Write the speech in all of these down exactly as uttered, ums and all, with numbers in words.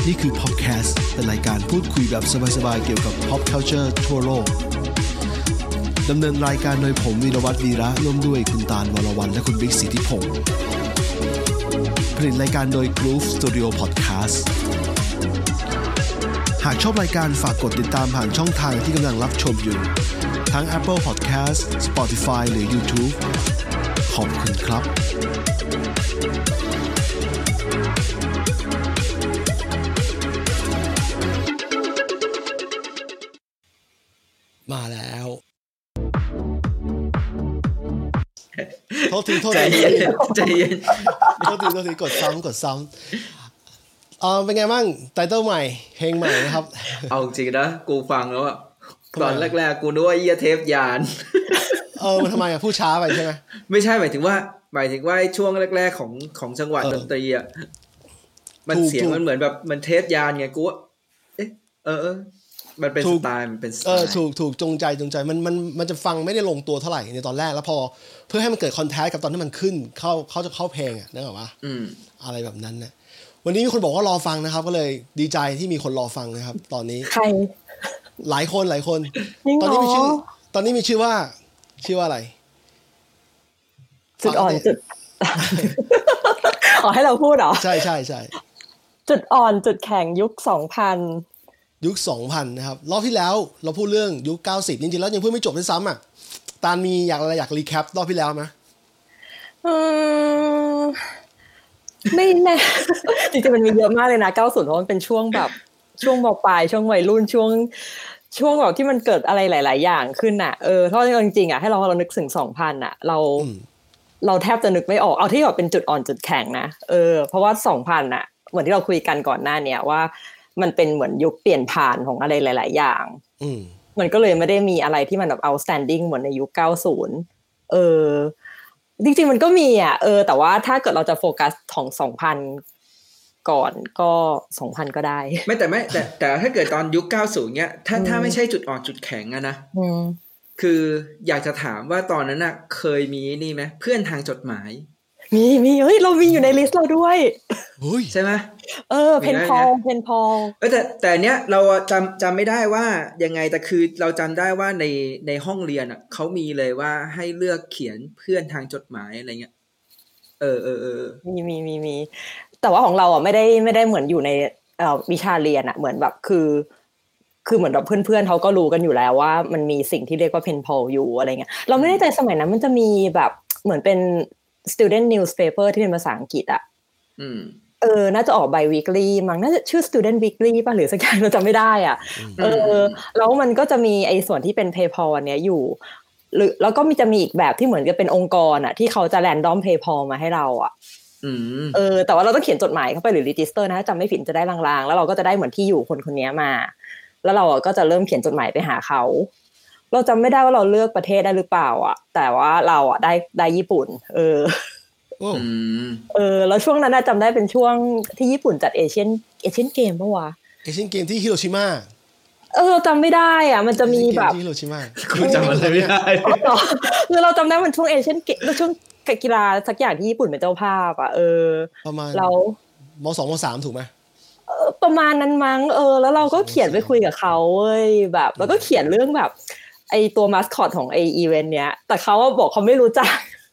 นี่คือ Popcast เป็นรายการพูดคุยแบบสบายๆเกี่ยวกับ pop culture ทั่วโลกดำเนินรายการโดยผมวีรวัฒน์วีระร่วมด้วยคุณตาลวรวรรณและคุณบิ๊กสิทธิพงศ์ผลิตรายการโดย Groove Studio Podcast หากชอบรายการฝากกดติดตามผ่านช่องทางที่กำลังรับชมอยู่ทั้ง Apple Podcast, Spotify หรือ YouTube ขอบคุณครับมาแล้วโทษทีโทษทีใจเย็นใจเย็นโทษทีโทษทีกดซ้ำกดซ้ำเออเป็นไงบ้างไตเติ้ลใหม่เพลงใหม่นะครับเอาจริงนะกูฟังแล้วอะตอนแรกๆกูนึกว่าเหี้ยเทปยานเออมันทำไมอะพูดช้าไปใช่ไหมไม่ใช่หมายถึงว่าหมายถึงว่าช่วงแรกๆของของจังหวะดนตรีอะมันเสียงมันเหมือนแบบมันเทปยานไงกูเอ๊ะเออมันเป็นสไตล์มันเป็นสไตล์เออถูกถูกจงใจจงใจมันมันมันจะฟังไม่ได้ลงตัวเท่าไหร่ในตอนแรกแล้วพอเพื่อให้มันเกิดคอนแทสกับตอนที่มันขึ้นเข้าเขาจะเข้าเพลงอ่ะนึกออกปะอืมอะไรแบบนั้นนะวันนี้มีคนบอกว่ารอฟังนะครับก็เลยดีใจที่มีคนรอฟังนะครับตอนนี้ใครหลายคนหลายคนตอนนี้มีชื่อตอนนี้มีชื่อว่าชื่อว่าอะไรจุดอ่อนจุดอ๋อให้เราพูดเหรอใช่ใช่ใช่จุดอ่อนจุดแข็งยุคสองพันยุค สองพัน นะครับรอบที่แล้วเราพูดเรื่องยุคเก้าสิบจริงๆแล้วยังพูดไม่จบด้วยซ้ำอ่ะตาลมีอยากอะไรอยากรีแคปรอบที่แล้วมั้ยอืมไม่แน่จริงๆมันมีเยอะมากเลยนะเก้าสิบเพราะมันเป็นช่วงแบบช่วงม.ปลายช่วงวัยรุ่นช่วงช่วงแบบที่มันเกิดอะไรหลายๆอย่างขึ้นน่ะเออเพราะจริงๆอ่ะให้เราเรานึกถึง สองพัน อ่ะเราเราแทบจะนึกไม่ออกเอาที่แบบเป็นจุดอ่อนจุดแข็งนะเออเพราะว่า สองพัน อ่ะเหมือนที่เราคุยกันก่อนหน้าเนี้ยว่ามันเป็นเหมือนยุคเปลี่ยนผ่านของอะไรหลายๆอย่างอืมมันก็เลยไม่ได้มีอะไรที่มันแบบ outstanding เหมือนในยุคเก้าสิบเออจริงๆมันก็มีอ่ะเออแต่ว่าถ้าเกิดเราจะโฟกัสของ สองพัน ก่อนก็ สองพัน ก็ได้ไม่แต่ไม่แต่แต่ถ้าเกิดตอนยุคเก้าสิบเงี้ยถ้าถ้าไม่ใช่จุดอ่อนจุดแข็งอะนะอืมคืออยากจะถามว่าตอนนั้นน่ะเคยมีนี่มั้ยเพื่อนทางจดหมายมีมีเฮ้ยเรามีอยู่ในลิสต์เราด้วยใช่ไหมเออเพนพอลเพนพอลเออแต่แต่เนี้ยเราจำจำไม่ได้ว่ายังไงแต่คือเราจำได้ว่าในในห้องเรียนอ่ะเขามีเลยว่าให้เลือกเขียนเพื่อนทางจดหมายอะไรเงี้ยเออเออเออมีมีมีมีแต่ว่าของเราอ่ะไม่ได้ไม่ได้เหมือนอยู่ในเอ่อวิชาเรียนอ่ะเหมือนแบบคือคือเหมือนแบบเพื่อนๆเขาก็รู้กันอยู่แล้วว่ามันมีสิ่งที่เรียกว่าเพนพอลอยู่อะไรเงี้ยเราไม่แน่ใจสมัยนั้นมันจะมีแบบเหมือนเป็น student newspaper ที่เป็นภาษาอังกฤษอ่ะอืมเออน่าจะออก bi-weekly มั้งน่าจะชื่อ student weekly ป่ะหรือสักอย่างเราจำไม่ได้อ่ะเออแล้วมันก็จะมีไอ้ส่วนที่เป็น PayPal อันเนี้ยอยู่หรือแล้วก็มีจะมีอีกแบบที่เหมือนกับเป็นองค์กรอ่ะที่เขาจะ random PayPal มาให้เราอ่ะอืมเออแต่ว่าเราต้องเขียนจดหมายเข้าไปหรือ register นะจำไม่ผิดจะได้ลางๆแล้วเราก็จะได้เหมือนที่อยู่คนคนนี้มาแล้วเราก็จะเริ่มเขียนจดหมายไปหาเขาเราจำไม่ได้ว่าเราเลือกประเทศได้หรือเปล่าอ่ะแต่ว่าเราอ่ะได้ได้ญี่ปุ่นเอออืมเออแล้วช่วงนั้นน่ะจำได้เป็นช่วงที่ญี่ปุ่นจัดเอเชียนเอเชียนเกมป่ะวะเอเชียนเกมที่ฮิโรชิมาเออจำไม่ได้อ่ะมันจะมีแบบฮิโรชิมาคุณจำอะไรไม่ได้คือเราจำได้มันช่วงเอเชียนเกมช่วงกีฬาสักอย่างที่ญี่ปุ่นเป็นเจ้าภาพอ่ะเออประมาณเราม.สอง ม.สาม ถูกไหมเออประมาณนั้นมั้งเออแล้วเราก็เขียนไปคุยกับเขาเว้ยแบบแล้วก็เขียนเรื่องแบบไอตัวมาสคอตของไออีเวนต์เนี้ยแต่เขาบอกเขาไม่รู้จัก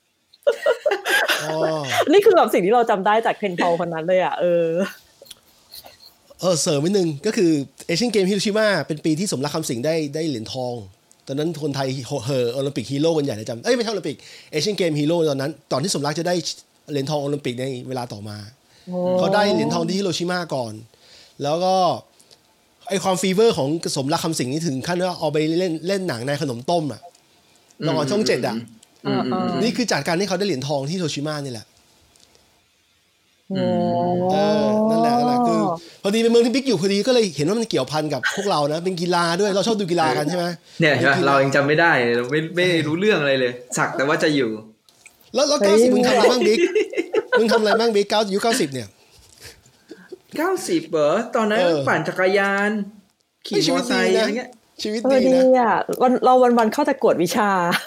นี่คือแบบสิ่งที่เราจำได้จากเพนพอลคนนั้นเลยอ่ะเออเออเสริมนิดนึงก็คือเอเชียนเกมฮิโรชิมาเป็นปีที่สมรักคำสิงห์ได้ได้เหรียญทองตอนนั้นคนไทยเฮอโอลิมปิกฮีโร่กันใหญ่เลยจำเอ้ยไม่ใช่โอลิมปิกเอเชียนเกมฮีโร่ตอนนั้นตอนที่สมรักจะได้เหรียญทองโอลิมปิกในเวลาต่อมาเขาได้เหรียญทองที่ฮิโรชิมาก่อนแล้วก็ไอความฟีเวอร์ของสมรักคำสิงห์นี่ถึงขั้นว่าเอาไปเล่นเล่นหนังในขนมต้มอ่ะละครช่องเจ็ดอ่ะนี่คือจากการที่เขาได้เหรียญทองที่ฮิโรชิมานี่แหละเออนั่นแหละนั่นแหละคือพอดีเป็นเมืองที่บิ๊กอยู่พอดีก็เลยเห็นว่ามันเกี่ยวพันกับพวกเรานะเป็นกีฬาด้วยเราชอบดูกีฬากันใช่ไหมเนี่ยเรายังจำไม่ได้เราไม่ไม่รู้เรื่องอะไรเลยสักแต่ว่าจะอยู่แล้วแล้วเก้าสิบมึงทำอะไรบ้างบิ๊กมึงทำอะไรบ้างบิ๊กเก้ายุคเก้าสิบเนี่ยเก้าสิบเหรอตอนนั้นปั่นจักรยานขี่มอเตอร์ไซค์อะไรเงี้ยชีวิตดีนะวันเราวันๆเข้าแต่กวดวิชาโอ้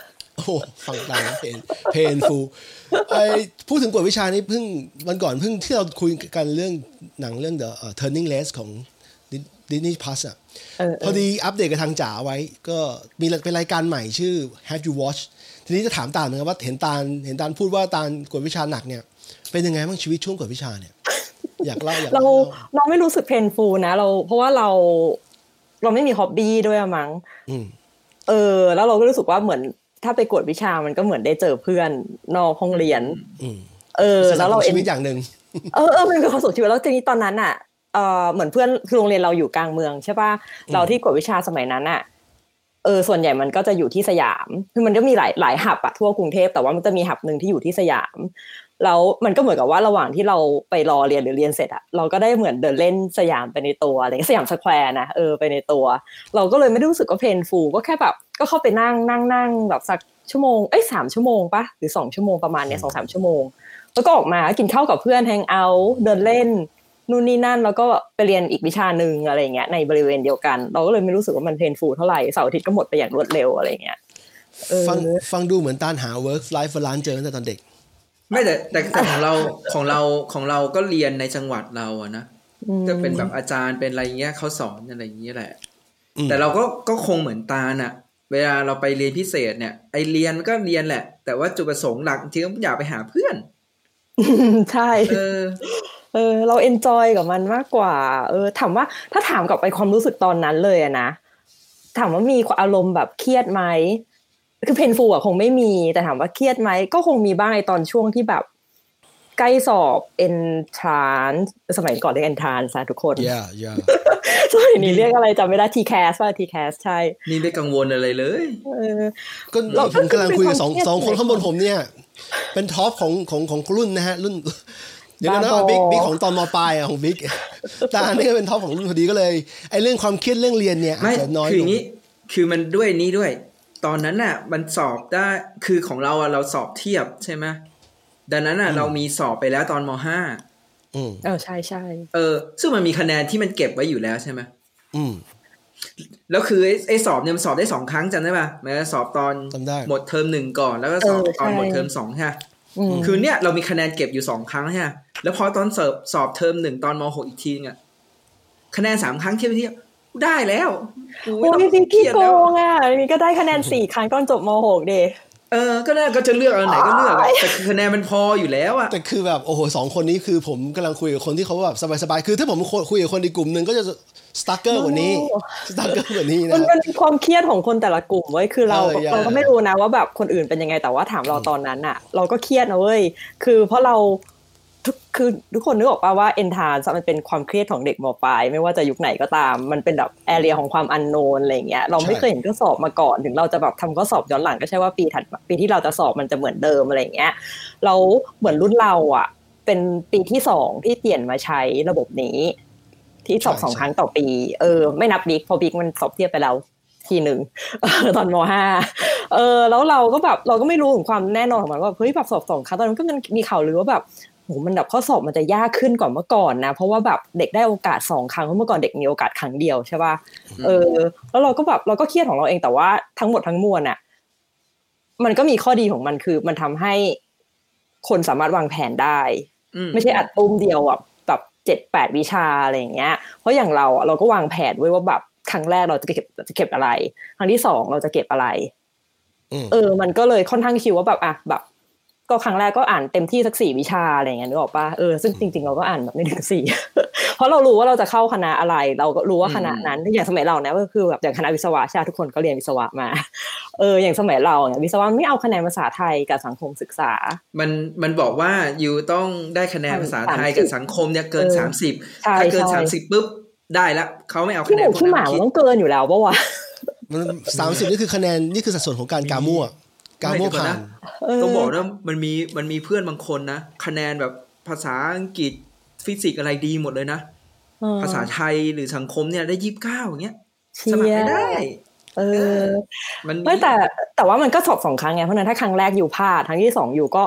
ฟังตามเพนเพนฟูไอพูดถึงกฎวิชานี้เพิ่งวันก่อนเพิ่งที่เราคุยกันเรื่องหนังเรื่อง The uh, Turning Left ของ Disney Plus อ่ะพอดีอัปเดตกับทางจ๋าไว้ก็มีเป็นรายการใหม่ชื่อ Have You Watched ทีนี้จะถามตาลเหมือนกันว่าเห็นตาลเห็นตาลพูดว่าตาลกฎวิชาหนักเนี่ยเป็นยังไงบ้างชีวิตช่วงกฎวิชาเนี่ยอยากเล่าอยากเราเราไม่รู้สึกเพนฟูลนะเราเพราะว่าเราเราไม่มีฮ็อบบี้ด้วยมั้งเออแล้วเราก็รู้สึกว่าเหมือนถ้าไปกวดวิชามันก็เหมือนได้เจอเพื่อนนอกห้องเรียนเออแล้วเราชีวิตอย่างนึงเออเออมันเป็นความสุขชีวิตแล้วทีนี้ตอนนั้นอ่ะเออเหมือนเพื่อนคือโรงเรียนเราอยู่กลางเมืองใช่ป่ะเราที่กวดวิชาสมัยนั้นอ่ะเออส่วนใหญ่มันก็จะอยู่ที่สยามคือมันก็มีหลายหลายหับอะทั่วกรุงเทพแต่ว่ามันจะมีหับนึงที่อยู่ที่สยามแล้วมันก็เหมือนกับว่าระหว่างที่เราไปรอเรียนหรือเรียนเสร็จอะเราก็ได้เหมือนเดินเล่นสยามไปในตัวอะไรสยามสแควร์นะเออไปในตัวเราก็เลยไม่ได้รู้สึกว่าเพนฟูลก็แค่แบบก็เข้าไปนั่งนั่งนั่งแบบสักชั่วโมงเอ้ยสามชั่วโมงปะหรือสองชั่วโมงประมาณเนี้ยสองสามชั่วโมงแล้วก็ออกมากินข้าวกับเพื่อนแฮงเอาท์เดินเล่นนู่นนี่นั่นแล้วก็ไปเรียนอีกวิชานึงอะไรเงี้ยในบริเวณเดียวกันเราก็เลยไม่รู้สึกว่ามันเพนฟูลเท่าไหร่เสาร์อาทิตย์ก็หมดไปอย่างรวดเร็วอะไรเงี้ยฟังฟังดูเหมือนตาหา work life balance เจอตั้งแต่ตอนเด็กไม่แต่แต่ของเราของเราของเราก็เรียนในจังหวัดเราอะนะก็เป็นแบบอาจารย์เป็นอะไรเงี้ยเขาสอนอะไรอย่างเงี้ยแหละแต่เราก็ก็คงเหมือนตาน่ะเวลาเราไปเรียนพิเศษเนี่ยไอเรียนก็เรียนแหละแต่ว่าจุดประสงค์หลักจริงๆอยากไปหาเพื่อนใช่เออเออเราเอนจอยกับมันมากกว่าเออถามว่าถ้าถามกลับไปความรู้สึกตอนนั้นเลยอะนะถามว่ามีอารมณ์แบบเครียดไหมคือเพนฟูลอะคงไม่มีแต่ถามว่าเครียดไหมก็คงมีบ้างในตอนช่วงที่แบบใกล้สอบ entrance สมัยก่อนเรียก entrance นะทุกคน yeah yeah สมัยนี้เรียกอะไรจำไม่ได้ ที แคส ป่ะ ที แคส ใช่นี่ไม่กังวลอะไรเลยเออก็ผมกำลังคุยกับสองสองคนข้างบนผมเนี่ยเป็นท็อปของของของรุ่นนะฮะรุ่นเดี๋ยวนะบิ๊กบิ๊กของตอนม.ปลายอ่ะของบิ๊กแต่อันนี้ก็เป็นท็อปของรุ่นพอดีก็เลยไอ้เรื่องความเครียดเรื่องเรียนเนี่ยอาจจะน้อยลงคืออย่างนี้คือมันด้วยนี้ด้วยตอนนั้นน่ะมันสอบได้คือของเราอ่ะเราสอบเทียบใช่ไหมดังนั้นอ่ะเรามีสอบไปแล้วตอนม.ห้าอืมเออใช่ใช่เออซึ่งมันมีคะแนนที่มันเก็บไว้อยู่แล้วใช่ไหมอืมแล้วคือไอ้สอบเนี่ยมันสอบได้สองครั้งจำได้ป่ะมันสอบตอนหมดเทอมหนึ่งก่อนแล้วก็สอบตอนหมดเทอมสองใช่คือเนี่ยเรามีคะแนนเก็บอยู่สองครั้งใช่แล้วพอตอนสอบสอบเทอมหนึ่งตอนม.หกอีกทีนึงอ่ะคะแนนสามครั้งเทียบเทียบได้แล้วโอ้ยพี่ขี้โกงอ่ะนี่ก็ได้คะแนนสี่ครั้งตอนจบม.หกเดเออก็น่าก็จะเลือกเอาไหนก็เลือกแต่คือคะแนนมันพออยู่แล้วอะแต่คือแบบโอ้โหสองคนนี้คือผมกำลังคุยกับคนที่เขาแบบสบายๆคือถ้าผมคุยกับคนในกลุ่มนึงก็จะสตั๊กเกอร์กว่านี้สตั๊กเกอร์กว่านี้นะมันเป็นความเครียดของคนแต่ละกลุ่มเว้ยคือเราเราก็ไม่รู้นะว่าแบบคนอื่นเป็นยังไงแต่ว่าถามเราตอนนั้นอะเราก็เครียดนะเว้ยคือเพราะเราคือทุกคนนึกออกป่ะว่า entrance มันเป็นความเครียดของเด็กม.ปลายไม่ว่าจะยุคไหนก็ตามมันเป็นแบบ area ของความ unknown อะไรเงี้ยเราไม่เคยเห็นข้อสอบมาก่อนถึงเราจะแบบทำข้อสอบย้อนหลังก็ใช่ว่าปีถัดปีที่เราจะสอบมันจะเหมือนเดิมอะไรเงี้ยเราเหมือนรุ่นเราอ่ะเป็นปีที่สองที่เปลี่ยนมาใช้ระบบนี้ที่สอบสองครั้งต่อปีเออไม่นับบิ๊กพอบิ๊กมันสอบเทียบไปแล้วทีหนึ่งตอนม.ห้าเออแล้วเราก็แบบเราก็ไม่รู้ถึงความแน่นอนของมันว่าเฮ้ยแบบสอบสองครั้งตอนนั้นก็มันมีข่าวลือว่าแบบโหมันแบบข้อสอบมันจะยากขึ้นกว่าเมื่อก่อนนะเพราะว่าแบบเด็กได้โอกาสสองครั้งเพราะเมื่อก่อนเด็กมีโอกาสครั้งเดียวใช่ป่ะเออแล้วเราก็แบบเราก็เครียดของเราเองแต่ว่าทั้งหมดทั้งมวลน่ะมันก็มีข้อดีของมันคือมันทำให้คนสามารถวางแผนได้ไม่ใช่อัดตุ้มเดียวอ่ะแบบเจ็ดแปดวิชาอะไรอย่างเงี้ยเพราะอย่างเราอ่ะเราก็วางแผนไว้ว่าแบบครั้งแรกเราจะเก็บจะเก็บอะไรครั้งที่สองเราจะเก็บอะไรเออมันก็เลยค่อนข้างชิวว่าแบบอ่ะแบบก็ครั้งแรกก็อ่านเต็มที่สักสี่วิชาอะไรอย่างเงี้ยนึกออกป่ะเออซึ่งจริงๆเราก็อ่านแบบไม่ถึงสี่ เพราะเรารู้ว่าเราจะเข้าคณะอะไรเราก็รู้ว่าคณะนั้นอย่างสมัยเราเนี่ยก็คือแบบอย่างคณะวิศวะใช่ทุกคนก็เรียนวิศวะมาเอออย่างสมัยเราเนี่ยวิศวะไม่เอาคะแนนภาษาไทยกับสังคมศึกษามันมันบอกว่าอยู่ต้องได้คะแนนภาษาไทยกับสังคมเนี่ยเกินสามสิบถ้าเกินสามสิบปุ๊บได้ละเขาไม่เอาคะแนนพวกนั้นคิดต้องเกินอยู่แล้วป่ะวะมันสามสิบนี่คือคะแนนนี่คือสัดส่วนของการกามั่วกาโมผ่านต้องบอกนะมันมีมันมีเพื่อนบางคนนะคะแนนแบบภาษาอังกฤษฟิสิกส์อะไรดีหมดเลยนะภาษาไทยหรือสังคมเนี่ยได้ยี่สิบเก้าอย่างเงี้ยสมัครไม่ได้เออมันไม่แต่แต่ว่ามันก็สอบสองครั้งไงเพราะนั้นถ้าครั้งแรกอยู่พลาดครั้งที่สองอยู่ก็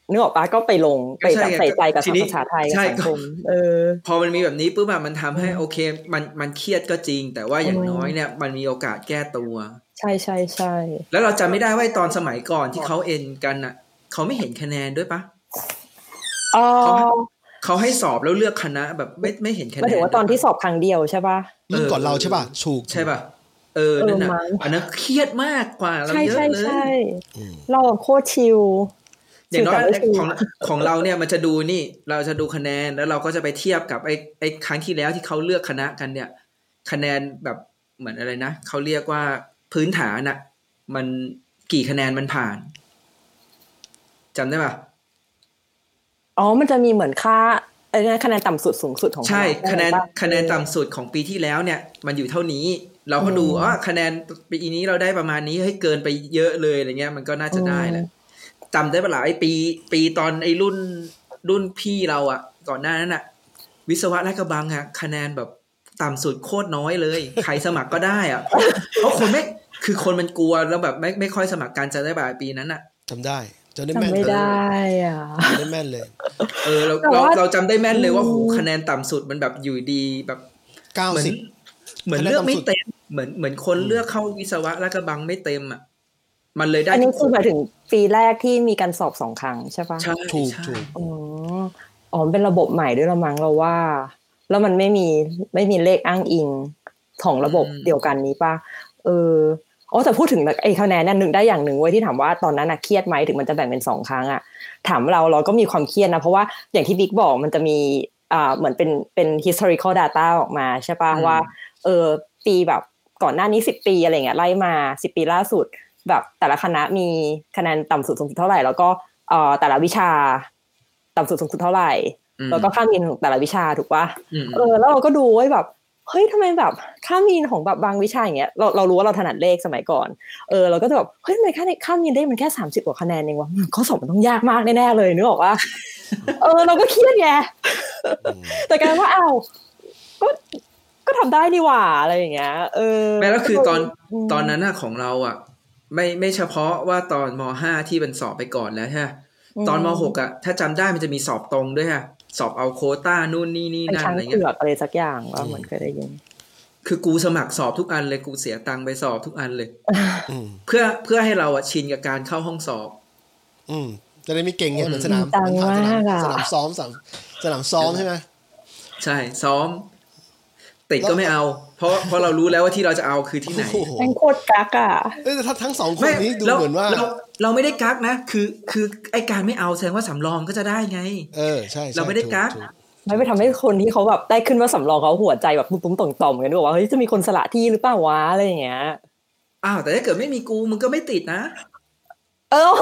นึกออกปะก็ไปลงไปแบบใส่ใจกับภาษาไทยกับสังคมเออพอมันมีแบบนี้ปุ๊บอะมันทำให้โอเคมันมันเครียดก็จริงแต่ว่าอย่างน้อยเนี่ยมันมีโอกาสแก้ตัวใช่ใช่ใช่แล้วเราจำไม่ได้ว่าตอนสมัยก่อนที่เขาเอ็นกันอะเขาไม่เห็นคะแนนด้วยปะอ๋อเขาให้สอบแล้วเลือกคณะแบบไม่ไม่เห็นคะแนนหมายถึงว่าตอนที่สอบครั้งเดียวใช่ปะรุ่นก่อนเราใช่ปะถูกใช่ปะเออนั่นน่ะอันนั้นเครียดมากกว่าเราเยอะเลยใช่ๆเราโคตรชิลอย่างน้อยของของเราเนี่ยมันจะดูนี่เราจะดูคะแนนแล้วเราก็จะไปเทียบกับไอ้ไอ้ครั้งที่แล้วที่เขาเลือกคณะกันเนี่ยคะแนนแบบเหมือนอะไรนะเขาเรียกว่าพื้นฐานน่ะมันกี่คะแนนมันผ่านจำได้ป่ะอ๋อมันจะมีเหมือนค่าเออคะแนนต่ำสุดสูงสุดของใช่คะแนนคะแนนต่ำสุดของปีที่แล้วเนี่ยมันอยู่เท่านี้เราก็ดูอ๋อคะแนนปีนี้เราได้ประมาณนี้ให้เกินไปเยอะเลยอะไรเงี้ยมันก็น่าจะได้แหละจำได้ปะล่ะไอ้ปีปีตอนไอ้รุ่นรุ่นพี่เราอ่ะก่อนหน้านั้นอ่ะวิศวะลาดกระบังอ่ะคะแนนแบบต่ำสุดโคตรน้อยเลยใครสมัครก็ได้อ่ะเพราะเพราะคนไม่คือคนมันกลัวแล้วแบบไม่ไม่ค่อยสมัครการจะได้แบบปีนั้นอ่ะจำได้จำได้แม่นไม่ได้อ่ะจำได้แม่นเลยเออเราเราเราจำได้แม่นเลยว่าหูคะแนนต่ำสุดมันแบบอยู่ดีแบบเก้าสิบเหมือนเลือกไม่เต็มเหมือนเหมือนคนเลือกเข้าวิศวะลาดกระบังไม่เต็มอ่ะมันเลยได้อันนี้คือหมายถึงปีแรกที่มีการสอบสองครั้งใช่ปะใช่ถูกถูกอ๋ออ๋อเป็นระบบใหม่ด้วยละมั้งเราว่าแล้วมันไม่มีไม่มีเลขอ้างอิงของระบบเดียวกันนี้ปะเอออ๋อแต่พูดถึงไอ้คะแนนนั่นนึงได้อย่างหนึ่งเว้ยที่ถามว่าตอนนั้นน่ะเครียดไหมถึงมันจะแบ่งเป็นสองครั้งอ่ะถามเราเราก็มีความเครียดนะเพราะว่าอย่างที่บิ๊กบอกมันจะมีอ่าเหมือนเป็นเป็น historical data ออกมาใช่ปะว่าเออปีแบบก่อนหน้านี้สิบปีอะไรเงี้ยไล่มาสิบปีล่าสุดแบบแต่ละคณะมีคะแนนต่ำสุดสูงสุดเท่าไหร่แล้วก็เอ่อแต่ละวิชาต่ำสุดสูงสุดเท่าไหร่แล้วก็ค่ามีนของแต่ละวิชาถูกป่ะเออแล้วเราก็ดูไว้แบบเฮ้ยทำไมแบบค่ามีนของแบบบางวิชาอย่างเงี้ยเราเรารู้ว่าเราถนัดเลขสมัยก่อนเออเราก็จะแบบเฮ้ยทำไมค่าค่ามีนได้มันแค่สามสิบกว่าคะแนนเองวะข้อสอบมันต้องยากมากแน่ๆเลยนึกออกป่ะเออเราก็เครียดไงแต่กลายว่าอ้าวก็ก็ทำได้นี่หว่าอะไรอย่างเงี้ยเออแม้แล้วคือตอนตอนนั้นน่ะของเราอ่ะไม่ไม่เฉพาะว่าตอนม.ห้า ที่เป็นสอบไปก่อนแล้วใช่ตอนม.หก อ่ะถ้าจำได้มันจะมีสอบตรงด้วยฮะสอบเอาโควต้านู่นนี่นี่นั่นอะไรเงี้ยอะไรสักอย่างว่าเหมือนเคยได้ยินคือกูสมัครสอบทุกอันเลยกูเสียตังค์ไปสอบทุกอันเลยเพื่อเพื่อให้เราอ่ะชินกับการเข้าห้องสอบอืมจะได้ไม่เก่งเนี่ยเหมือนสนามสนามสนามซ้อมสนามสนามซ้อมใช่ไหมใช่ซ้อมติดก็ไม่เอาเพราะเพราะเรารู้แล้วว่าที่เราจะเอาคือที่ไหนแม่งโคตรกักอ่ะเออถ้าทั้งสองคนนี้ดูเหมือนว่าเราเราไม่ได้กักนะคือคือไอการไม่เอาแสดงว่าสำรองก็จะได้ไงเออใช่เราไม่ได้กักไม่ไปทำให้คนที่เขาแบบได้ขึ้นว่าสำรองเขาหัวใจแบบตุ้มๆต่อมๆกันด้วยว่าเฮ้ยจะมีคนสละที่หรือเปล่าวะอะไรอย่างเงี้ยอ้าวแต่ถ้าเกิดไม่มีกูมึงก็ไม่ติดนะเออ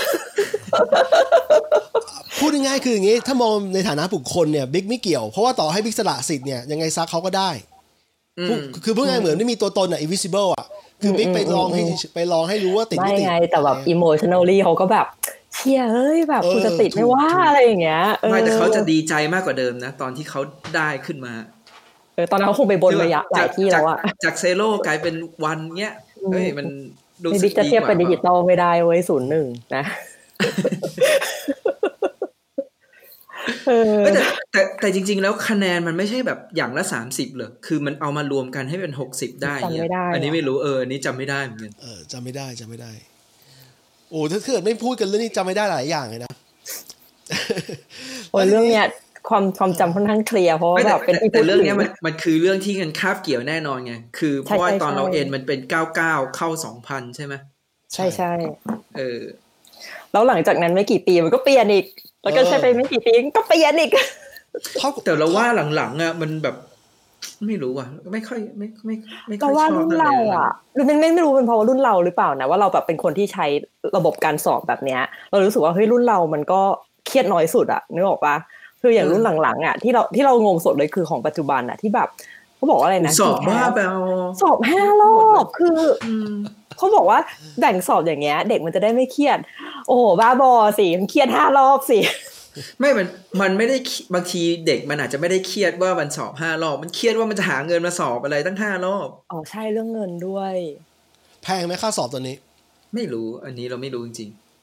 พูดง่ายๆคืออย่างงี้ถ้ามองในฐานะบุคคลเนี่ยบิ๊กไม่เกี่ยวเพราะว่าต่อให้บิ๊กสละสิทธิ์เนี่ยยังไงซักเขาก็ได้คือพูดง่ายเหมือนไม่มีตัวตนอ่ะ invisible อ่ะคือบิ๊กไปลองให้ไปลองให้รู้ว่าติดไม่ติดไม่ไงแต่แบบ emotionally เขาก็แบบเชี่ยเอ้ยแบบกูจะติดไม่ว่าอะไรอย่างเงี้ยไม่แต่เขาจะดีใจมากกว่าเดิมนะตอนที่เขาได้ขึ้นมาเออตอนนั้นเขาคงไปบนระยะหลายที่แล้วอะจากเซโร่กลายเป็นวันเงี้ยเฮ้ยมันดูสึกดีกว่าจะเทียบเป็นดิจิตอลไม่ได้เว้ยศูนย์หนึ่งนะแต่แต่แต่จริงๆแล้วคะแนนมันไม่ใช่แบบอย่างละสามสิบเหรอคือมันเอามารวมกันให้เป็นหกสิบได้เงี้ยอันนี้ไม่รู้เอออันนี้จำไม่ได้เหมือนกันเออจำไม่ได้จำไม่ได้โอ้ถ้าเกิดไม่พูดกันเรื่องนี้จำไม่ได้หลายอย่างเลยนะโอ้ยเรื่องเนี้ยความความจำค่อนข้างเคลียร์เพราะแบบเป็นแต่เรื่องนี้มันมันคือเรื่องที่กันคาบเกี่ยวแน่นอนไงคือเพราะว่าตอนเราเอ็นมันเป็นเก้าสิบเก้าเข้า สองพัน ใช่ไหมใช่ใช่เออแล้วหลังจากนั้นไม่กี่ปีมันก็เปลี่ยนอีกแล้วก็ใช้ไปไม่กี่ปีก็เปลี่ยนอีกแต่เราว่าหลังๆอ่ะมันแบบไม่รู้อ่ะไม่ค่อยไม่ไม่ไม่ค่อยชอบว่ารุ่นเราอ่ะหรือมันไม่ไม่รู้เป็นเพราะว่ารุ่นเราหรือเปล่านะว่าเราแบบเป็นคนที่ใช้ระบบการสอบแบบเนี้ยเรารู้สึกว่าเฮ้ยรุ่นเรามันก็เครียดน้อยสุดอ่ะนึกออกปะคืออย่างรุ่นหลังๆอ่ะที่เราที่เรางงสดเลยคือของปัจจุบันอ่ะที่แบบเขาบอกว่าอะไรนะสอบบ้าเปล่าสอบห้ารอบคือเขาบอกว่าแบ่งสอบอย่างเงี้ยเด็กมันจะได้ไม่เครียดโอ้โหบ้าบอสิมันเครียดห้ารอบสิไม่มันมันไม่ได้บางทีเด็กมันอาจจะไม่ได้เครียดว่ามันสอบห้ารอบมันเครียดว่ามันจะหาเงินมาสอบอะไรตั้งห้ารอบอ๋อใช่เรื่องเงินด้วยแพงไหมค่าสอบตัวนี้ไม่รู้อันนี้เราไม่รู้จริง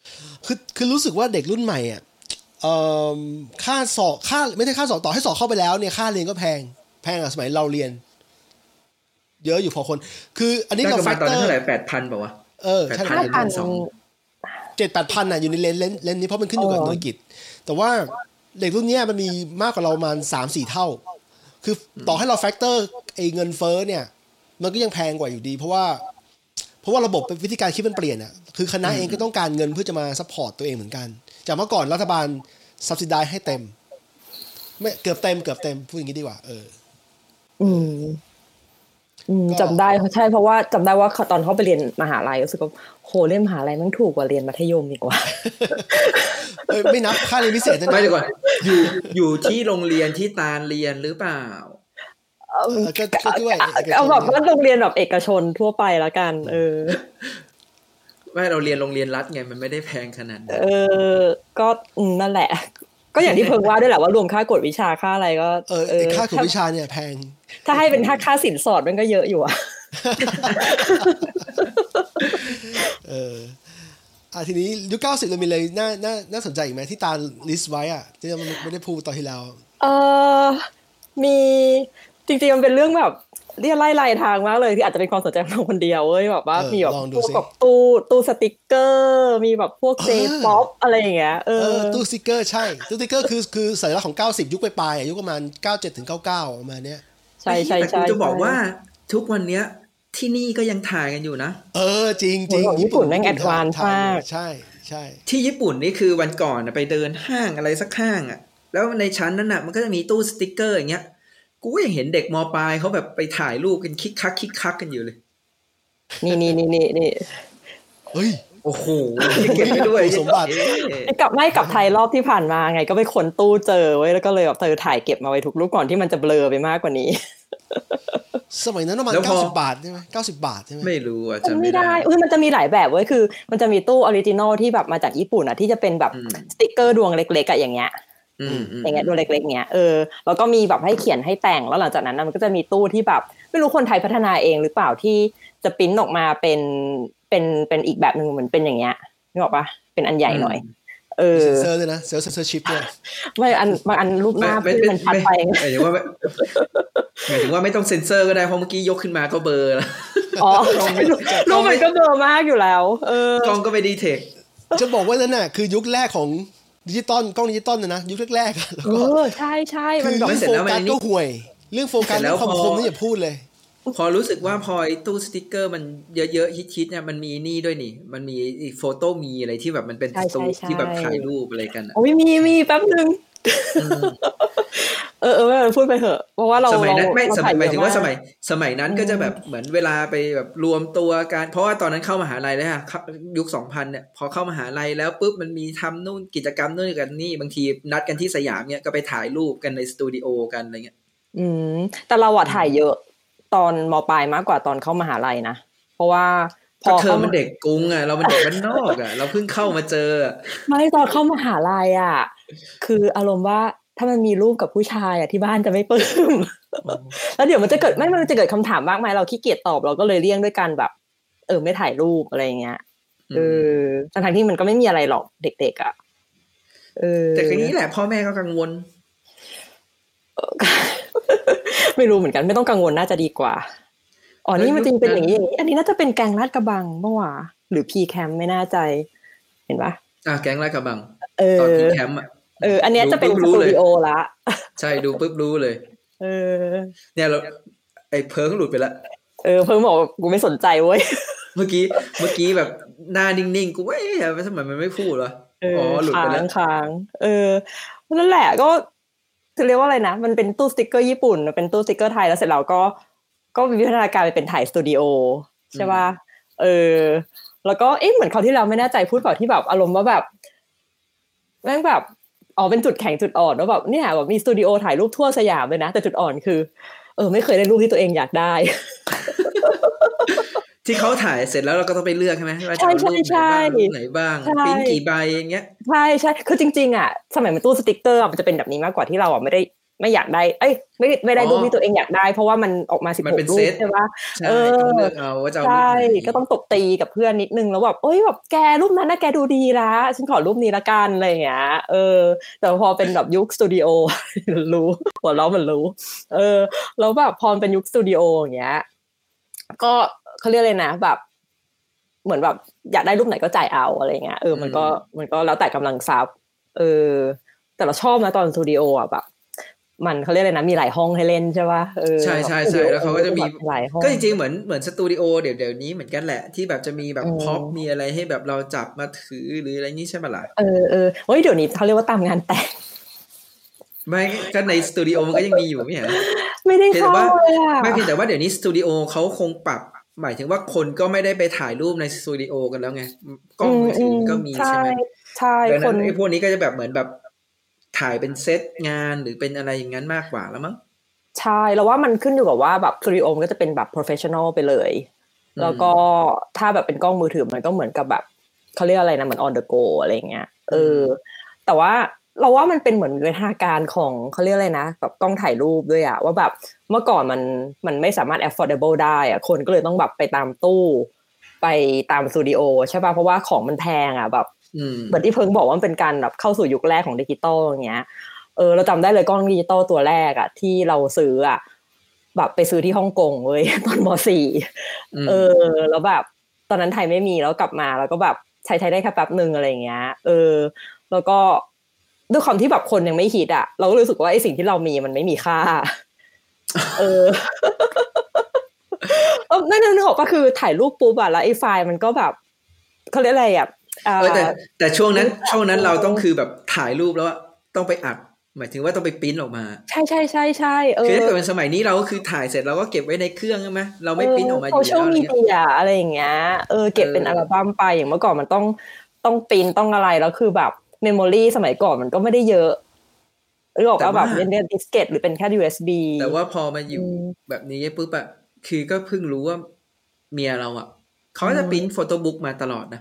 คือคือรู้สึกว่าเด็กรุ่นใหม่อ่ะเอ่อค่าสอบค่าไม่ใช่ค่าสอบต่อให้สอบเข้าไปแล้วเนี่ยค่าเรียนก็แพงแพงกว่าสมัยเราเรียนเยอะอยู่พอคนคืออันนี้เราแฟกเตอร์เท่าไหร่ แปดพัน ป่าววะเออใช่ห้าพันเจ็ด แปดพัน น่ะอยู่ในเลนส์เลนส์นี้เพราะมันขึ้นอยู่กับหน่วยกิจแต่ว่าเด็กรุ่นนี้มันมีมากกว่าเราประมาณ สามสี่ เท่าคือต่อให้เราแฟกเตอร์ไอ้เงินเฟ้อเนี่ยมันก็ยังแพงกว่าอยู่ดีเพราะว่าเพราะว่าระบบวิธีการคิดมันเปลี่ยนอ่ะคือคณะเองก็ต้องการเงินเพื่อจะมาซัพพอร์ตตัวเองเหมือนกันจากเมื่อก่อนรัฐบาลซับซิไดซ์ให้เต็มไม่เกือบเต็มเกือบเต็มพูดอย่างนี้ดีกว่าเอออืมอืมจำได้ใช่เพราะว่าจำได้ว่าตอนเขาไปเรียนมหาลัยรู้สึกว่าโหเรียนมหาลัยมันถูกกว่าเรียนมัธยมอีกว่าเอ้ยไม่นับค่าเรียนพิเศษนะไม่ดีกว่าอยู่อยู่ที่โรงเรียนที่ตาลเรียนหรือเปล่าเออก็ก็ด้วยเอาแบบว่าโรงเรียนแบบเอกชนทั่วไปละกันเออไม่เราเรียนโรงเรียนรัฐไงมันไม่ได้แพงขนาดนั้นเออก็นั่นแหละก็อย่างที่เพิ่งว่าด้วยแหละว่ารวมค่ากฎวิชาค่าอะไรก็เออค่ากฎวิชาเนี่ยแพงถ้าให้เป็นค่าค่าสินสอดมันก็เยอะอยู่อ่ะเอออ่ะทีนี้ยุคเก้าสิบเรามีอะไรน่าน่าน่าสนใจอีกไหมที่ตาลิสต์ไว้อ่ะที่เราไม่ได้พูดตอนที่แล้วเออมีจริงๆมันเป็นเรื่องแบบเรียกไล่ไล่ทางมากเลยที่อาจจะเป็นความสนใจของเราคนเดียวเว้ยแบบว่ามีแบบพวกแบบตู้ตู้สติกเกอร์มีแบบพวกเจป๊อปอะไรอย่างเงี้ยเออตู้สติกเกอร์ใช่ตู้สติกเกอร์คือคือสัญลักษณ์ของเก้าสิบยุคปลายๆยุคประมาณเก้าสิบเจ็ดถึงเก้าสิบเก้าประมาณเนี้ยใช่ๆๆแต่กูจะบอกว่าทุกวันเนี้ยที่นี่ก็ยังถ่ายกันอยู่นะเออจริงๆญี่ปุ่นแม่งแอดวานซ์มากใช่ใช่ที่ญี่ปุ่นนี่คือวันก่อนไปเดินห้างอะไรสักห้างอ่ะแล้วในชั้นนั้นน่ะมันก็จะมีตู้สติกเกอร์อย่างเงี้ยกูยังเห็นเด็กม.ปลายเขาแบบไปถ่ายรูปกันคิกคักคิกคักกันอยู่เลยนี่นี่นี่นี่นี่เฮ้ยโอ้โหเก็บไปด้วยสมบัติกลับไม่กลับไทยรอบที่ผ่านมาไงก็ไปค้นตู้เจอไว้แล้วก็เลยแบบเธอถ่ายเก็บมาไว้ทุกรูปก่อนที่มันจะเบลอไปมากกว่านี้สมัยนั้นประมาณเก้าสิบบาทใช่มั้ยเก้าสิบบาทใช่มั้ยไม่รู้อ่ะจำไม่ได้เอ้ยมันจะมีหลายแบบเว้ยคือมันจะมีตู้ออริจินอลที่แบบมาจากญี่ปุ่นอ่ะที่จะเป็นแบบสติ๊กเกอร์ดวงเล็กๆอ่ะอย่างเงี้ยอย่างเงี้ยดวงเล็กๆเงี้ยเออแล้วก็มีแบบให้เขียนให้แต่งแล้วหลังจากนั้นมันก็จะมีตู้ที่แบบไม่รู้คนไทยพัฒนาเองหรือเปล่าที่จะปริ้นออกมาเป็นเป็นเป็นอีกแบบนึงเหมือนเป็นอย่างเงี้ยนึกออกป่ะเป็นอันใหญ่หน่อยเออเซอร์เลยนะเซอร์เซอร์ชิปด้วยไม่อันบางอันรูปหน้าที่มันชัดไปหมายถึงว่าหมายถึงว่าไม่ต้องเซ็นเซอร์ก็ได้เพราะเมื่อกี้ยกขึ้นมาก็เบลอแล้วอ๋อรูปมันก็เบลอมากอยู่แล้วเออกล้องก็ไปดีเทคจะบอกว่านั่นน่ะคือยุคแรกของดิจิตอลกล้องดิจิตอลนะยุคแรกๆแล้วก็เออใช่ๆมันแบบโฟกัสก็ห่วยเรื่องโฟกัสแล้วความคมนี่อย่าพูดเลยพอรู้สึกว่าพอตู้สติ๊กเกอร์มันเยอะๆฮิตๆเนี่ยมันมีนี่ด้วยนี่มันมีโฟโต้มีอะไรที่แบบมันเป็นตู้ที่แบบถ่ายรูปอะไรกันโอ้ยมีมีแป๊บนึงเออเออพูดไปเถอะเพราะว่าเราสมัยนั้นไม่สมัยหมายถึงว่าสมัยสมัยนั้นก็จะแบบเหมือนเวลาไปแบบรวมตัวกันเพราะว่าตอนนั้นเข้ามหาลัยแล้วค่ะยุคสองพันเนี่ยพอเข้ามหาลัยแล้วปุ๊บมันมีทำนู่นกิจกรรมนู่นกันนี่บางทีนัดกันที่สยามเนี่ยก็ไปถ่ายรูปกันในสตูดิโอกันอะไรเงี้ยอืมแต่เราอะถ่ายเยอะตอนม.ปลายมากกว่าตอนเข้ามหาลัยนะเพราะว่าพอเธอมันเด็กกรุงอ่ะเรามันเด็กบ้านนอกอ่ะเราเพิ่งเข้ามาเจอไม่ตอนเข้ามหาลัยอ่ะคืออารมณ์ว่าถ้ามันมีรูปกับผู้ชายอ่ะที่บ้านจะไม่ปลื้มแล้วเดี๋ยวมันจะเกิดไม่มันจะเกิดคำถามมากมายเราขี้เกียจตอบเราก็เลยเลี่ยงด้วยกันแบบเออไม่ถ่ายรูปอะไรเงี้ยเออทั้งที่มันก็ไม่มีอะไรหรอกเด็กๆอ่ะเออแต่ทีนี้แหละพ่อแม่ก็กังวลไม่รู้เหมือนกันไม่ต้องกังวลน่าจะดีกว่าอ๋อนี่มันจริงเป็นอย่างนี้อย่างนี้อันนี้น่าจะเป็นแกงลาดกระบังเมื่อวานหรือพีแคมไม่แน่ใจเห็นปะอ่ะแกงลาดกระบังตอนพีแคมอ่ะเอออันนี้จะเป็นสตูดิโอละใช่ดูปุ๊บรู้เลยเออเนี่ยเราไอ้เพิร์งหลุดไปละเออเพิร์งบอกกูไม่สนใจเว้ยเมื่อกี้เมื่อกี้แบบหน้านิ่งๆกูเว้ยทำไมมันไม่พูดวะอ๋อหลุดไปแล้วค้างเออนั่นแหละก็จะเรียกว่าอะไรนะมันเป็นตู้สติ๊กเกอร์ญี่ปุ่นเป็นตู้สติ๊กเกอร์ไทยแล้วเสร็จแล้วก็ก็วิวัฒนาการไปเป็นถ่ายสตูดิโอใช่ป่ะเออแล้วก็เอ๊ะเหมือนเขาที่เราไม่แน่ใจพูดเปล่าที่แบบอารมณ์ว่าแบบแม่งแบบอ๋อเป็นจุดแข็งจุดอ่อนว่าแบบเนี่ยแบบมีสตูดิโอถ่ายรูปทั่วสยามเลยนะแต่จุดอ่อนคือเออไม่เคยได้รูปที่ตัวเองอยากได้ที่เขาถ่ายเสร็จแล้วเราก็ต้องไปเลือกใช่ไหมว่าจะเอารูปไหนบ้างปริ้นกี่ใบอย่างเงี้ยใช่ใช่คือจริงๆอ่ะสมัยมันตู้สติ๊กเกอร์มันจะเป็นแบบนี้มากกว่าที่เราอ่ะไม่ได้ไม่อยากได้เอ้ยไม่ไม่ได้รูปที่ตัวเองอยากได้เพราะว่ามันออกมาสิบหกรูปใช่ป่ะเออต้องเลือกเอาว่าจะเอารูปไหนก็ต้องตบตีกับเพื่อนนิดนึงแล้วแบบเอ้ยแบบแกรูปนั้นนะแกดูดีละฉันขอรูปนี้ละกันอะไรอย่างเงี้ยเออแต่พอเป็นแบบยุคสตูดิโอรู้หัวเราะมันรู้เออแล้วแบบพอเป็นยุคสตูดิโออย่างเงี้ยก็เขาเรียกเลยนะแบบเหมือนแบบอยากได้รูปไหนก็จ่ายเอาอะไรเงี้ยเออมันก็มันก็แล้วแต่กำลังทรัพย์เออแต่เราชอบนะตอนสตูดิโออ่ะแบบมันเขาเรียกอะไรนะมีหลายห้องให้เล่นใช่ป่ะเออใช่ใช่ใช่แล้วเขาก็จะมีก็จริงๆเหมือนเหมือนสตูดิโอเดี๋ยวเดี๋ยวนี้เหมือนกันแหละที่แบบจะมีแบบพ็อปมีอะไรให้แบบเราจับมาถือหรืออะไรนี่ใช่ป่ะล่ะเออเออเฮ้ยเดี๋ยวนี้เขาเรียกว่าตามงานแต่งไม่ก็ในสตูดิโอมันก็ยังมีอยู่ไม่ใช่ไม่ได้เข้าเลยอ่ะไม่เพียงแต่ว่าเดี๋ยวนี้สตูดิโอเขาคงปรับหมายถึงว่าคนก็ไม่ได้ไปถ่ายรูปในสตูดิโอกันแล้วไงกล้องมือถือก็มีใช่ไหมใช่คนไอ้พวกนี้ก็จะแบบเหมือนแบบถ่ายเป็นเซตงานหรือเป็นอะไรอย่างนั้นมากกว่าแล้วมั้งใช่แล้วว่ามันขึ้นอยู่กับว่าแบบสตูดิโอมันก็จะเป็นแบบ professional ไปเลยแล้วก็ถ้าแบบเป็นกล้องมือถือมันก็เหมือนกับแบบเขาเรียกอะไรนะเหมือน on the go อะไรเงี้ยเออแต่ว่าเราว่ามันเป็นเหมือนวิทยาการของเขาเรียกอะไรนะแบบกล้องถ่ายรูปด้วยอะว่าแบบเมื่อก่อนมันมันไม่สามารถ affordable ได้อะคนก็เลยต้องแบบไปตามตู้ไปตามสตูดิโอใช่ป่ะเพราะว่าของมันแพงอะแบบเหมือนที่เพิ่งบอกว่ามันเป็นการแบบเข้าสู่ยุคแรกของดิจิตอลอย่างเงี้ยเออเราจำได้เลยกล้องดิจิตอลตัวแรกอะที่เราซื้ออะแบบไปซื้อที่ฮ่องกงเว้ยตอนม.สี่ เออแล้วแบบตอนนั้นไทยไม่มีแล้วกลับมาแล้วก็แบบใช้ใช้ได้แค่แป๊บนึงอะไรอย่างเงี้ยเออแล้วก็ด้วยความที่แบบคนยังไม่ฮิตอ่ะเราก็รู้สึกว่าไอ้สิ่งที่เรามีมันไม่มีค่าเออเออนั่นนึกออกก็คือถ่ายรูปปุ๊บอะแล้วไอ้ไฟล์มันก็แบบเขาเรียกอะไรอ่ะเออแต่แต่ช่วงนั้นช่วงนั้นเราต้องคือแบบถ่ายรูปแล้วต้องไปอัดหมายถึงว่าต้องไปปริ้นออกมาใช่ใช่ใช่ใช่เออคือถ้าเกิดเป็นสมัยนี้เราก็คือถ่ายเสร็จเราก็เก็บไว้ในเครื่องใช่ไหมเราไม่ปริ้นออกมาอยู่แล้วโซเชียลมีเดียอะไรอย่างเงี้ยเออเก็บเป็นอัลบั้มไปอย่างเมื่อก่อนมันต้องต้องปริ้นต้องอะไรแล้วคือแบบเมมโมรี่สมัยก่อนมันก็ไม่ได้เยอะหรือบอกว่าแบบเป็นดิสเกตหรือเป็นแค่ ยู เอส บีแต่ว่าพอมาอยู่แบบนี้ปุ๊บอะคือก็เพิ่งรู้ว่าเมียเราอะเขาจะปริ้นโฟโต้บุ๊กมาตลอดนะ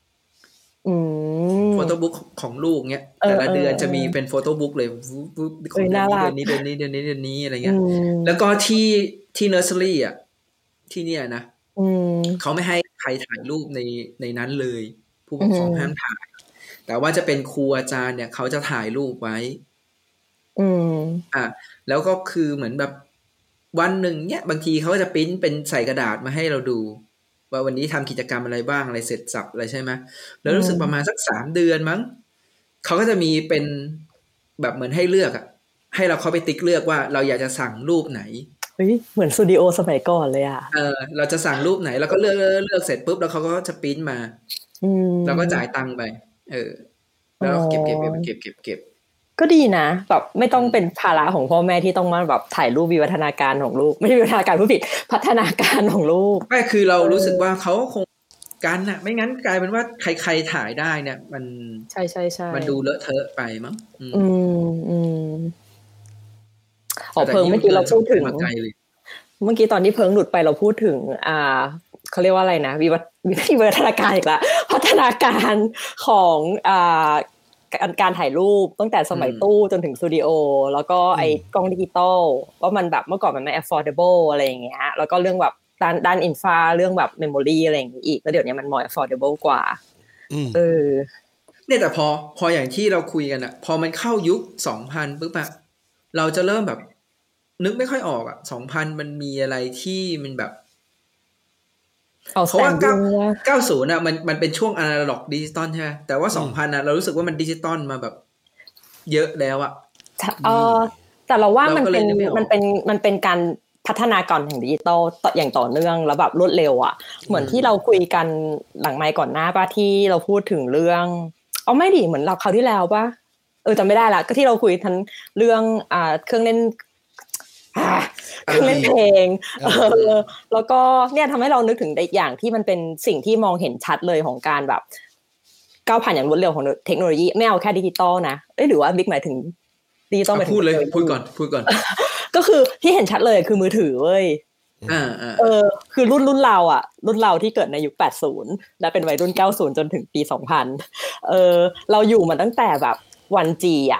โฟโต้บุ๊กของลูกเงี้ยแต่ละเดือนจะมีเป็นโฟโต้บุ๊กเลยของเดือนนี้เดือนนี้เดือนนี้เดือนนี้อะไรเงี้ยแล้วก็ที่ที่เนอร์เซอรี่อะที่เนี่ยนะเขาไม่ให้ใครถ่ายรูปในในนั้นเลยผู้ปกครองห้ามถ่ายแต่ว่าจะเป็นครูอาจารย์เนี่ยเขาจะถ่ายรูปไว้อืมอ่ะแล้วก็คือเหมือนแบบวันหนึ่งเนี่ยบางทีเขาก็จะปริ้นเป็นใส่กระดาษมาให้เราดูว่าวันนี้ทำกิจกรรมอะไรบ้างอะไรเสร็จสับอะไรใช่ไหมแล้วรู้สึกประมาณสักสามเดือนมั้งเขาก็จะมีเป็นแบบเหมือนให้เลือกอ่ะให้เราเข้าไปติ๊กเลือกว่าเราอยากจะสั่งรูปไหนเฮ้ยเหมือนสตูดิโอสมัยก่อนเลยอ่ะเออเราจะสั่งรูปไหนแล้วก็เลือกเลือกเสร็จปุ๊บแล้วเขาก็จะปริ้นมาเราก็จ่ายตังค์ไปเออแล้วเก็บเก็บเก็บเก็บเก็บเก็บก็ดีนะแบบไม่ต้องเป็นภาระของพ่อแม่ที่ต้องมาแบบถ่ายรูปวิวัฒนาการของลูกไม่ใช่วิวัฒนาการผู้ผิดพัฒนาการของลูกไม่คือเรารู้สึกว่าเขาคงกันน่ะไม่งั้นกลายเป็นว่าใครๆถ่ายได้เนี่ยมันใช่ใช่ใช่มันดูเลอะเทอะไปมั้งอืมอืมอ๋อเพิ่งเมื่อกี้เราพูดถึงเมื่อกี้ตอนที่เพิ่งหลุดไปเราพูดถึงอ่าเขาเรียกว่าอะไรนะวิวัฒวิวัฒนาการอีกละพัฒนาการของอ่าการถ่ายรูปตั้งแต่สมัยตู้จนถึงสตูดิโอแล้วก็ไอ้กล้องดิจิตอลว่ามันแบบเมื่อก่อนมันไม่ affordable อะไรอย่างเงี้ยแล้วก็เรื่องแบบด้านด้านอินฟราเรื่องแบบเมมโมรี่อะไรอย่างงี้อีกแล้วเดี๋ยวนี้มัน more affordable กว่าเออเนี่ยแต่พอพออย่างที่เราคุยกันอะพอมันเข้ายุคสองพันปุ๊บอะเราจะเริ่มแบบนึกไม่ค่อยออกอะสองพันมันมีอะไรที่มันแบบเพราะว่าเก้าสิบน่ะมันมันเป็นช่วงอนาล็อกดิจิตอลใช่ไหมแต่ว่าสองพันน่ะเรารู้สึกว่ามันดิจิตอลมาแบบเยอะแล้วอ่ะเออแต่เราว่ามันเป็นมันเป็นมันเป็นการพัฒนาการแห่งดิจิตอลอย่างต่อเนื่องแล้วแบบรวดเร็วอ่ะเหมือนที่เราคุยกันหลังไมค์ก่อนหน้าป่ะที่เราพูดถึงเรื่องอ๋อไม่ดิเหมือนเราคราวที่แล้วป่ะเออจำไม่ได้ละก็ที่เราคุยทั้งเรื่องอ่าเครื่องเล่นเครื่องเล่นเพลงเออแล้วก็เนี่ยทำให้เรานึกถึงอีกอย่างที่มันเป็นสิ่งที่มองเห็นชัดเลยของการแบบก้าวผ่านอย่างรวดเร็วของเทคโนโลยีไม่เอาแค่ดิจิตอลนะเอ้ยหรือว่าบิ๊กหมายถึงดิจิตอลหมายถึงพูดเลยพูดก่อนพูดก่อนก็คือที่เห็นชัดเลยคือมือถือเว้ยอ่าเออคือรุ่นรุ่นเราอ่ะรุ่นเราที่เกิดในยุคแปดสิบและเป็นวัยรุ่นเก้าสิบจนถึงปีสองพันเออเราอยู่มาตั้งแต่แบบ วัน จี อ่ะ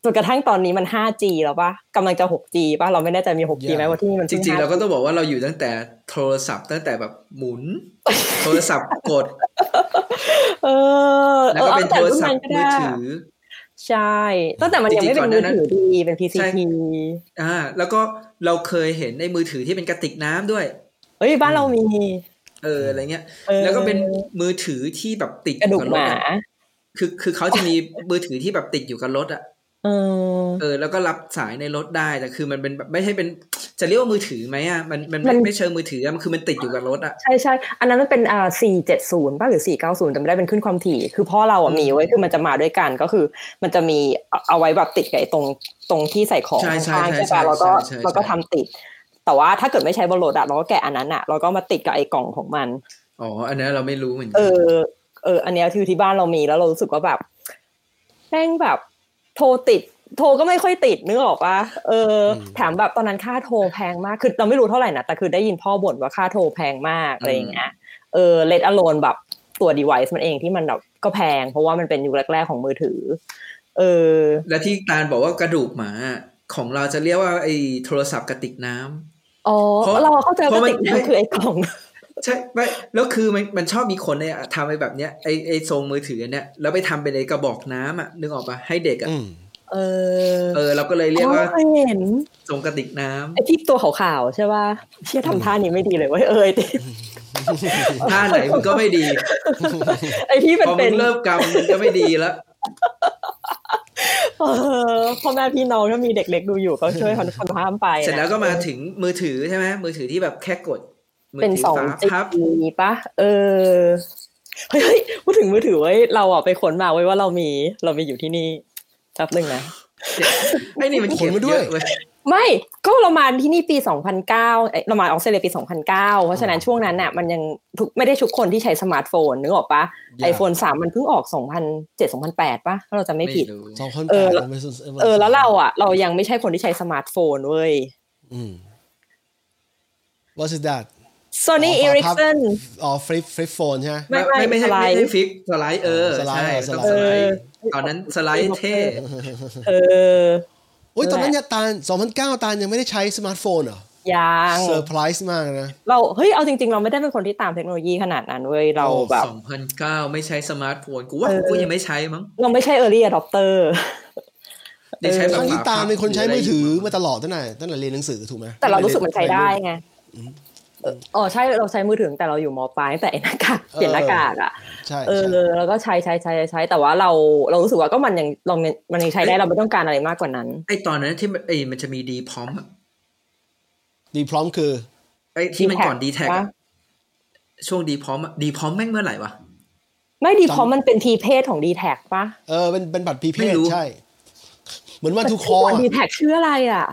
จนกระทั่งตอนนี้มัน ห้าจี แล้วป่ะกำลังจะ หกจี ป่ะเราไม่แน่ใจมี หกจี มั้ยว่าที่นี่มันจริงๆเราก็ต้องบอกว่าเราอยู่ตั้งแต่โทรศัพท์ตั้งแต่แบบหมุนโทรศัพท์กดเออแล้วก็เป็นโทรศัพท์มือถือใช่ตั้งแต่มันยังไม่เป็นมือถือดีเป็น พี ซี ทีอ่าแล้วก็เราเคยเห็นในมือถือที่เป็นกระติกน้ำด้วยเฮ้ยบ้านเรามีเอออะไรเงี้ยแล้วก็เป็นมือถือที่แบบติดอยู่กับรถคือคือเขาจะมีมือถือที่แบบติดอยู่กับรถอ่ะเออเออแล้วก็รับสายในรถได้แต่คือมันเป็นแบบไม่ใช่เป็นจะเรียกว่ามือถือไหมอ่ะมันมันไม่ไม่เชิงมือถือมันคือมันติดอยู่กับรถอ่ะใช่ใช่อันนั้นมันเป็นอ่าสี่เจ็ดศูนย์ป่ะหรือสี่เก้าศูนย์จำไม่ได้เป็นขึ้นความถี่คือพ่อเราอ่ะมีไว้คือมันจะมาด้วยกันก็คือมันจะมีเอาไว้แบบติดกับไอ้ตรงตรงที่ใส่ของข้างใช่ป่ะแล้วก็แล้วก็ทำติดแต่ว่าถ้าเกิดไม่ใช้บนรถอ่ะเราก็แกะอันนั้นอ่ะเราก็มาติดกับไอ้กล่องของมันอ๋ออันนี้เราไม่รู้เหมือนกันเออเอออันนี้คือที่บ้านเรามีแล้วเรารู้สึกว่าแบบแม่งแบบโทรติดโทรก็ไม่ค่อยติดนึกออกป่ะเออถามแบบตอนนั้นค่าโทรแพงมากคือเราไม่รู้เท่าไหร่นะแต่คือได้ยินพ่อบ่นว่าค่าโทรแพงมากอะไรอย่างเงี้ยเออเลทอโลนแบบตัว device มันเองที่มันแบบก็แพงเพราะว่ามันเป็นยุคแรกๆของมือถือเออและที่ตาลบอกว่ากระดูกหมาของเราจะเรียกว่าไอ้โทรศัพท์กระติกน้ำอ๋อเราเข้าใจว่ากระติกน้ำคือไอ้กล่องใช่ไม่แล้วคือมันมันชอบมีคนเนี่ยทำไอ้แบบเนี้ยไอ้ไอ้ทรงมือถือเนี่ยแล้วไปทำเป็นไอ้กระบอกน้ำอ่ะนึกออกป่ะให้เด็กอ่ะเออเออเราก็เลยเรียกว่าเห็นทรงกระติกน้ำไอ้ที่ตัวขาวๆใช่ป่ะเชี่ยทำท่านี้ไม่ดีเลยเว้ยเอ้ยท่าไหนมันก็ไม่ดีไอ้ที่เป็นพอมันเริ่มกำมันก็ไม่ดีแล้วเออพ่อแม่พี่น้องถ้ามีเด็กเล็กดูอยู่ก็ช่วยคนห้ามไปเสร็จแล้วก็มาถึงมือถือใช่ไหมมือถือที่แบบแค่กดเป็นสองจีป่ะเออเฮ้ยพูดถึงมือถือไว้เราอ่ะไปค้นมาไว้ว่าเรามีเรามีอยู่ที่นี่แป๊บนึงนะไอ้นี่มันเขียนมาด้วยไม่ก็เรามาที่นี่ปีสองพันเก้าเอ้ยเรามาออสเตรเลียปีสองพันเก้าเพราะฉะนั้นช่วงนั้นน่ะมันยังทุกไม่ได้ทุกคนที่ใช้สมาร์ทโฟนนึกออกปะ iPhone สามมันเพิ่งออกสองพันเจ็ด สองพันแปดป่ะถ้าเราจำไม่ผิดเออเออแล้วเราอ่ะเรายังไม่ใช่คนที่ใช้สมาร์ทโฟนเว้ยอืม What is that Sony Ericsson อ๋อ flip flip phone ใช่มั้ยไม่ไม่ใช่ไม่ใช่ฟลิปสไลด์เออใช่ต้องสไลด์ตอนนั้นสไลด์เท่เออโอ้ยตอนนั้นเนี่ยตาลสองพันเก้าตาลยังไม่ได้ใช้สมาร์ทโฟนเหรอยังเซอร์ไพรส์มากนะเราเฮ้ยเอาจริงๆเราไม่ได้เป็นคนที่ตามเทคโนโลยีขนาดนั้นเว้ยเราแบบสองพันเก้าไม่ใช้สมาร์ทโฟนกูว่ากูยังไม่ใช้มั้งเราไม่ใช่ early adopter ได้ใช้แบบนี้ตาลเป็นคนใช้มือถือมาตลอดตั้งแต่ตั้งแต่เรียนหนังสือถูกมั้ยแต่เรารู้สึกมันใช้ได้ไงอ๋อใช่เราใช้มือถือแต่เราอยู่ม.ปลายแต่ไอ้หน้ากากเปลี่ยนหน้ากากอ่ะเออแล้วก็ใช้ใช้ใช้ใช้แต่ว่าเราเรารู้สึกว่าก็มันยังเรามันยังใช้ได้เราไม่ต้องการอะไรมากกว่านั้นไอ้ตอนนั้นที่ไอ้มันจะมี D พร้อม D พร้อมคือไอ้ที่มันก่อน D Tag ช่วง D พร้อม D พร้อมแม่งเมื่อไหร่วะไม่ D พร้อมมันเป็น Prepaid ของ D Tag ป่ะเออเป็นเป็นบัตร Prepaid ใช่เหมือนว่าทุกคอ D Tag ชื่ออะไรอ่ะ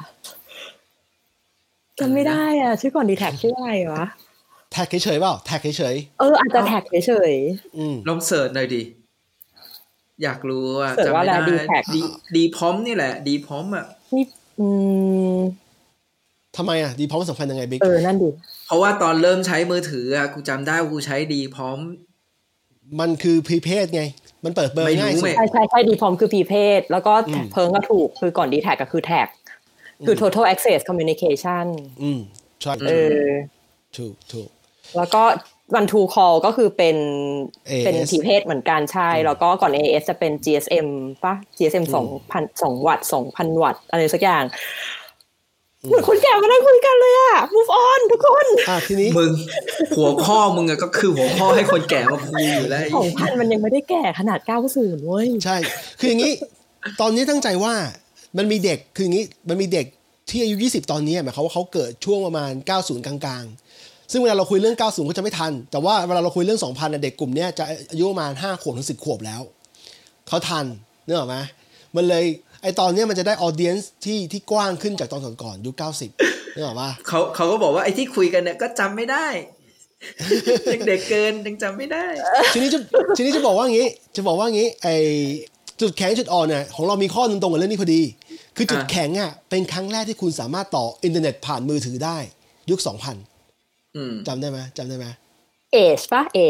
จำไม่ได้อ่ะชื่อก่อน D Tag ชื่ออะไรวะแท็กเฉยๆเปล่าแท็กเฉยๆเอออาจจะแท็กเฉยๆอืมลองเสิร์ชหน่อยดิอยากรู้อ่ะจำไม่ได้ดีดีพร้อมนี่แหละดีพร้อมอ่ะนี่อืมทำไมอ่ะดีพร้อมสำคัญยังไงบิ๊กเออนั่นดิเพราะว่าตอนเริ่มใช้มือถืออ่ะกูจำได้กูใช้ดีพร้อมมันคือ Prepaid ไงมันเปิดเบอร์ง่ายสุดใช่ใช่ใช่ดีพร้อมคือ Prepaid แล้วก็เพิ่งก็ถูกคือก่อน D Tag ก็คือแท็กคือ total access communication อืมใช่เออถูกถูกแล้วก็ one to call ก็คือเป็นเป็น Prepaid เหมือนกันใช่แล้วก็ก่อน เอ เอส จะเป็น จี เอส เอ็ม ป่ะ จี เอส เอ็ม สองพัน สองวัตต์ สองพัน วัตต์อะไรสักอย่างเหมือนคนแก่มานั่งคุยกันเลยอะ move on ทุกคนอ่ะทีนี้มึงหัวข้อมึงอะก็คือหัวข้อให้คนแก่มาคุยอยู่แล้วสองพัน มันยังไม่ได้แก่ขนาดเก้าสิบเว้ยใช่คืออย่างงี้ตอนนี้ตั้งใจว่ามันมีเด็กคืออย่างงี้มันมีเด็กที่อายุยี่สิบตอนนี้หมายความว่าเขาเกิดช่วงประมาณเก้าสิบกลางๆซึ่งเวลาเราคุยเรื่องเก้าสิบก็จะไม่ทันแต่ว่าเวลาเราคุยเรื่องสองพันน่ะเด็กกลุ่มนี้จะอายุประมาณห้าขวบถึงสิบขวบแล้วเขาทันนึกออกมั้ยมันเลยไอ้ตอนนี้มันจะได้ออเดียนซ์ที่ที่กว้างขึ้นจากตอนก่อนๆยุคเก้าสิบนึกออกป่ะเขาเขาก็บอกว่าไอ้ที่คุยกันเนี่ยก็จำไม่ได้ยังเด็กเกินยังจำไม่ได้ทีนี้จะทีนี้จะบอกว่างี้จะบอกว่างี้ไอ้จุดแข็งจุดอ่อนเนี่ยของเรามีข้อนึงตรงกับเรื่องนี้พอดีคือจุดแข็งอ่ะเป็นครั้งแรกที่คุณสามารถต่ออินเทอร์เน็ตผ่านมือถือได้ยุค สองพัน อืมจำได้ไหมจำได้ไหม Age ป่ะ Age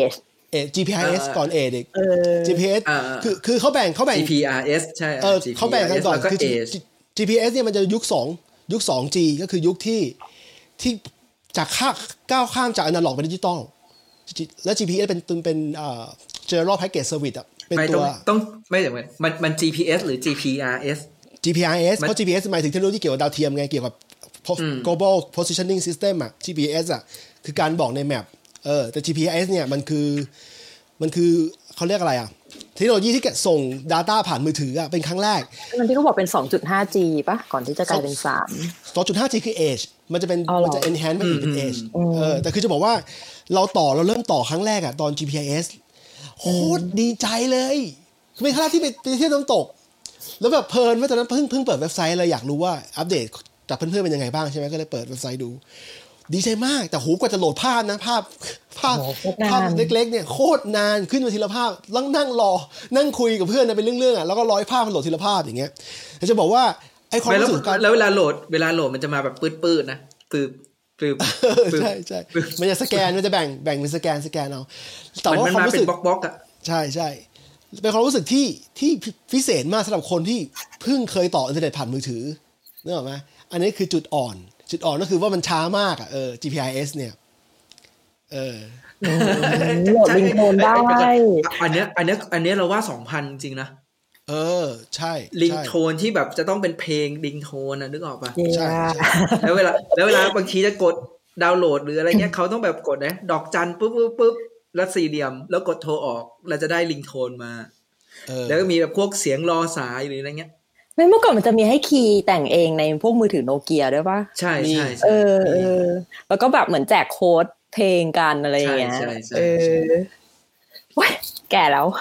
เอ จี พี อาร์ เอส ก่อน A เด็ก จี พี เอส คือคือเขาแบ่งเขาแบ่งจี พี อาร์ เอส ใช่เออเขาแบ่งกันก่อนคือ จี พี เอส เนี่ยมันจะยุคสองยุค สองจี ก็คือยุคที่ที่จากข้าก้าวข้ามจากอนาล็อกเป็นดิจิตอลแล้ว จี พี เอส เป็นเป็นเอ่อ General Package Service อ่ะเป็นตัวต้องไม่ใช่มันมัน จี พี เอส หรือ จี พี อาร์ เอสจี พี อาร์ เอส เพราะ จี พี เอส หมายถึงเทคโนโลยีเกี่ยวกับดาวเทียมไงเกี่ยวกับ global positioning system อ่ะ จี พี เอส อ่ะคือการบอกในแมปเออแต่ จี พี อาร์ เอส เนี่ยมันคือมันคือเขาเรียกอะไรอ่ะเทคโนโลยีที่ส่ง data ผ่านมือถืออ่ะเป็นครั้งแรกมันที่เขาบอกเป็น สองจุดห้าจี ป่ะก่อนที่จะกลายเป็นสามสองจุดห้าจี คือ Edge มันจะเป็นมันจะ enhance ไปอีกเป็น Edge เออแต่คือจะบอกว่าเราต่อเราเริ่มต่อครั้งแรกอ่ะตอน จี พี อาร์ เอส โคตรดีใจเลยเป็นครั้งที่ไปเที่ยวน้ำตกแล้วแบบเพลินว่าตอนนั้นเพิ่งเพิ่งเปิดเว็บไซต์เลยอยากรู้ว่าอัปเดตจากเพื่อนๆเป็นยังไงบ้างใช่ไหมก็เลยเปิดเว็บไซต์ดูดีใจมากแต่โหกว่าจะโหลดภาพนะภาพภาพภาพเล็กๆเนี่ยโคตรนานขึ้นมาทีละภาพแล้วนั่งรอนั่งคุยกับเพื่อนนะเป็นเรื่องๆอ่ะแล้วก็ร้อยภาพมันโหลดทีละภาพอย่างเงี้ยแต่จะบอกว่าไอ้ความรู้สึกแล้วเวลาโหลดเวลาโหลดมันจะมาแบบปื้ดๆนะปื้ดปื้ดใช่ใช่มันจะสแกนมันจะแบ่งแบ่งเป็นสแกนสแกนเอาแต่ว่าความรู้สึกบล็อกๆอ่ะใช่ใช่เป็นความรู้สึกที่ที่พิเศษมากสำหรับคนที่เพิ่งเคยต่ออินเทอร์เน็ตผ่านมือถือนึกออกไหมอันนี้คือจุดอ่อนจุดอ่อนก็คือว่ามันช้ามากอ่ะเออ จี พี อาร์ เอส เนี่ยเออโหลดลิงก์โทนได้อันเนี้ยอันเนี้ยอันเนี้ยเราว่า สองพัน จริงนะเออใช่ลิงก์โทนที่แบบจะต้องเป็นเพลงลิงก์โทนน่ะนึกออกป่ะใช่แล้วเวลาแล้วเวลาบางทีจะกดดาวน์โหลดหรืออะไรเงี้ยเขาต้องแบบกดนะดอกจันปุ๊บปุ๊บปุ๊บแล้วสี่เหลี่ยมแล้วกดโทรออกเราจะได้ลิงก์โทนมาแล้วก็มีแบบพวกเสียงรอสายหรืออะไรเงี้ยไม่เมื่อก่อนมันจะมีให้คีย์แต่งเองในพวกมือถือโนเกียด้วยป่ะใช่ใช่เออเออแล้วก็แบบเหมือนแจกโค้ดเพลงกันอะไรอย่างเงี้ยเออว้ายแก่แล้ว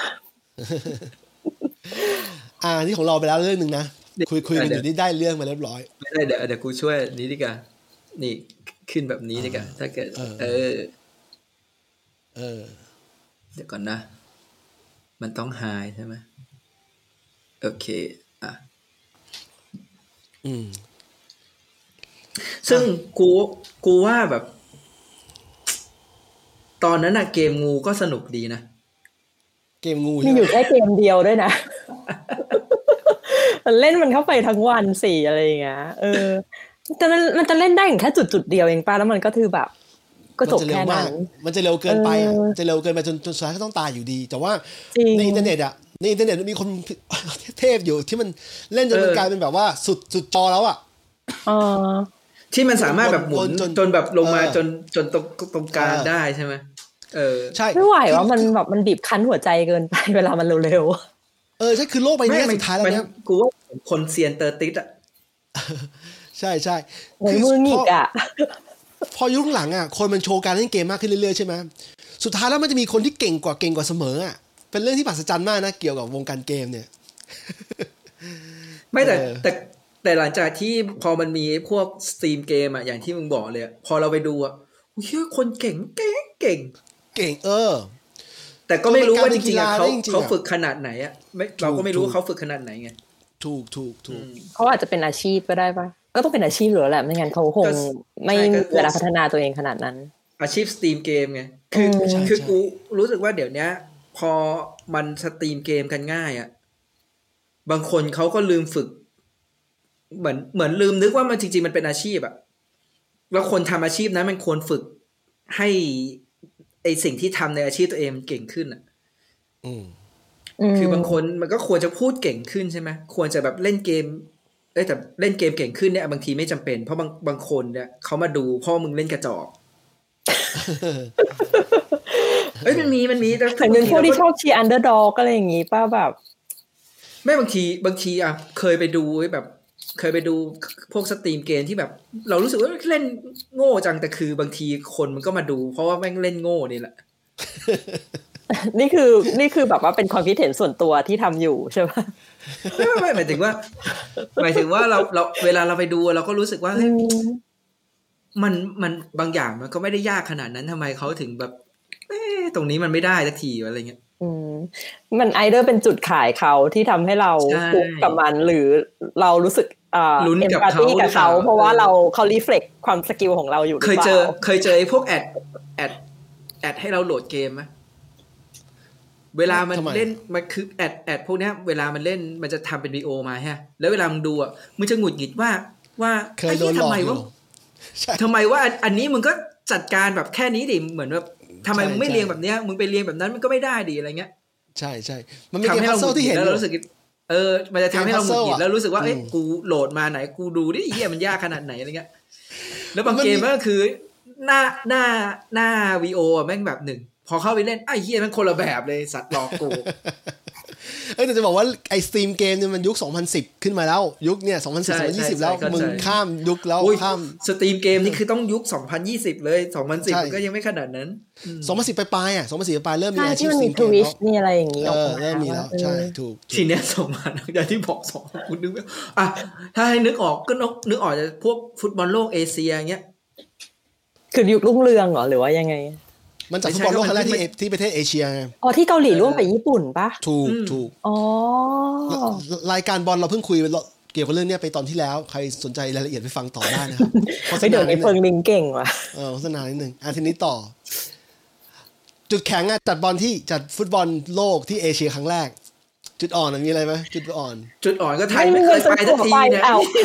อ่านี่ของเราไปแล้วเรื่องนึงนะคุยคุยกันอยู่นี่ได้เรื่องมาเรียบร้อยไม่ได้เดี๋ยวเดี๋ยวกูช่วยนี้ดีกว่านี่ขึ้นแบบนี้ดีกว่าถ้าเกิดเออเออเดี๋ยวก่อนนะมันต้องไฮใช่ไหมโอเคอ่ะอืมซึ่งกูกูว่าแบบตอนนั้นน่ะเกมงูก็สนุกดีนะเกมงูมีอยู่แค่เกมเดียวด้วยนะมันเล่นมันเข้าไปทั้งวันสี่อะไรอย่างเงี้ยเออแต่มันมันจะเล่นได้แค่จุดๆเดียวเองป่ะแล้วมันก็คือแบบก็จบแค่นั้นมันจะเร็วเกินไปอ่ะจะเร็วเกินไปจนจนสุดท้ายก็ต้องตายอยู่ดีแต่ว่าในอินเทอร์เน็ตอ่ะในอินเทอร์เน็ตมีคนเทพอยู่ที่มันเล่นจนมันกลายเป็นแบบว่าสุดสุดจอแล้วอ่ะอ๋อที่มันสามารถแบบหมุนจนแบบลงมาจนจนตรงตรงกลางได้ใช่ไหมเออใช่ไม่ไหวว่ามันแบบมันบีบคั้นหัวใจเกินไปเวลามันเร็วๆเออใช่คือโลกใบนี้สุดท้ายแล้วเนี่ยกูว่าคนเซียนเตอร์ติสอ่ะใช่ใช่คือมือหงิกอ่ะพอยุคหลังอ่ะคนมันโชว์การเล่นเกมมากขึ้นเรื่อยๆใช่ไหมสุดท้ายแล้วมันจะมีคนที่เก่งกว่าเก่งกว่าเสมออ่ะเป็นเรื่องที่มหัศจรรย์มากนะเกี่ยวกับวงการเกมเนี่ยไม่แต่แต่แต่หลังจากที่พอมันมีพวกสตรีมเกมอ่ะอย่างที่มึงบอกเลยพอเราไปดูอ่ะเฮ้ยคนเก่งเก่งเก่งเก่งเออแต่ก็ไม่รู้ว่าจริงๆเขาเขาฝึกขนาดไหนอ่ะไม่เราก็ไม่รู้ว่าเขาฝึกขนาดไหนไงถูกถูกถูกเขาอาจจะเป็นอาชีพก็ได้ป่ะก็ต้องเป็นอาชีพหรือแหละไม่งั้นเขาคงไม่มีเวลาพัฒนาตัวเองขนาดนั้นอาชีพสตรีมเกมไงคือคือกูรู้สึกว่าเดี๋ยวนี้พอมันสตรีมเกมกันง่ายอ่ะบางคนเขาก็ลืมฝึกเหมือนเหมือนลืมนึกว่ามันจริงๆมันเป็นอาชีพอ่ะแล้วคนทำอาชีพนั้นมันควรฝึกให้ไอสิ่งที่ทำในอาชีพตัวเองมันเก่งขึ้นอ่ะคือบางคนมันก็ควรจะพูดเก่งขึ้นใช่ไหมควรจะแบบเล่นเกมเอ้แต่เล่นเกมเก่งขึ้นเนี่ยบางทีไม่จำเป็นเพราะบางบางคนเนี่ยเขามาดูพ่อมึงเล่นกระจอกเอ้ยมันมีมันมีแต่เป็นพวกที่ชอบเชียร์อันเดอร์ด็อกอะไรอย่างงี้ป่ะแบบไม่บางทีบางทีอ่ะเคยไปดูแบบเคยไปดูพวกสตรีมเกมที่แบบเรารู้สึกว่าเล่นโง่จังแต่คือบางทีคนมันก็มาดูเพราะว่าแม่งเล่นโง่นี่แหละนี่คือนี่คือแบบว่าเป็นความคิดเห็นส่วนตัวที่ทำอยู่ใช่ไหมไม่ไม่หมายถึงว่าหมายถึงว่าเราเราเวลาเราไปดูเราก็รู้สึกว่ามันมันบางอย่างมันก็ไม่ได้ยากขนาดนั้นทำไมเขาถึงแบบเอ๊ะตรงนี้มันไม่ได้สักทีอะไรเงี้ยอืมมันไอเดอร์เป็นจุดขายเขาที่ทำให้เราคุกกับมันหรือเรารู้สึกอ่าลุ้นกับเขากับเขาเพราะว่าเราเขารีเฟล็กความสกิลของเราอยู่เคยเจอเคยเจอไอ้พวกแอดแอดแอดให้เราโหลดเกมไหมเวลามันเล่นมันคือแอดแอดพวกเนี้ยเวลามันเล่นมันจะทำเป็นวิดีโอมาฮะแล้วเวลามึงดูอ่ะมึงจะหงุดหงิดว่าว่าไอ้ที่ทำไมว่าทำไมว่าอันนี้มึงก็จัดการแบบแค่นี้ดิเหมือนแบบทำไมมึงไม่เรียงแบบเนี้ยมึงไปเรียงแบบนั้นมันก็ไม่ได้ดิอะไรเงี้ยใช่ใช่มันมีเกมพัซเซิลที่เห็นแล้วเรารู้สึกเออมันจะทำให้เราหงุดหงิดแล้วรู้สึกว่าเอ้ยกูโหลดมาไหนกูดูดิเหี้ยมันยากขนาดไหนอะไรเงี้ยแล้วบางเกมก็คือหน้าหน้าหน้าวีโอแม่งแบบหนึ่งพอเข้าไปเล่นไอ้เหี้ยมันคนละแบบเลยสัตว์หลอกกูเออแต่จะบอกว่าไอ้ Steam เกมเนี่ยมันยุคสองพันสิบขึ้นมาแล้วยุคเนี่ยสองพันสิบ สองพันยี่สิบแล้วมึงข้ามยุคแล้วข้าม Steam เกมนี่คือต้องยุคสองพันยี่สิบเลยสองพันสิบมันก็ยังไม่ขนาดนั้นสองพันสิบปลายๆอ่ะสองพันสิบปลายๆเริ่มมีอาชีพ Steam เกมแล้วมีอะไรอย่างงี้ออกมาเริ่มมีแล้วใช่ถูกทีเนี้ยส่งมาอย่างที่บอกสองคุณนึกไม่อ่ะถ้าให้นึกออกก็นึกออกจะพวกฟุตบอลโลกเอเชียเงี้ยคือยุครุ่งเรืองเหรอหรือว่ายังไงมันจากฟุตบอลโลกครั้งแรกที่ที่ประเทศเอเชียไงอ๋อที่เกาหลีร่วมกับญี่ปุ่นปะถูกถูกอ๋อรายการบอลเราเพิ่งคุยเกี่ยวกับเรื่องนี้ไปตอนที่แล้วใครสนใจรายละเอียดไปฟังต่อได้นะครับไปเดี๋ยวไอ้เฟิงลิงเก่งว่ะเออโฆษณานิดนึงอ่ะทีนี้ต่อจุดแข็งอ่ะจัดบอลที่จัดฟุตบอลโลกที่เอเชียครั้งแรกจุดอ่อนมีอะไรไหมจุดอ่อนจุดอ่อนก็ไทยไม่เคยไปสักทีเนี่ย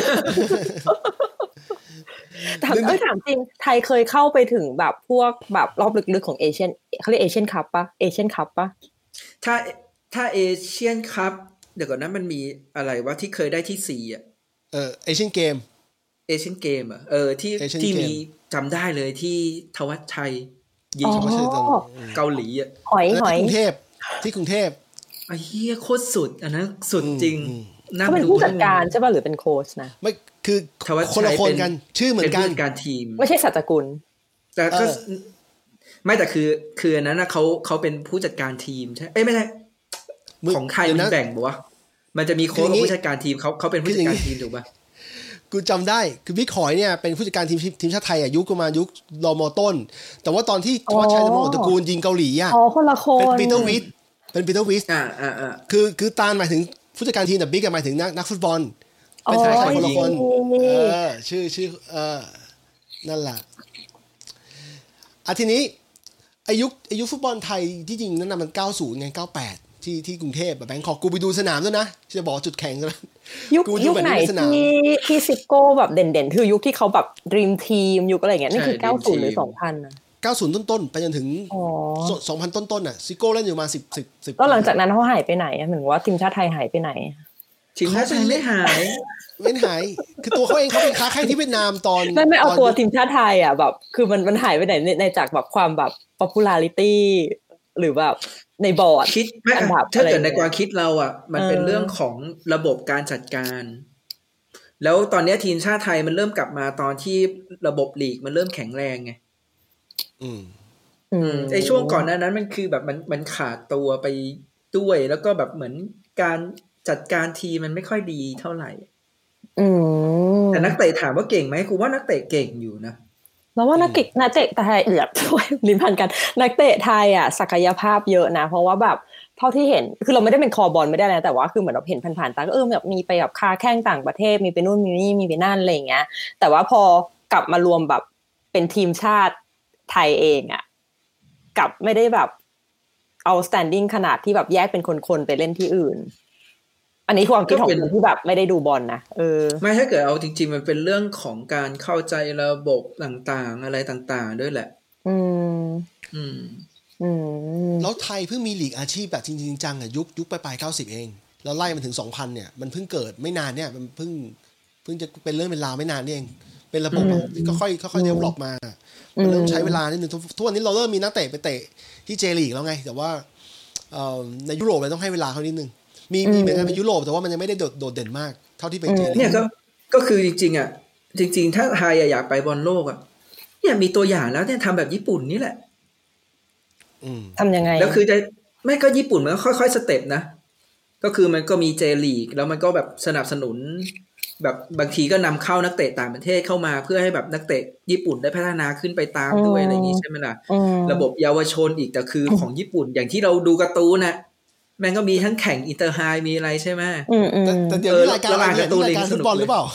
ถามเอ้ยถามจริงไทยเคยเข้าไปถึงแบบพวกแบบรอบลึกๆของเอเชียนเขาเรียกเอเชียนคัพปะเอเชียนคัพปะถ้าถ้าเอเชียนคัพเดี๋ยวก่อนนะมันมีอะไรวะที่เคยได้ที่สี่อ่ะเออเอเชียนเกมเอเชียนเกมอ่ะเออที่ที่มีจำได้เลยที่ทวัชชัยยิงเกาหลีอ่ะหอยหอยกรุงเทพที่กรุงเทพไอ้เหี้ยโคตรสุดอันนั้นสุดจริงเขาเป็นผู้จัดการใช่ป่ะหรือเป็นโค้ชนะไม่คือคนละคนกันชื่อเหมือนกันการทีมไม่ใช่สัจกุลแต่ก็ไม่แต่คือคืออันนั้นนะเขาเขาเป็นผู้จัดการทีมใช่เอ้ยไม่ใช่ของใครมันแบ่งบ่วะมันจะมีโค้ชกับผู้จัดการทีมเขาเขาเป็นผู้จัดการทีมถูกป่ะกูจำได้คือบิ๊กหอยเนี่ยเป็นผู้จัดการทีมทีมชาติไทยอ่ะยุคประมาณยุครมต้นแต่ว่าตอนที่ทวัชชัยธนงตระกูลยิงเกาหลีอ่ะอ๋อคนละคนเป็นปีเตอร์วิทเป็นปีเตอร์วิทอ่าอ่าอ่าคือคือตาลหมายถึงผู้จัดการทีมแต่บิ๊กหมายถึงนักนักฟุตบอลไม่ใช่ใครคนละคนเออชื่อชื่อเออนั่นแหละอ่ะทีนี้อายุอายุฟุตบอลไทยที่จริงนั่นน่ะมันเก้าสิบไงเก้าสิบแปดที่ที่กรุงเทพแบบแบงคอกกูไปดูสนามด้วยนะจะบอกจุดแข็งนะยุคยุคไหนที่ที่ซิโก้แบบเด่นๆคือยุคที่เขาแบบดรีมทีมยุคอะไรอย่างเงี้ยนี่คือเก้าสิบหรือสองพันน่ะเก้าสิบต้นๆไปจนถึงสองพันต้นๆน่ะซิโก้เล่นอยู่มาสิบ สิบ สิบแล้วหลังจากนั้นเขาหายไปไหนอ่ะเหมือนว่าทีมชาติไทยหายไปไหนทีมชาติไทยไม่หายไม่หายคือตัวเขาเองเขาเป็นค้าแข่งที่เวียดนามตอนไม่ไม่เอาตัวทีมชาติไทยอ่ะแบบคือมันมันหายไปไหนในจากแบบความแบบ popularity หรือแบบในบอร์ดคิดไม่ถ้าเกิดในความคิดเราอ่ะมันเป็นเรื่องของระบบการจัดการแล้วตอนนี้ทีมชาติไทยมันเริ่มกลับมาตอนที่ระบบลีกมันเริ่มแข็งแรงไงอืมอืมไอ้ช่วงก่อนหน้านั้นมันคือแบบมันมันขาดตัวไปด้วยแล้วก็แบบเหมือนการจัดการทีมมันไม่ค่อยดีเท่าไหร่อืมแต่นักเตะถามว่าเก่งไหมกูว่านักเตะเก่งอยู่นะแล้วว่านักเตะนักเตะไทยเหลือช่วยลิ้นพันกันนักเตะไทยอ่ะศักยภาพเยอะนะเพราะว่าแบบเท่าที่เห็นคือเราไม่ได้เป็นคอบอลไม่ได้นะแต่ว่าคือเหมือนเราเห็นผ่านๆตาก็เออแบบมีไปแบบค้าแข่งต่างประเทศมีไปนู่นมีนี่มีไปนั่นอะไรอย่างเงี้ยแต่ว่าพอกลับมารวมแบบเป็นทีมชาติไทยเองอ่ะกลับไม่ได้แบบเอา standing ขนาดที่แบบแยกเป็นคนๆไปเล่นที่อื่นอันนี้ความคิดของคนที่แบบไม่ได้ดูบอลนะเออไม่ถ้าเกิดเอาจริงๆมันเป็นเรื่องของการเข้าใจระบบต่างๆอะไรต่างๆด้วยแหละอืมอืมอืมแล้วไทยเพิ่งมีลีกอาชีพแบบจริงๆจังอ่ะยุคยุคปลายๆเก้าสิบเองแล้วไล่มันถึง สองพัน เนี่ยมันเพิ่งเกิดไม่นานเนี่ยมันเพิ่งเพิ่งจะเป็นเรื่องเป็นราวไม่นานนี่เองเป็นระบบก็ค่อยค่อยๆเดเวลลอปมามันเริ่มใช้เวลานิดนึงทุกวันนี้เราเริ่มมีนักเตะไปเตะที่เจลีกแล้วไงแต่ว่าในยุโรปเราต้องให้เวลาเขานิดนึงมีมีเหมือนกันเป็นยุโรปแต่ว่ามันยังไม่ได้โดดเด่นมากเท่าที่เป็นเจลีกเนี่ยก็ก็คือจริงๆอ่ะจริงๆถ้าไทยอยากไปบอลโลกอ่ะเนี่ยมีตัวอย่างแล้วเนี่ยทำแบบญี่ปุ่นนี่แหละทำยังไงแล้วคือจะไม่ก็ญี่ปุ่นมันก็ค่อยๆสเต็ปนะก็คือมันก็มีเจลีกแล้วมันก็แบบสนับสนุนแบบบางทีก็นำเข้านักเตะต่างประเทศเข้ามาเพื่อให้แบบนักเตะญี่ปุ่นได้พัฒนาขึ้นไปตามด้วยอะไรอย่างงี้ใช่ไหมล่ะระบบเยาวชนอีกแต่คือของญี่ปุ่นอย่างที่เราดูการ์ตูนน่ะแม่งก็มีทั้งแข่งอินเตอร์ไฮมีอะไรใช่ไหมแต่เดี๋ยวนี้รายการรายการฟุตบอลหรือเปล่า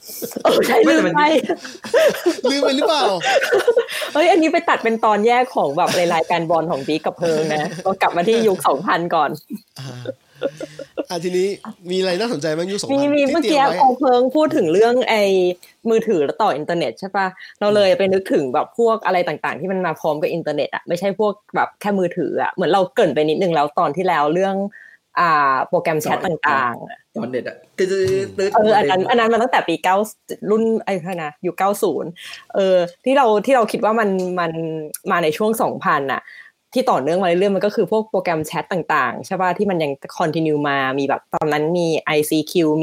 เออใช่ลืมไปลืมไปหรือเปล่าเฮ้ยอันนี้ไปตัดเป็นตอนแยกของแบบรายการบอลของบิ๊กกับเพิงนะก็กลับมาที่ยุคสองพันก่อนอ่ะทีนี้มีอะไรน่าสนใจบ้างยุคสองพันมีมีเมื่อกี้พอเพิงพูดถึงเรื่องไอ้มือถือแล้วต่ออินเทอร์เน็ตใช่ป่ะเราเลยไปนึกถึงแบบพวกอะไรต่างๆที่มันมาพร้อมกับอินเทอร์เน็ตอ่ะไม่ใช่พวกแบบแค่มือถืออ่ะเหมือนเราเกริ่นไปนิดนึงแล้วตอนที่แล้วเรื่องอ่าโปรแกรมแชทต่างๆตอนเน็ตอ่ะตึ๊ดๆเอออันนั้นอันนั้นมันตั้งแต่ปีเก้ารุ่นไอ้เท่านะยุคเก้าสิบเออที่เราที่เราคิดว่ามันมันมาในช่วงสองพันน่ะที่ต่อเนื่องมาเรื่อยๆมันก็คือพวกโปรแกรมแชทต่างๆใช่ป่ะที่มันยังคอนทินิวมามีแบบตอนนั้นมี ไอ ซี คิว มี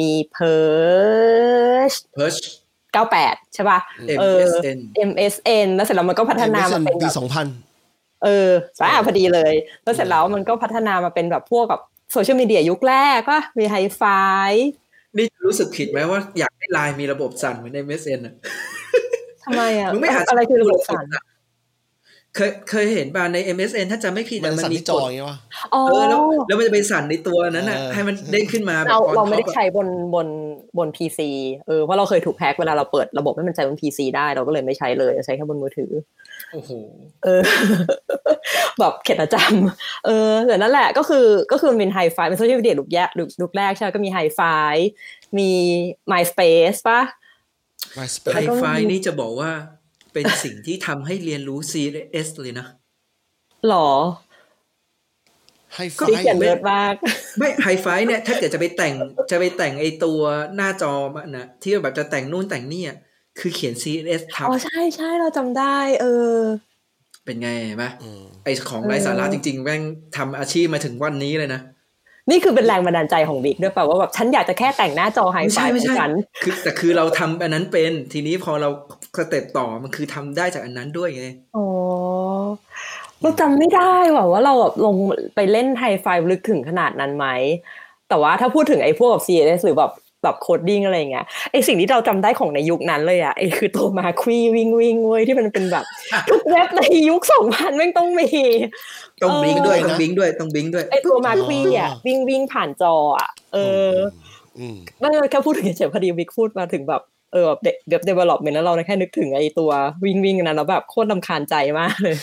Perch Perch เก้าสิบแปดใช่ป่ะเออ เอ็ม เอส เอ็น แล้วเสร็จแล้วมันก็พัฒนามาเป็นปีสองพันเออสายพอดีเลยแล้วเสร็จแล้วมันก็พัฒนามาเป็นแบบพวกกับโซเชียลมีเดียยุคแรกป่ะมีไฮไฟนี่รู้สึกผิดไหมว่าอยากให้ไลน์มีระบบสั่นเหมือนใน เอ็ม เอส เอ็น อ่ะทำไมอ่ะมึงไม่หาอะไรคือระบบสั่นเคยเคยเห็นบ้างใน เอ็ม เอส เอ็น ถ้าจำไม่ผิดมันมีจออย่างเงี้ยวะเออแล้วแล้วมันจะไปสั่นในตัวนั้นน่ะให้มันเด้งขึ้นมาแบบเราเราไม่ได้ใช้บนบนบน พี ซี เออเพราะเราเคยถูกแฮกเวลาเราเปิดระบบให้มันใช้บน พี ซี ได้เราก็เลยไม่ใช้เลยใช้แค่บนมือถือโอ้โหเออแบบเข็ดประจำเออแต่นั่นแหละก็คือก็คือเป็นไฮไฟเป็นโซเชียลมีเดียลุกแยกลุกแรกใช่ก็มีไฮไฟมี MySpace ป่ะไฮไฟนี่จะบอกว่าเป็นสิ่งที่ทำให้เรียนรู้ ซี เอส เลยนะหรอไฮไฟเขียนเยอะมากไม่ไฮไฟเนี่ยถ้าเกิดจะไปแต่งจะไปแต่งไอตัวหน้าจอมันนะที่แบบจะแต่งนู่นแต่งนี่อ่ะคือเขียน ซี เอส ทับอ๋อใช่ใช่เราจำได้เออเป็นไงไหมไอของไร้สาระจริงๆแม่งทำอาชีพมาถึงวันนี้เลยนะนี่คือเป็นแรงบันดาลใจของบิ๊กด้วยป่ะว่าแบบฉันอยากจะแค่แต่งหน้าจอไฮไฟของฉันคือแต่คือเราทำอันนั้นเป็นทีนี้พอเราสเต็ปต่อมันคือทำได้จากอันนั้นด้วยไงอ๋อเราจำไม่ได้ว่าว่าเราแบบลงไปเล่นไฮไฟลึกถึงขนาดนั้นไหมแต่ว่าถ้าพูดถึงไอ้พวกแบบ ซี เอส หรือแบบแบบโคดดิ้งอะไรอย่างเงี้ยไอ้สิ่งที่เราจำได้ของในยุคนั้นเลยอ่ะไอ้คือตัวมาควีวิ่งวิ่งเว้ยที่มันเป็นแบบทุกเว็บในยุคสองพันแม่งต้องมีต้องบิงด้วยต้องบิงด้วยต้องบิงด้วยไอ้ตัวมาควีอ่ะวิ่งวิ่งผ่านจออ่ะเออนั่นแค่พูดถึงเฉยพอดีบิ๊กพูดมาถึงแบบเออแบบเว็บ development แล้วเราแค่นึกถึงไอ้ตัววิ่งวิ่งนั้นแล้วแบบโคตรรำคาญใจมากเลย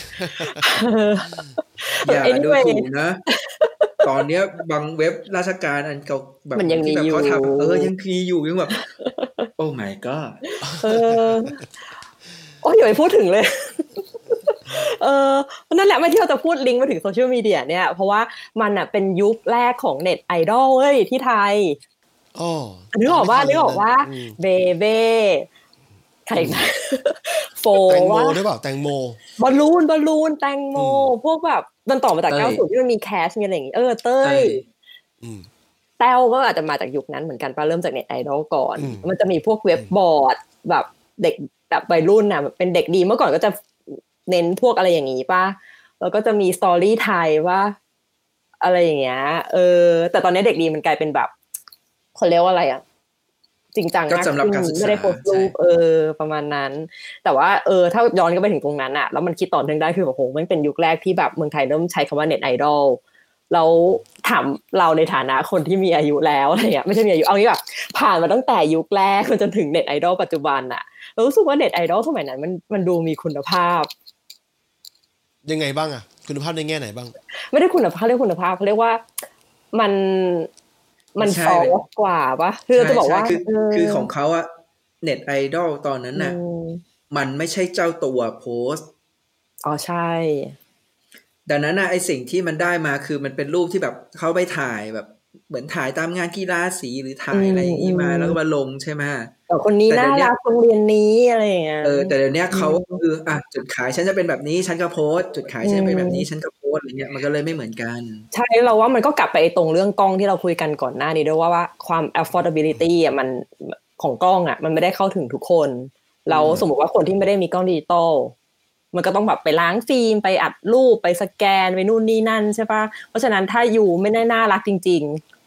อย่าดูถูกนะตอนเนี้ยบางเว็บราชการอันเก่าแบบที่แบบเขาทำเออยังมีอยู่ยังแบบโอ้ my god เออโอ้ยอย่าไปพูดถึงเลยเออนั่นแหละไม่ที่เราจะพูดลิงก์มาถึงโซเชียลมีเดียเนี่ยเพราะว่ามันอ่ะเป็นยุคแรกของเน็ตไอดอลเว้ยที่ไทยอ๋อนึกออกว่านึกออกว่าเบเบ้ใครนะโฟว่าแตงโมได้เปล่าแตงโมบอลลูนบอลลูนแตงโมพวกแบบมันต่อมาจากเก้าสิบที่มันมีแคชมีอะไรอย่างงี้เออเต้ยแต้วก็อาจจะมาจากยุคนั้นเหมือนกันป่ะเริ่มจากเน็ตไอดอลก่อนมันจะมีพวกเว็บบอร์ดแบบเด็กแบบวัยรุ่นน่ะเป็นเด็กดีเมื่อก่อนก็จะเน้นพวกอะไรอย่างงี้ป่ะแล้วก็จะมีสตอรี่ไทยว่าอะไรอย่างเงี้ยเออแต่ตอนนี้เด็กดีมันกลายเป็นแบบเขาเรียกว่าอะไรอ่ะจริงจังมากไม่ได้โพสต์รูปเออประมาณนั้นแต่ว่าเออถ้าย้อนก็ไปถึงตรงนั้นอ่ะแล้วมันคิดต่อเนื่องได้คือแบบโหมันเป็นยุคแรกที่แบบเมืองไทยเริ่มใช้คำว่าเน็ตไอดอลแล้วถามเราในฐานะคนที่มีอายุแล้วอะไรเงี้ยไม่ใช่มีอายุเอางี้แบบผ่านมาตั้งแต่ยุคแรกจนถึงเน็ตไอดอลปัจจุบันอ่ะเรารู้สึกว่าเน็ตไอดอลสมัยนั้นมันมันดูมีคุณภาพยังไงบ้างอ่ะคุณภาพในแง่ไหนบ้างไม่ได้คุณภาพเรียกคุณภาพเขาเรียกว่ามันมันซอฟต์กว่าปะคือจะบอกว่าคือของเขาอะเน็ตไอดอลตอนนั้นน่ะมันไม่ใช่เจ้าตัวโพสต์อ๋อใช่ดังนั้นน่ะไอสิ่งที่มันได้มาคือมันเป็นรูปที่แบบเขาไปถ่ายแบบเหมือนถ่ายตามงานกีฬาสีหรือถ่ายอะไรอย่างนี้มาแล้วก็มาลงใช่ไหมแต่คนนี้น่ารักโรงเรียนนี้อะไรอย่างเงี้ยเออแต่เดี๋ยวนี้เขาคืออ่ะจุดขายฉันจะเป็นแบบนี้ฉันก็โพสต์จุดขายฉันจะเป็นแบบนี้ฉันก็โพสต์อะไรเงี้ยมันก็เลยไม่เหมือนกันใช่เราว่ามันก็กลับไปตรงเรื่องกล้องที่เราคุยกันก่อนหน้านี้ด้วยว่าว่าความ affordability อ่ะมันของกล้องอ่ะมันไม่ได้เข้าถึงทุกคนเราสมมติว่าคนที่ไม่ได้มีกล้องดิจิตอลมันก็ต้องแบบไปล้างฟิล์มไปอัดรูปไปสแกนไปนู่นนี่นั่นใช่ปะเพราะฉะนั้นถ้าอยู่ไม่ได้น่ารักจริง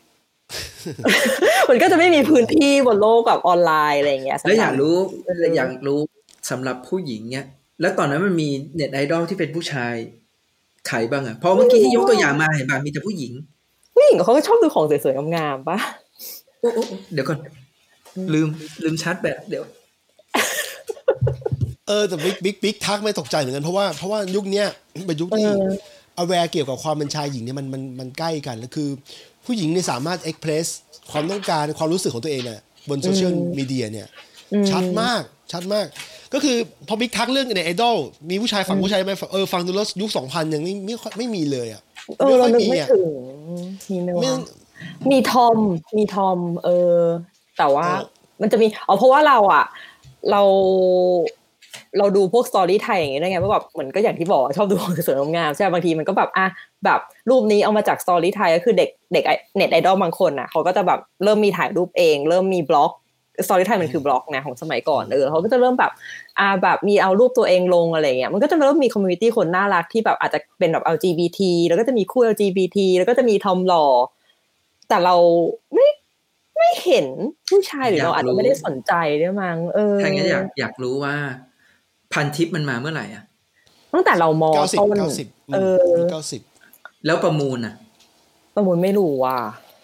ๆมันก็จะไม่มีพื้นที่บนโลกแบบออนไลน์อะไรอย่างเงี้ยแล้วอยากรู้อยากรู้สำหรับผู้หญิงเนี่ยแล้วตอนนั้นมันมีเน็ตไอดอลที่เป็นผู้ชายใครบ้างอ่ะเพราะเมื่อกี้ที่ยกตัวอย่างมาเห็นป่ะมีแต่ผู้หญิงผู้หญิงเขาก็ชอบดูของสวยๆงามๆป่ะเดี๋ยวก่อนลืมลืมชาร์จแบตเดี๋ยวเออแต่บิ๊กบิ๊กบิ๊กทักไม่ตกใจเหมือนกันเพราะว่าเพราะว่ายุคนี้เป็นยุคที่ aware เกี่ยวกับความเป็นชายหญิงเนี่ยมันมันมันใกล้กันแล้วคือผู้หญิงเนี่ยสามารถ express ความต้องการความรู้สึกของตัวเองเนี่ยบนโซเชียลมีเดียเนี่ยชัดมากชัดมากก็คือพอบิ๊กทักเรื่องในไอดอลมีผู้ชายฝั่งผู้ชายไหมเออฟังดูแล้วยุคสองพันยังไม่ไม่ไม่มีเลยอ่ะเออเรานึกไม่ถึงมีเนื้อมีทอมมีทอมเออแต่ว่ามันจะมีอ๋อเพราะว่าเราอ่ะเราเราดูพวกสตอรี่ไทยอย่างงี้ได้ไงว่าแบบเหมือนก็อย่างที่บอกชอบดูสวยงามใช่บางทีมันก็แบบอ่ะแบบรูปนี้เอามาจากสตอรี่ไทยก็คือเด็กเด็กเน็ตไอดอลบางคนน่ะเขาก็จะแบบเริ่มมีถ่ายรูปเองเริ่มมีบล็อกสตอรี่ไทยมันคือบล็อกนะของสมัยก่อนเออเขาก็จะเริ่มแบบอ่าแบบมีเอารูปตัวเองลงอะไรเงี้ยมันก็จะเริ่มมีคอมมูนิตี้คนน่ารักที่แบบอาจจะเป็นแบบ แอล จี บี ที แล้วก็จะมีคู่ แอล จี บี ที แล้วก็จะมีทอมหล่อแต่เราไม่ไม่เห็นผู้ชายหรือเราอาจจะไม่ได้สนใจด้วยมั้งเออถ้างั้นอยากอยากรู้ว่าพันทิปมันมาเมื่อไหร่อ่ะตั้งแต่เรามอต้นเออเก้าสิบแล้วประมูลน่ะประมูลไม่รู้ว่ะ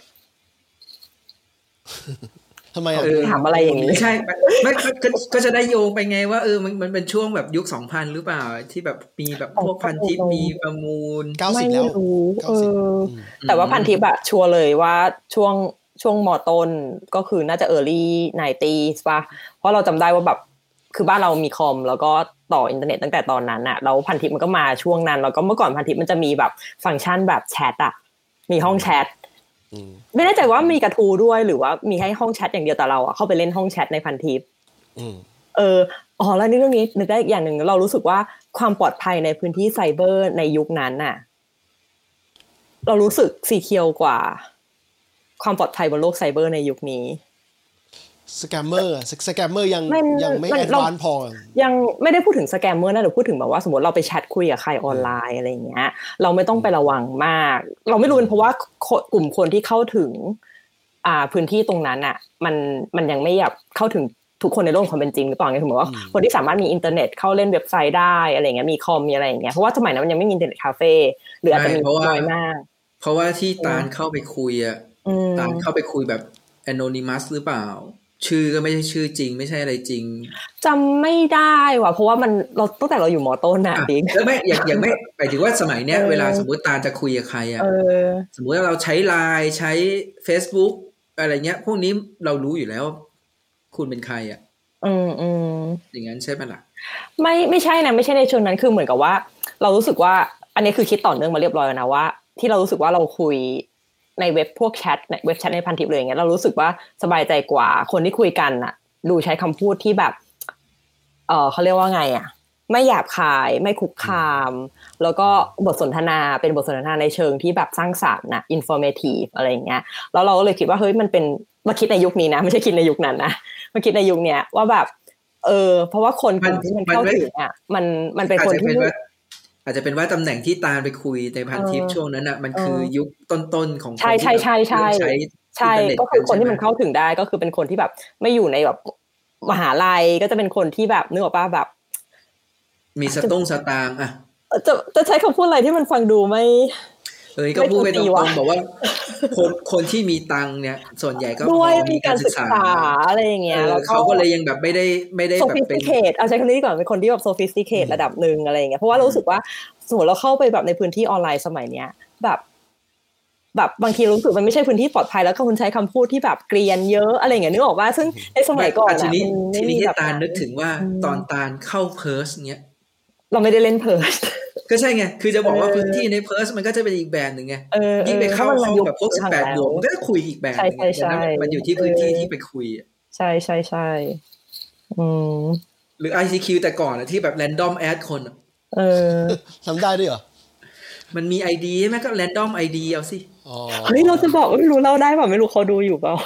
ทำไมอ่ะถามอะไรอย่างนี้ไม่ใช่ไม่ก็จะได้โยงไปไงว่าเออมันมันเป็นช่วงแบบยุค สองพัน หรือเปล่าที่แบบมีแบบพวกพันทิปมีประมูลเก้าสิบแล้วเออแต่ว่าพันทิปอะชัวร์เลยว่าช่วงช่วงมอต้นก็คือน่าจะ early ไนน์ตี้ป่ะเพราะเราจำได้ว่าแบบคือบ้านเรามีคอมแล้วก็ต่ออินเทอร์เน็ตตั้งแต่ตอนนั้นน่ะแล้วพันทิปมันก็มาช่วงนั้นแล้วก็เมื่อก่อนพันทิปมันจะมีแบบฟังก์ชันแบบแชทอะมีห้องแชทไม่แน่ใจว่ามีกระทูด้วยหรือว่ามีให้ห้องแชทอย่างเดียวแต่เราอะเข้าไปเล่นห้องแชทในพันทิปเอออ๋อแล้วนี่เรื่องนี้นึกได้อีกอย่างหนึ่งเรารู้สึกว่าความปลอดภัยในพื้นที่ไซเบอร์ในยุคนั้นน่ะเรารู้สึกซีเคียวกว่าความปลอดภัยบนโลกไซเบอร์ในยุคนี้สแกมเมอร์สแกมเมอร์ยังยังไม่แอดวานซ์พอยังไม่ได้พูดถึงสแกมเมอร์นะหรือพูดถึงแบบว่าสมมติเราไปแชทคุยกับใครออนไลน์อะไรอย่างเงี้ยเราไม่ต้องไประวังมากเราไม่รู้เป็นเพราะว่ากลุ่มคนที่เข้าถึงอ่าพื้นที่ตรงนั้นอ่ะมันมันยังไม่อยากเข้าถึงทุกคนในโลกความเป็นจริงหรือเปล่าไงสมมติว่าคนที่สามารถมีอินเทอร์เน็ตเข้าเล่นเว็บไซต์ได้อะไรเงี้ยมีคอมมีอะไรอย่างเงี้ยเพราะว่าสมัยนั้นมันยังไม่มีอินเทอร์เน็ตคาเฟ่หรืออาจจะมีน้อยมากเพราะว่าที่ตาลเข้าไปคุยอ่ะตาลเข้าไปคุยแบบ anonymous หรือเปล่าชื่อก็ไม่ใช่ชื่อจริงไม่ใช่อะไรจริงจำไม่ได้ว่ะเพราะว่ามันเราตั้งแต่เราอยู่มอต้นน่ะดิแล้วไม่อย่างอย่างไม่หมายถึงว่าสมัยเนี้ยเวลาสมมติตาลจะคุยกับใครอ่ะสมมติว่าเราใช้ ไลน์ ใช้ Facebook อะไรเงี้ยพวกนี้เรารู้อยู่แล้วคุณเป็นใครอ่ะอืมอืมอย่างนั้นใช่ไหมล่ะไม่ไม่ใช่นะไม่ใช่ในเชิงนั้นคือเหมือนกับว่าเรารู้สึกว่าอันนี้คือคิดต่อเนื่องมาเรียบร้อยแล้วนะว่าที่เรารู้สึกว่าเราคุยในเว็บพวกแชทในเว็บแชทในพันทิปเลยอย่างเงี้ยเรารู้สึกว่าสบายใจกว่าคนที่คุยกันน่ะดูใช้คำพูดที่แบบเออเขาเรียกว่าไงอ่ะไม่หยาบคายไม่คุกคามแล้วก็บทสนทนาเป็นบทสนทนาในเชิงที่แบบสร้างสรรค์นะ informative อะไรอย่างเงี้ยแล้วเราก็เลยคิดว่าเฮ้ยมันเป็นมาคิดในยุคนี้นะไม่ใช่คิดในยุคนั้นนะมาคิดในยุคเนี้ยว่าแบบเออเพราะว่าคนกลุ่มที่มันเข้าถึงอ่ะมันมันเป็นคนที่อาจจะเป็นว่าตำแหน่งที่ตาลไปคุยในพันทิปช่วงนั้นน่ะมันคือยุคต้นๆของคนที่ใช่ใช่ใช่ใช่ใช่ก็คือคนที่มันเข้าถึงได้ก็คือเป็นคนที่แบบไม่อยู่ในแบบมหาลัยก็จะเป็นคนที่แบบนึกออกป่ะแบบมีสตุ้งสตางค์อ่ะจะจะใช้คำพูดอะไรที่มันฟังดูไม่เอ้ยก็พูดไปตรงๆบอกว่าคนคนที่มีตังค์เนี่ยส่วนใหญ่ก็มีการศึกษาอะไรอย่างเงี้ยแล้วเขาก็เลยยังแบบไม่ได้ไม่ได้แบบเป็น sophisticated เอาใช้คำนี้ก่อนเป็นคนที่แบบ sophisticated ระดับนึงอะไรอย่างเงี้ยเพราะว่ารู้สึกว่าสมมติเราเข้าไปแบบในพื้นที่ออนไลน์สมัยเนี้ยแบบแบบบางทีรู้สึกมันไม่ใช่พื้นที่ปลอดภัยแล้วก็คุณใช้คำพูดที่แบบเกรียนเยอะอะไรอย่างเงี้ยนึกออกว่าซึ่งในสมัยก่อนทีนี้ทีนี้ตาลนึกถึงว่าตอนตาลเข้าเพิร์สเงี้ยเราไม่ได้เล่นเพิร์สก็ใช่ไงคือจะบอกว่าพื้นที่ในเพิร์สมันก็จะเป็นอีกแบบนึงไงยิ่งไปเข้าห้องแบบพวกสิบแปดบวกมันก็จะคุยอีกแบบนึงมันอยู่ที่พื้นที่ที่ไปคุยใช่ใช่ใช่อืมหรือ ไอ ซี คิว แต่ก่อนที่แบบแรนดอมแอดคนเออทำได้ด้วยเหรอมันมี ไอ ดี ใช่ไหมก็แรนดอม ไอ ดี เอาสิเฮ้ยเราจะบอกไม่รู้เล่าได้ป่ะไม่รู้เขาดูอยู่เปล่า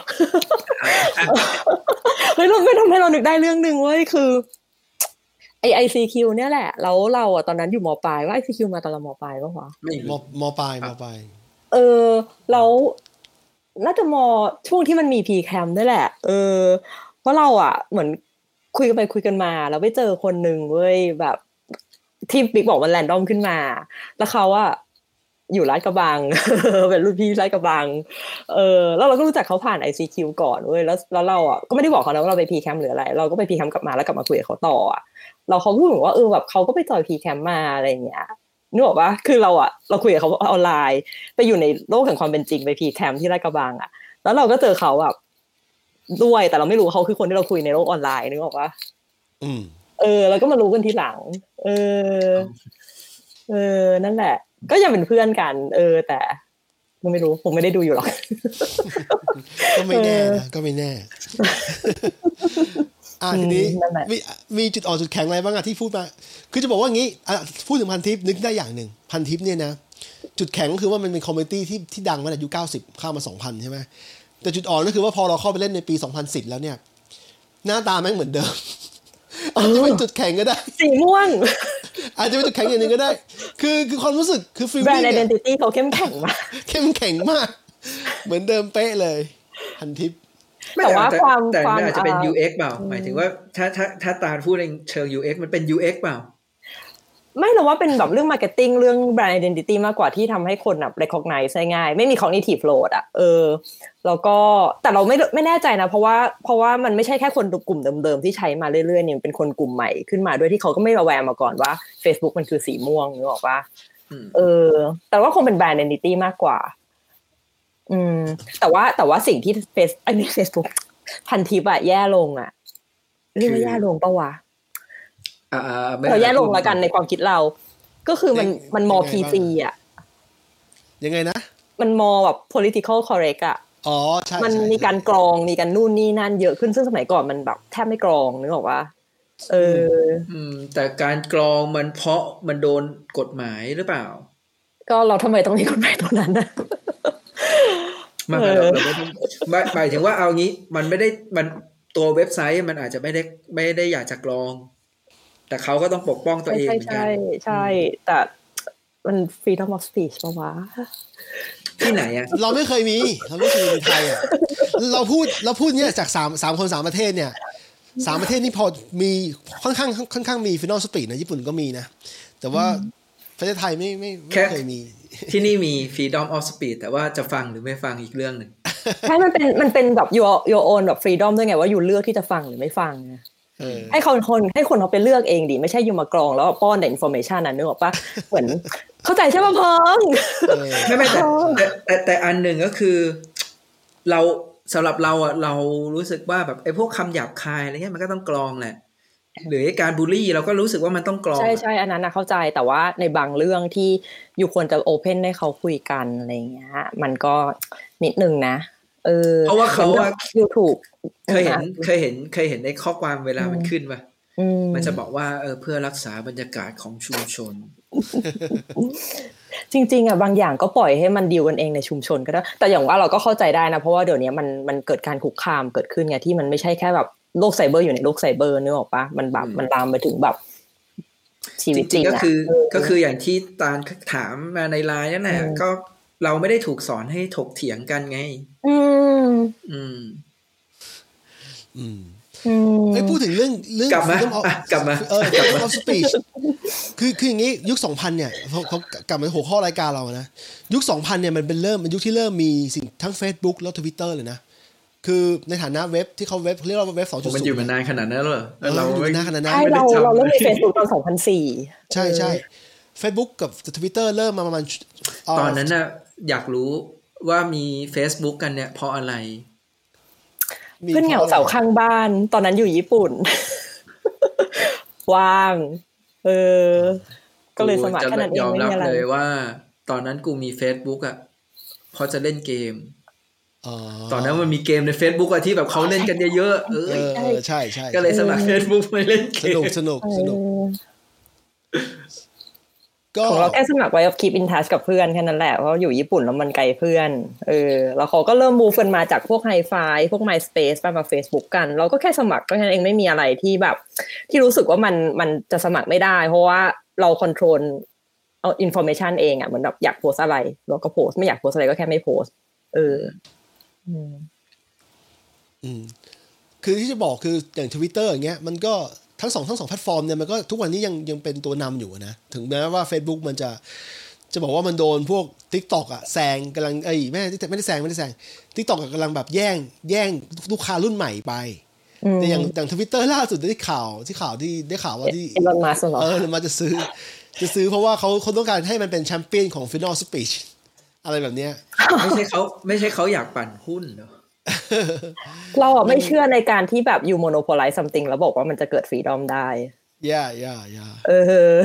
เฮ้ยเราไม่ทำให้เรานึกได้เรื่องนึงเว้ยคือไอ ไอ ซี คิว เนี่ยแหละแล้วเราอ่ะตอนนั้นอยู่ม.ปลายว่า ไอ ซี คิว มาตอนเราม.ปลายป่ะวะไม่ม.ม.ปลายม.ปลายเออแล้วน่าจะม.ช่วงที่มันมี พี แคม นี่แหละเออเพราะเราอ่ะเหมือนคุยกันไปคุยกันมาแล้วไปเจอคนนึงเว้ยแบบที่บิ๊กบอกว่าแรนดอมขึ้นมาแล้วเขาอ่ะอยู่ลาดกระบัง เป็นรุ่นพี่ลาดกระบังเออแล้วเราก็รู้จักเขาผ่าน ไอ ซี คิว ก่อนเว้ยแล้วแล้วเราอ่ะก็ไม่ได้บอกเขานะว่าเราไป พี แคม หรืออะไรเราก็ไป พี แคม กลับมาแล้วกลับมาคุยกับเขาต่ออ่ะเราเขาพูดเหมือนว่าเออแบบเขาก็ไปจอย พี แคม มาอะไรอย่างเงี้ยนึกออกปะคือเราอ่ะเราคุยกับเขาออนไลน์ไปอยู่ในโลกแห่งความเป็นจริงไป พี แคม ที่ลาดกระบังอ่ะแล้วเราก็เจอเขาแบบด้วยแต่เราไม่รู้เขาคือคนที่เราคุยในโลกออนไลน์นึกออกปะอืมเออแล้วก็มารู้กันทีหลังเออเออนั่นแหละก็ยังเป็นเพื่อนกันเออแต่ไม่รู้ผมไม่ได้ดูอยู่หรอกก็ไม่แน่นะก็ไม่แน่อ่าทีนี้มีมีจุดอ่อนจุดแข็งอะไรบ้างอะที่พูดมาคือจะบอกว่างี้อ่ะพูดถึงพันทิปนึกได้อย่างหนึ่งพันทิปเนี่ยนะจุดแข็งก็คือว่ามันเป็นคอมมูนิตี้ที่ที่ดังมาตั้งแต่ยุคเก้าสิบเข้ามาสองพันใช่ไหมแต่จุดอ่อนก็คือว่าพอเราเข้าไปเล่นในปีสองพันสิบแล้วเนี่ยหน้าตาแม่งเหมือนเดิมอาจจะเป็นจุดแข็งก็ได้สีม่วงอาจจะเป็นจุดแข็งอย่างนึงก็ได้คือคือความรู้สึกคือฟีลลิ่งแบรนด์ identity เขาเข้มแข็งมากเข้มแข็งมากเหมือนเดิมเป๊ะเลยพันทิปแต่ว่าความแต่ความอาจจะเป็น ยู เอ็กซ์ เปล่าหมายถึงว่าถ้าถ้าถ้าตาพูดในเชิง ยู เอ็กซ์ มันเป็น ยู เอ็กซ์ เปล่าไม่เราว่าเป็นแบบเรื่อง marketing เรื่อง brand identity มากกว่าที่ทำให้คนแบบ recognize ได้ง่ายไม่มี cognitive load อ่ะเออแล้วก็แต่เราไม่ไม่แน่ใจนะเพราะว่าเพราะว่ามันไม่ใช่แค่คนกลุ่มเดิมๆที่ใช้มาเรื่อยๆเนี่ยเป็นคนกลุ่มใหม่ขึ้นมาด้วยที่เขาก็ไม่ระแวงมาก่อนว่า Facebook มันคือสีม่วงนึกออกป่ะเออแต่ว่าคงเป็น brand identity มากกว่าอืมแต่ว่าแต่ว่าสิ่งที่ Face ไอ้นี่ Facebook พันทิปอะแย่ลงอะเรียกว่าแย่ลงปะวะเราแย่ลงแล้วกันในความคิดเราก็คือมันมันมอ พี ซี อ่ะยังไงนะมันมอแบบ political correct อ่ะอ๋อใช่มันมีการกรองมีการนู่นนี่นั่นเยอะขึ้นซึ่งสมัยก่อนมันแบบแทบไม่กรองนึกออกปะเอออืมแต่การกรองมันเพราะมันโดนกฎหมายหรือเปล่าก็เราทำไมต้องมีกฎหมายตัวนั้นนะไม่เราเราไม่ต้องหมายถึงว่าเอางี้มันไม่ได้มันตัวเว็บไซต์มันอาจจะไม่ได้ไม่ได้อยากจะกรองแต่เขาก็ต้องปกป้องตัวเองเหมือนกันใช่ใช่แต่มัน freedom of speech ป่ะวะที่ไหนอ่ะเราไม่เคยมีเราไม่เคยมีไทยอ่ะเราพูดเราพูดเนี่ยจากสามสามคนสามประเทศเนี่ยสามประเทศนี่พอมีค่อนข้างค่อนข้างมี freedom of speech นะญี่ปุ่นก็มีนะแต่ว่าประเทศไทยไม่ไม่ไม่เคยมีที่นี่มี freedom of speech แต่ว่าจะฟังหรือไม่ฟังอีกเรื่องหนึ่งใช่มันเป็นมันเป็นแบบ your your own แบบ freedom ด้วยไงว่าอยู่เลือกที่จะฟังหรือไม่ฟังให้คนคนให้คนเขาไปเลือกเองดิไม่ใช่อยู่มากรองแล้วป้อนแต่ information น่ะนึกออกปะเหมือนเข้าใจใช่ป่ะเพิ่งไม่ไม่แต่แต่แต่อันหนึ่งก็คือเราสำหรับเราอ่ะเรารู้สึกว่าแบบไอ้พวกคำหยาบคายอะไรเงี้ยมันก็ต้องกรองแหละหรือการบูลลี่เราก็รู้สึกว่ามันต้องกรองใช่ใช่อันนั้นนะเข้าใจแต่ว่าในบางเรื่องที่อยู่ควรจะโอเพนให้เขาคุยกันอะไรเงี้ยมันก็นิดนึงนะเออเพราะว่าเขาว่า YouTube เคยเห็นเคยเห็นเคยเห็นในข้อความเวลามันขึ้นป่ะมันจะบอกว่าเออเพื่อรักษาบรรยากาศของชุมชนจริงๆอ่ะบางอย่างก็ปล่อยให้มันดีลกันเองในชุมชนก็ได้แต่อย่างว่าเราก็เข้าใจได้นะเพราะว่าเดี๋ยวนี้มันมันเกิดการคุกคามเกิดขึ้นไงที่มันไม่ใช่แค่แบบโลกไซเบอร์อยู่ในโลกไซเบอร์นึกออกปะมันแบบมันลามไปถึงแบบชีวิตจริงก็คือก็คืออย่างที่ตาลถามมาในไลน์นั่นแหละก็เราไม่ได้ถูกสอนให้ถกเถียงกันไงอืมอืมอืมไอ้พูดถึงเรื่องเรื่องกลับมากลับมาเออกลับมา of speech คือคืออย่างงี้ยุคสองพันเนี่ยเขาเขากลับมาหัวข้อรายการเรานะยุคสองพันเนี่ยมันเป็นเริ่มมันยุคที่เริ่มมีสิ่งทั้ง Facebook แล้ว Twitter เลยนะคือในฐานะเว็บที่เขาเว็บเรียกว่าเว็บ สองจุดศูนย์มันอยู่มานานขนาดนั้นเหรอเราอยู่มานานขนาดนั้นใช่เราเราเริ่มมี Facebook ตอนสองพันสี่ใช่ๆ Facebook กับ Twitter เริ่มมาประมาณตอนนั้นน่ะอยากรู้ว่ามี Facebook กันเนี่ยเพราะอะไรเพื่อนเหงาเสาข้างบ้านตอนนั้นอยู่ญี่ปุ่นว่างเออก็เลยสมัครแค่นั้นเองไม่มีอะไรยอมรับเลยว่าตอนนั้นกูมี Facebook อ่ะเพราะจะเล่นเกมตอนนั้นมันมีเกมใน Facebook อ่ะที่แบบเขาเล่นกันเยอะๆเออใช่ๆก็เลยสมัคร Facebook ไปเล่นเกมสนุกๆสนุกของเราแค่สมัครไว้ keep in touch กับเพื่อนแค่นั้นแหละเพราะอยู่ญี่ปุ่นแล้วมันไกลเพื่อนเออแล้วเขาก็เริ่มมูฟกันมาจากพวก Hi-Fi พวก MySpace มา Facebook กันเราก็แค่สมัครก็แค่นั้นเองไม่มีอะไรที่แบบที่รู้สึกว่ามันมันจะสมัครไม่ได้เพราะว่าเราคอนโทรลเอา information เองอ่ะเหมือนแบบอยากโพสอะไรเราก็โพสไม่อยากโพสอะไรก็แค่ไม่โพสเอออืมอืมคือที่จะบอกคืออย่าง Twitter อย่างเงี้ยมันก็ทั้งสองทั้งสองแพลตฟอร์มเนี่ยมันก็ทุกวันนี้ยังยังเป็นตัวนำอยู่นะถึงแม้ว่า Facebook มันจะจะบอกว่ามันโดนพวก TikTok อ่ะแซงกำลังเอ้ยไม่ไม่ได้แซงไม่ได้แซง TikTok กำลังแบบแย่งแย่งลูกค้ารุ่นใหม่ไปแต่อย่างอย่าง Twitter ล่าสุดได้ข่าวที่ข่าวที่ได้ข่าวว่าที่ Elon Musk เหรอเออมันจะซื้อจะซื้อเพราะว่าเขาเขาต้องการให้มันเป็นแชมเปี้ยนของ Freedom of Speech อะไรแบบเนี้ยไม่ใช่เขาไม่ใช่เขาอยากปั่นหุ้นเหรอเราอ่ะไม่เชื่อในการที่แบบ you monopolize something แล้วบอกว่ามันจะเกิด freedom ได้ย่าย่าย่าเออ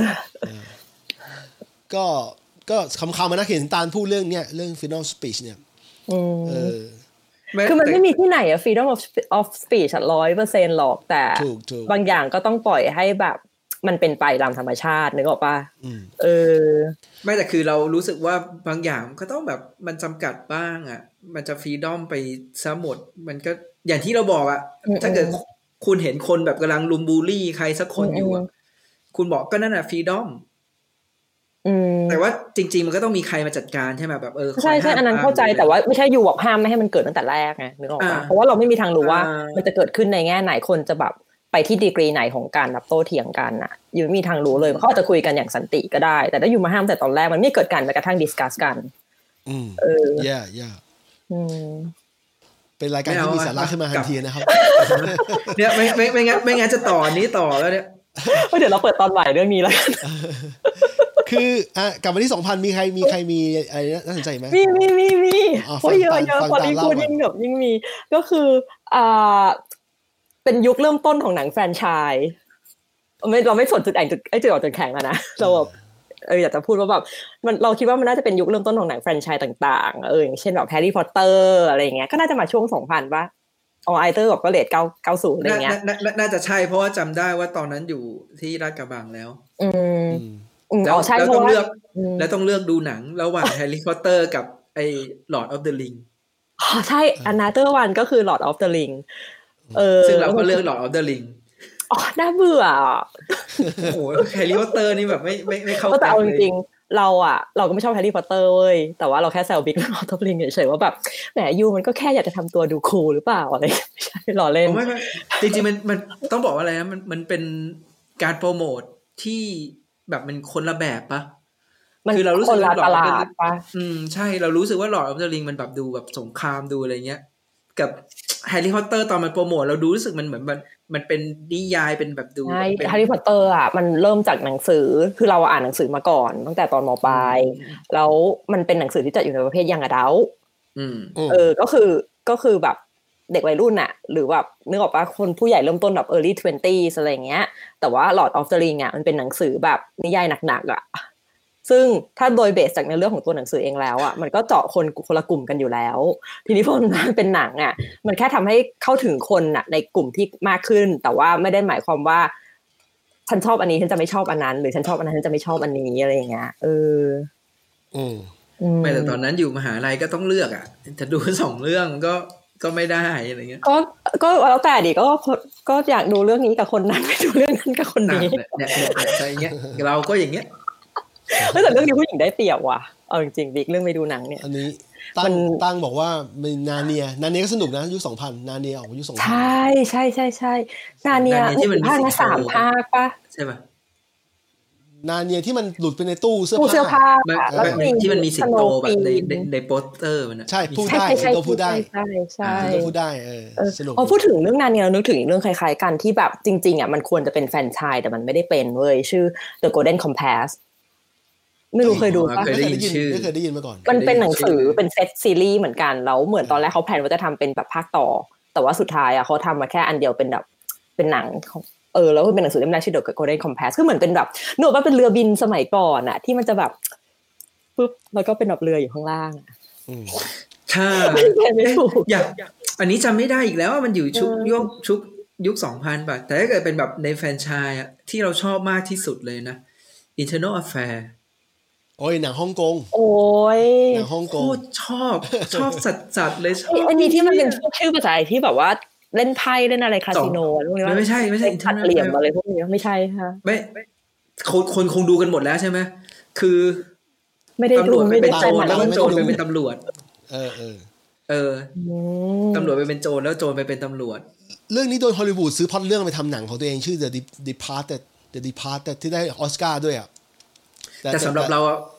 ก็ก็คำๆมานะเห็นตาลพูดเรื่องเนี้ยเรื่อง freedom of speech เนี่ยเออคือมันไม่มีที่ไหนอะ freedom of of speech อะร้อยเปอร์เซ็นต์หรอกแต่บางอย่างก็ต้องปล่อยให้แบบมันเป็นไปตามธรรมชาตินึกออกป่ะเออไม่แต่คือเรารู้สึกว่าบางอย่างก็ต้องแบบมันจำกัดบ้างอะมันจะ freedom ไปซะหมดมันก็อย่างที่เราบอกอะถ้าเกิดคุณเห็นคนแบบกำลังลุมบูลลี่ใครสักคนอยู่อะคุณบอกก็นั่นอะ freedomแต่ว่าจริงๆมันก็ต้องมีใครมาจัดการใช่ไหมแบบเออใช่ใช่อันนั้นเข้าใจแต่ว่าไม่ใช่อยู่บอกห้ามไม่ให้มันเกิดตั้งแต่แรกไงนึกออกป่ะเพราะว่าเราไม่มีทางรู้ว่ามันจะเกิดขึ้นในแง่ไหนคนจะแบบไปที่ดีกรีไหนของการแบบโต้เถียงกันน่ะอยู่ไม่มีทางรู้เลยเขาอาจจะคุยกันอย่างสันติก็ได้แต่ถ้าอยู่มาห้ามแต่ตอนแรกมันไม่เกิดการแม้กระทั่งดิสคัสกันอืมเออ yeah yeah อืมเป็นรายการที่มีสาระขึ้นมาทันทีนะครับเนี่ยไม่ไม่ไม่งั้นไม่งั้นจะต่อนี้ต่อแล้วเนี่ยเดี๋ยวเราเปิดตอนใหม่เรื่องนี้แล้วกันคืออ่ะกลับมาที่สองพันมีใครมีใครมีอะไรน่าสนใจไหมมีมีมีมีโอ้ยเยอะเยอะพอที่พูดยิ่งแบบยิ่งมีก็คืออ่าเป็นยุคเริ่มต้นของหนังแฟรนไชส์ไม่เราไม่สนจุดแข็งจุดไอ้จุดอ่อนจุดแข็งแล้วนะเราแบบเอออยากจะพูดว่าแบบมันเราคิดว่ามันน่าจะเป็นยุคเริ่มต้นของหนังแฟรนไชส์ต่างๆเอออย่างเช่นแบบแฮร์รี่พอตเตอร์อะไรอย่างเงี้ยก็น่าจะมาช่วงสองพันป่ะอ๋อไอเตอร์แบบก็เลทเก้า เก้าสิบอะไรเงี้ยน่าจะใช่เพราะว่าจำได้ว่าตอนนั้นอยู่ที่ลาดกระบังแล้วอืมแล้วแล้วต้องเลือกแล้วต้องเลือกดูหนังระหว่างแฮร์รี่พอตเตอร์กับไอ้ลอร์ดออฟเดอะริงอ๋อใช่อันนาเตอร์วันก็คือลอร์ดออฟเดอะริงเออซึ่งเราก็เลือกลอร์ดออฟเดอะริงอ๋อน่าเบื่อโอ้โหแฮร์รี่พอตเตอร์นี่แบบไม่ไม่ไม่เข้าแต่เอาจริงๆเราอ่ะเราก็ไม่ชอบแฮร์รี่พอตเตอร์เว้ยแต่ว่าเราแค่แซวบิ๊กลอร์ดออฟเดอะริงเฉยๆว่าแบบแหมยูมันก็แค่อยากจะทำตัวดูคูลหรือเปล่าอะไรไม่ใช่หล่อเล่นไม่ไม่จริงๆมันมันต้องบอกว่าอะไรนะมันมันเป็นการโปรโมทที่แบบมันคนละแบบปะคือเรารู้สึกว่าหลอดปะอืมใช่เรารู้สึกว่าหลอดออฟเดอะริงมันแบบดูแบบสงครามดูอะไรเงี้ยกับแฮร์รี่พอตเตอร์ตอนมันโปรโมทเราดูรู้สึกมันเหมือนมันมันเป็นนิยายเป็นแบบดูใช่แฮร์รี่พอตเตอร์อ่ะมันเริ่มจากหนังสือคือเราอ่านหนังสือมาก่อนตั้งแต่ตอนม.ปลายแล้วมันเป็นหนังสือที่จัดอยู่ในประเภทยังอดัลต์เออก็คือก็คือแบบเด็กวัยรุ่นน่ะหรือแบบนึกออกป่ะคนผู้ใหญ่เริ่มต้นแบบ early twenties อะไรเงี้ยแต่ว่า Lord of the Ring อ่ะมันเป็นหนังสือแบบนิยายหนักๆอ่ะซึ่งถ้าโดยเบสจากในเรื่องของตัวหนังสือเองแล้วอ่ะมันก็เจาะคนคนละกลุ่มกันอยู่แล้วทีนี้พอมันเป็นหนังอ่ะมันแค่ทำให้เข้าถึงคนอ่ะในกลุ่มที่มากขึ้นแต่ว่าไม่ได้หมายความว่าฉันชอบอันนี้ฉันจะไม่ชอบอันนั้นหรือฉันชอบอันนั้นฉันจะไม่ชอบอันนี้อะไรอย่างเงี้ยเอออืมไม่แต่ตอนนั้นอยู่มหาลัยก็ต้องเลือกอ่ะจะดูสองเรื่องก็ก็ไม่ได้อะไรเงี้ยก็ก็แล้วแต่ดิก็ก็อยากดูเรื่องนี้กับคนนั้นไม่ดูเรื่องนั้นกับคนนี้เนี่ยเนี่ยอะไรเงี้ยเราก็อย่างเงี้ยแต่เรื่องนี้ผู้หญิงได้เปรียบว่ะเอาจริงๆบิ๊กเรื่องไปดูหนังเนี่ยอันนี้ตั้งตั้งบอกว่ามีนาเนียนาเนียก็สนุกนะยุคสองพันนาเนียออกยุคสองพันใช่ใช่ใช่ใช่นาเนียที่มันภาคนะสามภาคป่ะใช่ป่ะนาเนียที่มันหลุดไปในตู้เสื้อผ้าแล้วที่มันมีสิงโตแบบในในโปสเตอร์มันใช่พูดได้สิงโตพูดได้ใช่ใช่สิงโตพูดได้เออสนุกพอพูดถึงเรื่องนาเนียเรานึกถึงอีกเรื่องคล้ายๆกันที่แบบจริงๆอ่ะมันควรจะเป็นแฟรนไชส์แต่มันไม่ได้เป็นเว้ยชื่อ The Golden Compassไม่รู้เคยดูป่ะเคยได้ยินชื่อไม่เคยได้ยินมาก่อนมันเป็นหนังสือเป็นเซตซีรีส์เหมือนกันแล้วเหมือนตอนแรกเขาแพลนว่าจะทำเป็นแบบภาคต่อแต่ว่าสุดท้ายอ่ะเขาทำมาแค่อันเดียวเป็นแบบเป็นหนังเออแล้วเป็นหนังสือเล่มแรกชื่อ The Golden Compass คือเหมือนเป็นแบบนึกว่าเป็นเรือบินสมัยก่อนอ่ะที่มันจะแบบปึ๊บแล้วก็เป็นแบบเรืออยู่ข้างล่างอืมใช่อยากอันนี้จำไม่ได้อีกแล้วว่ามันอยู่ชุกยุคชุกยุค สองพัน ป่ะแต่ถ้าเกิดเป็นแบบในแฟรนไชส์อ่ะที่เราชอบมากที่สุดเลยนะ Internal Affair โอ้ยหนังฮ่องกงโอ้ยหนังฮ่องกงโคตรชอบชอบสัสๆเลยชอบอันนี้ที่มันเป็นชื่อภาษาที่แบบว่าเล่นไพ่เล่นอะไรคาสิโนพวกนี้ว่าไม่ใช่ไม่ใช่อินเทอร์เน็ตเหลี่ยมอะไรพวกนี้ไม่ใช่ค่ะไม่คนคนคงดูกันหมดแล้วใช่ไหมคือไม่ได้ดูไม่ได้โจรแล้วโจรไปเป็นตำรวจเออเออเออตำรวจไปเป็นโจรแล้วโจรไปเป็นตำรวจเรื่องนี้โดนฮอลลีวูดซื้อพล็อตเรื่องไปทำหนังของตัวเองชื่อ The Departed The Departed ที่ได้ออสการ์ด้วยอ่ะแต่สำหรับเราอ่ะ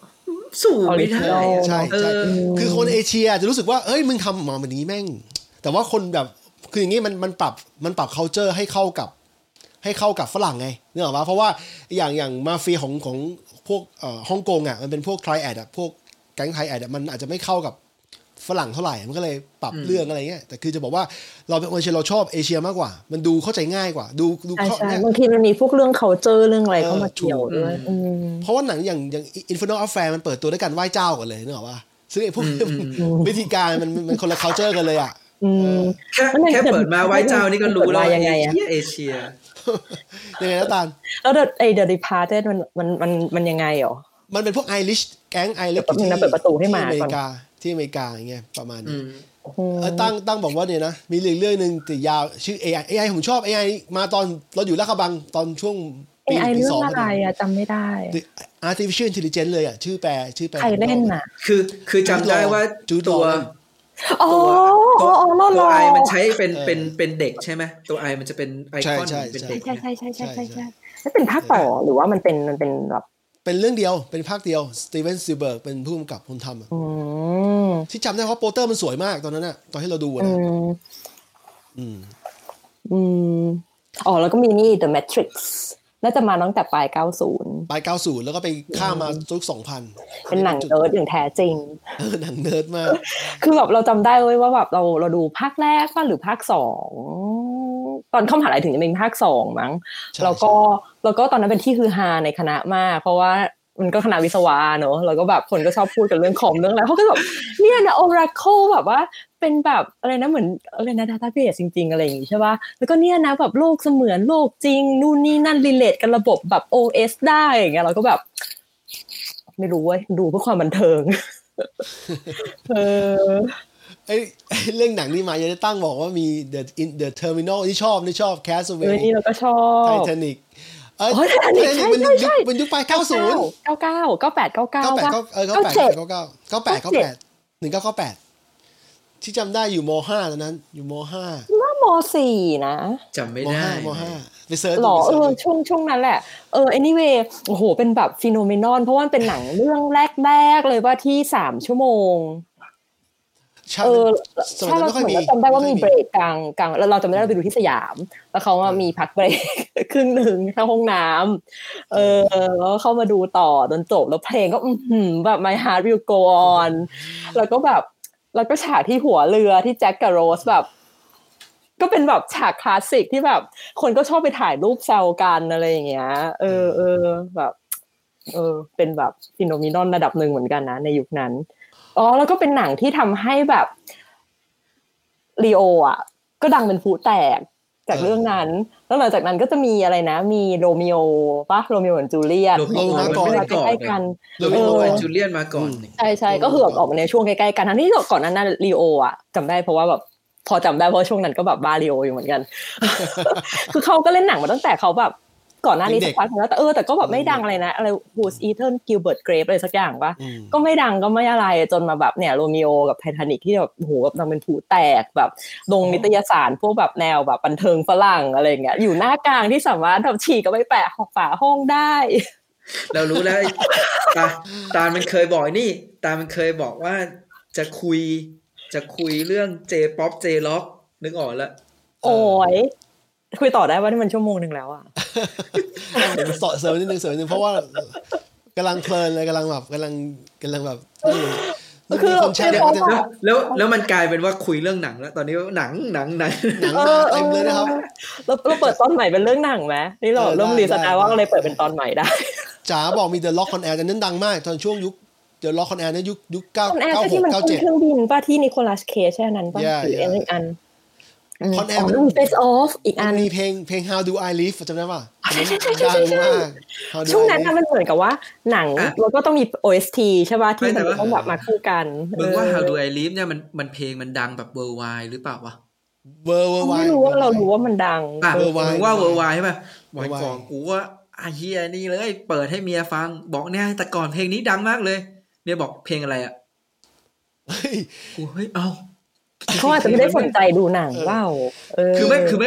สู้ไม่ได้ใช่ใช่คือคนเอเชียจะรู้สึกว่าเอ้ยมึงทำมาแบบนี้แม่งแต่ว่าคนแบบคืออย่างงี้มันมันปรับมันปรับ culture ให้เข้ากับให้เข้ากับฝรั่งไงนึกออกป่ะเพราะว่าอย่างอย่างมาเฟียของของพวกเอ่อฮ่องกงอ่ะมันเป็นพวกไทรแอดอ่ะพวกแก๊งไทรแอดมันอาจจะไม่เข้ากับฝรั่งเท่าไหร่มันก็เลยปรับเรื่องอะไรเงี้ยแต่คือจะบอกว่าเราเป็นคนเชียเราชอบเอเชียมากกว่ามันดูเข้าใจง่ายกว่าดูดูใช่บางทีมันมีพวกเรื่อง culture เรื่องอะไรเข้ามาเกี่ยวด้วยเพราะว่าหนังอย่างอย่าง Infernal Affair มันเปิดตัวด้วยการไหว้เจ้ากันเลยนึกออกป่ะซึ่งไอ้พวกวิธีการมันมันคนละ culture กันเลยอ่ะแค่แค่เปิดมาไหว้เจ้านี่ก็รู้แล้วยังไงอ่ะเอเชียยังไงนะตาลแล้วไอ้ The Departed มันมันมันมันยังไงหรอมันเป็นพวกไอริชแก๊งไอริชที่เปิดประตูให้มาอเมริกาที่อเมริกาอย่างเงี้ยประมาณนี้ตั้งตั้งบอกว่าเนี่ยนะมีเรื่องเรื่องนึงแต่ยาวชื่อ เอ ไอ เอ ไอ ผมชอบ เอ ไอ มาตอนเราอยู่ลาดกระบังตอนช่วงปีปีสอง เอ ไอ เรื่องอะไรอะจำไม่ได้ Artificial Intelligence เลยอะชื่อแปลชื่อแปลใครเล่นน่ะคือคือจำได้ว่าตัวตัวตัวไอมันใช้เป็นเป็นเป็นเด็กใช่ไหมตัวไอมันจะเป็นไอคอนเป็นเด็กใช่ใช่ใช่ใช่ใช่ใช่แล้วเป็นภาคต่อหรือว่ามันเป็นมันเป็นแบบเป็นเรื่องเดียวเป็นภาคเดียวสตีเวนซีเบิร์กเป็นผู้กำกับคนทำที่จำได้ว่าโปสเตอร์มันสวยมากตอนนั้นน่ะตอนที่เราดูนะอืมอืมอ๋อแล้วก็มีนี่ The Matrix น่าจะมาตั้งแต่ปลายเก้าสิบปลายเก้าสิบแล้วก็ไปข้ามมายุคสองพันเป็นหนังเนิร์ดอย่างแท้จริงเออหนังเนิร์ดมากคือแบบเราจำได้เว้ยว่าแบบเราเราดูภาคแรกป่ะหรือภาคสองตอนเข้ามหาลัยถึงจะเป็นภาคสองมั้งแล้วก็แล้วก็ตอนนั้นเป็นที่ฮือฮาในคณะมากเพราะว่ามันก็คณะวิศวะเนอะแล้วก็แบบคนก็ชอบพูดกันเรื่องคอมเรื่องอะไรเขาก็แบบเนี่ยนะ Oracle แบบว่าเป็นแบบอะไรนะเหมือนอะไรนะ database จริงๆอะไรอย่างงี้ใช่ป่ะแล้วก็เนี่ยนะแบบโลกเสมือนโลกจริงนู่นนี่นั่น relate กันระบบแบบ โอ เอส ได้อย่างเงี้ยเราก็แบบไม่รู้เว้ยดูเพื่อความบันเทิงเออไอ้เรื่องหนังนี่มายังได้ตั้งบอกว่ามี The in the Terminal ที่ชอบที่ชอบ Castaway เออนี่เราก็ชอบ Titanic เออใช่ใช่ใช่มันยุคปลายเก้าสิบเก้าสิบเก้า เก้าสิบแปด เก้าสิบเก้าป่ะเออเก้าสิบแปด เก้าสิบเก้า เก้าสิบแปด เก้าสิบแปด หนึ่งเก้าเก้าแปดที่จำได้อยู่ม.ห้าตอนนั้นอยู่ม.ห้าว่าม.สี่นะจำไม่ได้ม.ห้าไปเสิร์ชหรอเออช่วงช่วงนั้นแหละเออ anyway โอ้โหเป็นแบบฟีโนเมนอนเพราะว่าเป็นหนังเรื่องแรกๆเลยว่าที่สามชั่วโมงเออใช่เราเหมือนจำได้ว่ามีเบรกกลางกลางแล้วเราจำได้เราไปดูที่สยามแล้วเขาว่ามีพักเบรกครึ่งหนึ่งเข้าห้องน้ำเออแล้วเข้ามาดูต่อจนจบแล้วเพลงก็อืมแบบ My Heart Will Go On แล้วก็แบบแล้วก็ฉากที่หัวเรือที่แจ็คกับโรสแบบก็เป็นแบบฉากคลาสสิกที่แบบคนก็ชอบไปถ่ายรูปแซวกันอะไรอย่างเงี้ยเออเออแบบเออเป็นแบบฟีโนเมนอนระดับหนึ่งเหมือนกันนะในยุคนั้นอ๋อแล้วก็เป็นหนังที่ทำให้แบบลีโออ่ะก็ดังเป็นผู้แตกจากเรื่องนั้นแล้วหลังจากนั้นก็จะมีอะไรนะมีโรมิโอป่ะโรมิโอกับจูเลียตโรมิโอมาก่อนใกล้ๆกันโรมิโอกับจูเลียตมาก่อนใช่ๆก็คือออกมาในช่วงใกล้ๆกันทั้งที่ก่อนนั้นน่ะลีโออ่ะจำได้เพราะว่าแบบพอจำได้เพราะช่วงนั้นก็แบบบ้าลีโออยู่เหมือนกันคือเขาก็เล่นหนังมาตั้งแต่เขาแบบก่อนหน้านี้สักพักนึงแล้วแต่เออแต่ก็แบบไม่ดังอะไรนะอะไร Who's Eaten Gilbert Grape อะไรสักอย่างป่ะก็ไม่ดังก็ไม่อะไรจนมาแบบเนี่ยโรมิโอกับไททานิคที่แบบโหแบบดังเป็นผู้แตกแบบลงนิตยสารพวกแบบแนวแบบบันเทิงฝรั่งอะไรอย่างเงี้ยอยู่หน้ากลางที่สามารถทำฉีกก็ไปแปะฝาห้องได้เรารู้แล้วตาตามันเคยบอกนี่ตามันเคยบอกว่าจะคุยจะคุยเรื่อง J-pop J-rock นึกออกแล้วโอ้ยคุยต่อได้ว่านี่มันชั่วโมงนึงแล้วอ่ะเดี๋ยวสอดเสริมนิดนึงเสริมนิดนึงเพราะว่ากำลังเพลินเลยกำลังแบบกำลังกำลังแบบคือคนแชร์แล้วแล้วแล้วมันกลายเป็นว่าคุยเรื่องหนังแล้วตอนนี้หนังหนังหนังหนังมาเต็มเลยนะครับเราเราเปิดตอนใหม่เป็นเรื่องหนังไหมนี่เราเริ่มรีสตาร์ว่าก็เลยเปิดเป็นตอนใหม่ได้จ๋าบอกมี The Lock on Air แต่นั้นดังมากตอนช่วงยุค The Lock on Air นั้นยุคยุคเก้าเก้าหก เก้าเจ็ดเครื่องบินป่ะที่นิโคลัสเคจแค่นั้นป่ะหรืออันนึงอันคอนแอร์มันมี Face Off อีกอันมีเพลงเพลง How Do I Live จำได้ป่ะดังมากช่วงนั้นมันเหมือนกับว่าหนังแล้วก็ต้องมี โอ เอส ที ใช่ป่ะที่มันต้องแบบมาคู่กันมึงว่า How Do I Live เนี่ยมันมันเพลงมันดังแบบ worldwide หรือเปล่าวะ worldwide ไม่รู้ว่าเรารู้ว่ามันดัง worldwide มึงว่า worldwide ใช่ป่ะวันก่อนกูว่าไอ้เหี้ยนี่เลยเปิดให้เมียฟังบอกเนี่ยแต่ก่อนเพลงนี้ดังมากเลยเมียบอกเพลงอะไรอ่ะเฮ้ยเอ้าเขาอาจจะไม่ได้สนใจดูหนังเปล่าคือไม่คือไม่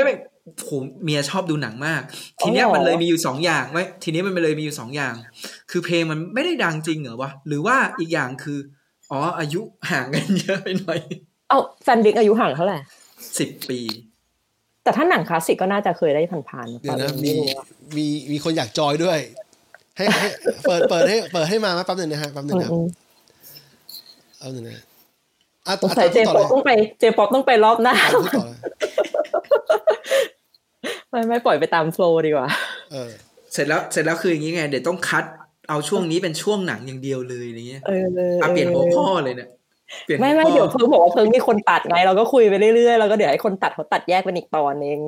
โหเมียชอบดูหนังมากทีเนี้ยมันเลยมีอยู่สองอย่างไว้ทีนี้มันเลยมีอยู่สองอย่างคือเพลงมันไม่ได้ดังจริงเหรอวะหรือว่าอีกอย่างคืออ๋ออายุห่างกันเยอะไปหน่อยเอ้าแฟนบิ๊กอายุห่างเท่าไหร่สิบปีแต่ถ้าหนังคลาสสิกก็น่าจะเคยได้ผ่านๆเดี๋ยวนะมีมีมีคนอยากจอยด้วยให้ให้เปิดเปิดให้เปิดให้มาแป๊บนึงนะฮะแป๊บนึงครับเอาหนึ่งนะอ่ะใส่เจป๊อปต้องไปเจป๊อปต้องไปรอบหน้าไม่ไม่ปล่อยไปตามโฟลว์ดีกว่าเออเสร็จแล้วเสร็จแล้วคืออย่างงี้ไงเดี๋ยวต้องคัดเอาช่วงนี้เป็นช่วงหนังอย่างเดียวเลยอย่างเงี้ยเอออ่ะเปลี่ยนหัวข้อเลยเนี่ยไม่ไม่เดี๋ยวเพิ่งบอกว่าเพิ่งมีคนตัดไงเราก็คุยไปเรื่อยๆแล้วก็เดี๋ยวให้คนตัดเขาตัดแยกเป็นอีกตอนเอง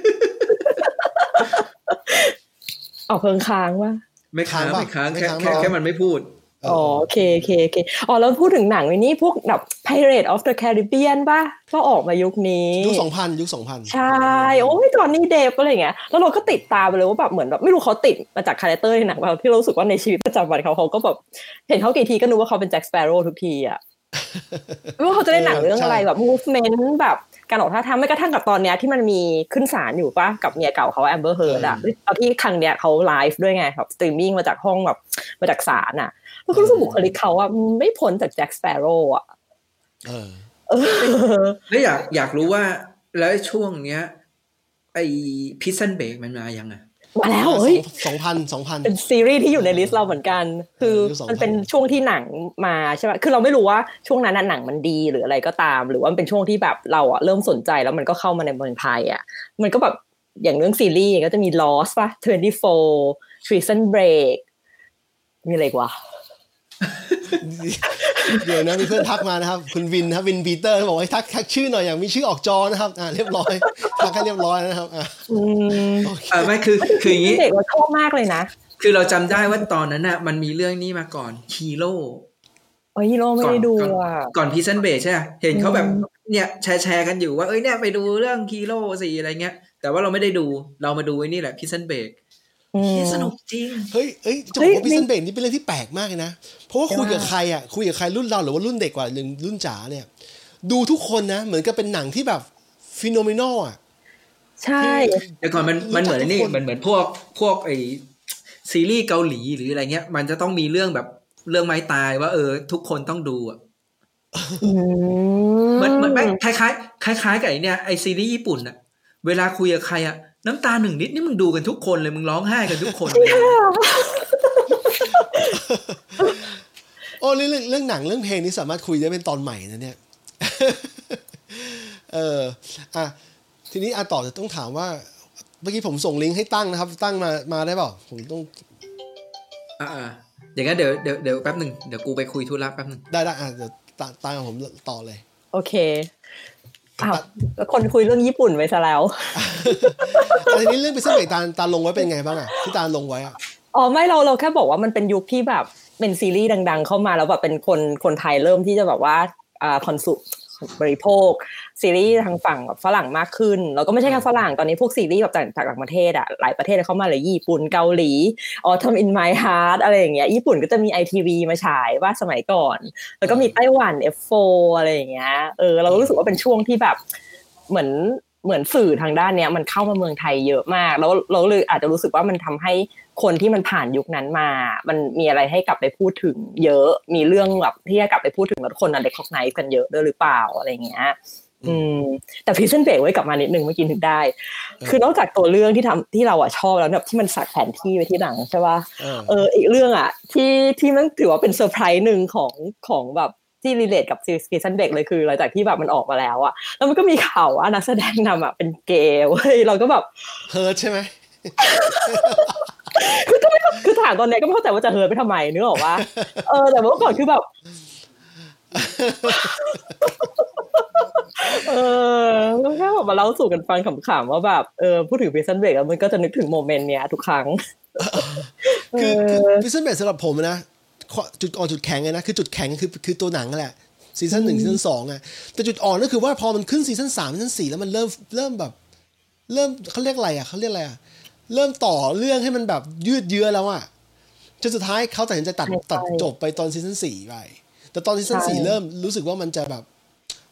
เอาเพิ่งค้างว่าไม่ค้างไม่ค้างแค่แค่แค่มันไม่พูดอ๋อโอเคโอเคโอเคอ๋อแล้วพูดถึงหนังนี้พวกแบบ Pirates of the Caribbean ป่ะก็ออกมายุคนี้ยุคสองพันยุคสองพันใช่โอ้ยตอนนี้เดฟอะไรอย่างเงี้ยแล้วเราก็ติดตามไปเลยว่าแบบเหมือนแบบไม่รู้เขาติดมาจากคาแรคเตอร์ในหนังแบบที่เรารู้สึกว่าในชีวิตประจำวันเขาเขาก็แบบเห็นเขากี่ทีก็นึกว่าเขาเป็นแจ็คสเปโร่ทุกทีอ่ะไม่ว่าเขาจะได้หนังเรื่องอะไรแบบ movement แบบการออกท่าทางไม่กระทั่งกับตอนเนี้ยที่มันมีขึ้นศาลอยู่ป่ะกับเมียเก่าเขาแอมเบอร์เฮิร์ดอ่ะตอนที่ครั้งเนี้ยเขาไลฟ์ด้วยไงแบบสตรีมมิ่งมาจากห้องแบบมาจากศาลอ่ะแล้วก็รู้สึกบุคลิกเขาอ่ะไม่พ้นจากแจ็คสเปโร่อ่ะเออแล้วอยากอยากรู้ว่าแล้วช่วงเนี้ยไอ้พิซซันเบรกมันมายังไงมาแล้วเฮ้ยสองพัน สองพันเป็นซีรีส์ที่อยู่ในลิสต์เราเหมือนกันคือมันเป็นช่วงที่หนังมาใช่ป่ะคือเราไม่รู้ว่าช่วงนั้นหนังมันดีหรืออะไรก็ตามหรือว่ามันเป็นช่วงที่แบบเราอ่ะเริ่มสนใจแล้วมันก็เข้ามาในเมืองไทยอ่ะมันก็แบบอย่างเรื่องซีรีส์ก็จะมี Lost ป่ะยี่สิบสี่ Prison Break มีอะไรกว่าเดี๋ยวนะมีเพื่อนทักมานะครับคุณวินครับวินปีเตอร์บอกว่าทักทักชื่อหน่อยอย่างมีชื่อออกจอนะครับอ่าเรียบร้อยทักให้เรียบร้อยนะครับอ่าอืมเออไม่คือคืออย่างงี้เด็กเราชอบมากเลยนะคือเราจำได้ว่าตอนนั้นน่ะมันมีเรื่องนี้มาก่อนฮีโร่อ๋อฮีโร่ไม่ได้ดูอ่ะก่อนพิซซันเบรกใช่ป่ะเห็นเขาแบบเนี่ยแชร์ๆกันอยู่ว่าเอ้ยเนี่ยไปดูเรื่องฮีโร่สิอะไรเงี้ยแต่ว่าเราไม่ได้ดูเรามาดูไอ้นี่แหละพิซซันเบรกสนุกจริงเฮ้ยเฮ้ยจะบอกว่าพิซซันเบรกนี่เป็นเรื่องที่แปลกมากเลยนะเพราะว่าคุยกับใครอ่ะคุยกับใครรุ่นเราหรือว่ารุ่นเด็กกว่ารุ่นจ๋าเนี่ยดูทุกคนนะเหมือนกับเป็นหนังที่แบบฟีโนเมนอลอ่ะใช่แต่ก่อนมันมันเหมือนนี่มันเหมือนพวกพวกไอซีรีส์เกาหลีหรืออะไรเงี้ยมันจะต้องมีเรื่องแบบเรื่องไม้ตายว่าเออทุกคนต้องดูอ่ะมันมันไม่คล้ายคล้ายคล้ายคล้ายกับไอเนี่ยไอซีรีส์ญี่ปุ่นอ่ะเวลาคุยกับใครอ่ะน้ำตาหนึ่งนิดนี่มึงดูกันทุกคนเลยมึงร้องไห้กันทุกคนเลยโอ้เรื่องเรื่องหนังเรื่องเพลงนี้สามารถคุยได้เป็นตอนใหม่นะเนี่ยเอออ่ะทีนี้อ่ะต่อจะต้องถามว่าเมื่อกี้ผมส่งลิงก์ให้ตั้งนะครับตั้งมามาได้เปล่าผมต้องอ่าอย่างงั้นเดี๋ยวเดี๋ยวเดี๋ยวแป๊บนึงเดี๋ยวกูไปคุยธุระแป๊บนึงได้ได้อ่ะเดี๋ยวตั้งกับผมต่อเลยโอเคอ้าวแล้วคนคุยเรื่องญี่ปุ่นไว้ซะแล้วทีนี้เรื่องไปสมัยตาตาลงไว้เป็นไงบ้างอ่ะที่ตาลงไว้อ่ะอ๋อไม่เราเราแค่บอกว่ามันเป็นยุคที่แบบเป็นซีรีส์ดังๆเข้ามาแล้วแบบเป็นคนคนไทยเริ่มที่จะแบบว่าอ่าคอนซูมบริโภคซีรีส์ทางฝั่งแบบฝรั่งมากขึ้นแล้วก็ไม่ใช่แค่ฝรั่งตอนนี้พวกซีรีส์แบบจากต่างประเทศอ่ะหลายประเทศเข้ามาเลยญี่ปุ่นเกาหลี Autumn in My Heart อะไรอย่างเงี้ยญี่ปุ่นก็จะมี ไอ ที วี มาฉายว่าสมัยก่อนแล้วก็มีไต้หวัน เอฟ โฟร์ อะไรอย่างเงี้ยเออเรารู้สึกว่าเป็นช่วงที่แบบเหมือนเหมือนสื่อทางด้านเนี้ยมันเข้ามาเมืองไทยเยอะมากแล้วเราเลยอาจจะรู้สึกว่ามันทำให้คนที่มันผ่านยุคนั้นมามันมีอะไรให้กลับไปพูดถึงเยอะมีเรื่องแบบที่จะกลับไปพูดถึงแล้วคนน่ะ recognize กันเยอะด้วยหรือเปล่าอะไรเงี้ยอืมแต่ Prison Break ไว้กลับมานิดนึงเมื่อกี้ถึงได้คือนอกจากตัวเรื่องที่ทำที่เราอ่ะชอบแล้วแบบที่มันสักแผนที่ไว้ที่หลังใช่ป่ะเอออีกเรื่องอ่ะที่ที่มันถือว่าเป็นเซอร์ไพรส์นึงของของแบบที่รีเลทกับ Prison Break เลยคือหลังจากที่แบบมันออกมาแล้วอ่ะแล้วมันก็มีข่าวว่านักแสดงนำอ่ะเป็นเกย์เว้ยเราก็แบบเฮิร์ทใช่ไหมคือก็ไม่คือถามตอนนี้ก็ไม่เข้าใจว่าจะเฮิร์ทไปทำไมนึกออกว่าเออแต่เมื่อก่อนคือแบบเออแล้วแค่แบบมาเล่าสู่กันฟังขำๆว่าแบบเออพูดถึง Prison Break แล้วมันก็จะนึกถึงโมเมนต์เนี้ยทุกครั้งคือคือ Prison Break สำหรับผมนะจุดอ่อนจุดแข็งเลยนะคือจุดแข็งคือคือตัวหนังแหละซีซั่นหนึ่งซีซั่นสองอ่ะแต่จุดอ่อนก็คือว่าพอมันขึ้นซีซั่นสามซีซั่นสี่แล้วมันเริ่มเริ่มแบบเริ่มเขาเรียกอะไรอ่ะเขาเรียกอะไรอ่ะเริ่มต่อเรื่องให้มันแบบยืดเยื้อแล้วอ่ะจนสุดท้ายเขาตัดสินใจตัดตัดจบไปตอนซีซั่นสี่ไปแต่ตอนซีซั่นสี่เริ่มรู้สึกว่ามันจะแบบ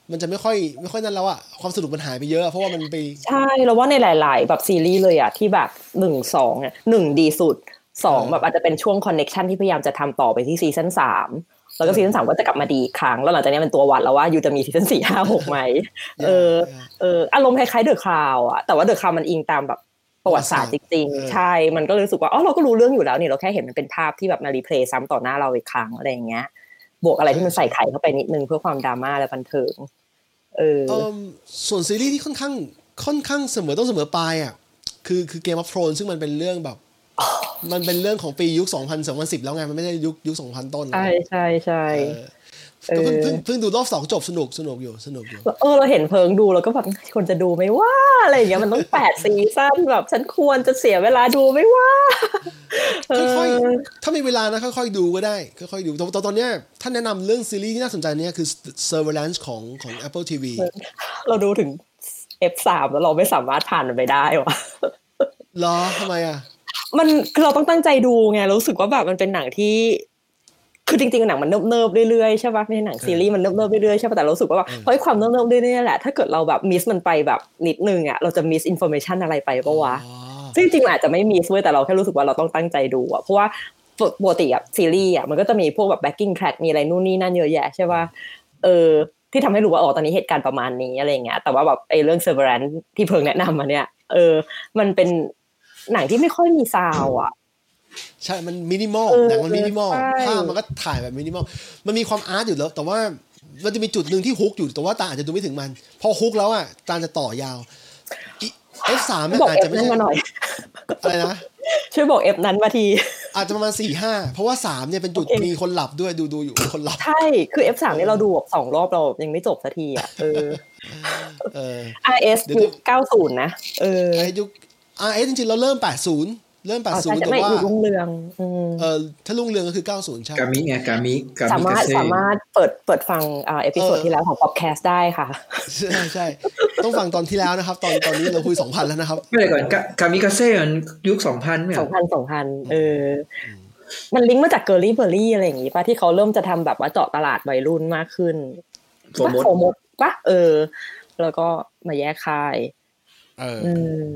มันจะไม่ค่อยไม่ค่อยนั่นแล้วอะความสนุกมันหายไปเยอะเพราะว่ามันไปใช่แล้วว่าในหลายๆแบบซีรีส์เลยอะที่แบบหนึ่ง สองเนี่ยหนึ่งดีสุดสองแบบอาจจะเป็นช่วงคอนเนคชั่นที่พยายามจะทำต่อไปที่ซีซั่นสามแล้วก็ซีซั่นสามก็จะกลับมาดีอีกครั้งแล้วหลังจากนี้เป็นตัววัดแล้วว่าอยู่จะมีซีซั่นสี่ ห้า หกไหมเออเอออารมณ์คล้ายๆเดอะคราวอะแต่ว่าเดอะคราวมันอิงตามแบบประวัติศาสตร์จริงๆใช่มันก็รู้สึกว่าอ๋อเราก็รู้เรื่องอยู่แล้วนี่เราแค่เห็นมันเป็นภาพที่แบบมารีเพลย์ซ้ำต่อหน้าเราอีกครั้งอะไรอย่างเงี้ยบวกอะไรที่มันใส่ไข่เข้าไปนิดนึงเพื่อความดราม่าและบันเทิงเออส่วนซีรีส์ที่ค่อนข้างค่อนข้างเสมอต้นเสมอปลายอ่ะคือคือ Game of Thrones ซึ่งมันเป็นเรื่องแบบมันเป็นเรื่องของปียุคสองพัน สองพันสิบแล้วไงมันไม่ได้ยุคยุคสองพันต้นใช่ๆๆก็เพิ่งเพิ่งเพิ่งดูรอบสองจบสนุกสนุกอยู่สนุกอยู่เออเราเห็นเพิงดูแล้วก็แบบคนจะดูไหมว่าอะไรอย่างเงี้ยมันต้องแปดซีซั่นแบบฉันควรจะเสียเวลาดูไหมว่าค่อยๆถ้ามีเวลานะค่อยๆดูก็ได้ค่อยๆดูตอนตอนเนี้ยท่านแนะนำเรื่องซีรีส์ที่น่าสนใจเนี่ยคือ Surveillance ของของ Apple ที วีเราดูถึง เอฟ สาม แล้วเราไม่สามารถผ่านมันไปได้วะหรอทำไมอ่ะมันคือเราต้องตั้งใจดูไงรู้สึกว่าแบบมันเป็นหนังที่คือจริงๆหนังมันเนิบๆเรื่อยๆใช่ป่ะไม่ใช่หนังซีรีส์มันเนิบๆเรื่อยๆใช่ป่ะแต่รู้สึกว่าแบบเพราะความเนิบๆเรื่อยๆแหละถ้าเกิดเราแบบมิสมันไปแบบนิดนึงอ่ะเราจะมิสอินฟอร์เมชันอะไรไปป่ะวะซึ่งจริงๆอาจจะไม่มิสเว้ยแต่เราแค่รู้สึกว่าเราต้องตั้งใจดูอ่ะเพราะว่าปกติอ่ะซีรีส์อ่ะมันก็จะมีพวกแบบ backing track มีอะไรนู่นนี่นั่นเยอะแยะใช่ป่ะเออที่ทำให้รู้ว่าอ๋อตอนนี้เหตุการณ์ประมาณนี้อะไรเงี้ยแต่ว่าแบบไอ้เรื่อง Severance ที่เพิงแนะนำมาเนี่ยเออมันเป็นหนังที่ไม่ค่อยมีซาวอ่ะใช่มันมินิมอลหนังมันมินิมอลภาพมันก็ถ่ายแบบมินิมอลมันมีความอาร์ตอยู่แล้วแต่ว่ามันจะมีจุดหนึ่งที่ฮุกอยู่แต่ว่าตาอาจจะดูไม่ถึงมันพอฮุกแล้วอ่ะตาจะต่อยาว เอฟ สาม มันอาจจะไม่ใช่อะไรนะช่วยบอก F นั้นมาทีอาจจะประมาณ สี่ห้า เพราะว่าสามเนี่ยเป็นจุดมีคนหลับด้วยดูๆอยู่คนหลับใช่คือ เอฟ สาม นี่เราดูแบบสองรอบเรายังไม่จบสักทีอ่ะเออเออ อาร์ เอส ยุคเก้าสิบนะเออยุค อาร์ เอส จริงๆเราเริ่มแปดสิบเริ่มแปดสิบแต่ว่ารุ่งเรืองเออถ้ารุ่งเรืองก็คือเก้าสิบใช่กามิไงกามิกามิสามารถสามารถเปิดเปิดฟังอ่าเอพิโซดที่แล้วของ podcast ได้ค่ะใช่ๆต้องฟังตอนที่แล้วนะครับตอนตอนนี้เราคุยสองพันแล้วนะครับไม่ได้ก่อนกามิกาเซ่มันยุคสองพันมั้ยสองพัน สองพันเออมันลิงก์มาจากเกอร์ลี่เบอร์รี่อะไรอย่างงี้ป่ะที่เขาเริ่มจะทำแบบว่าเจาะตลาดวัยรุ่นมากขึ้นโฟมดโฟมดป่ะเออแล้วก็มาแยกค่ายเอออืม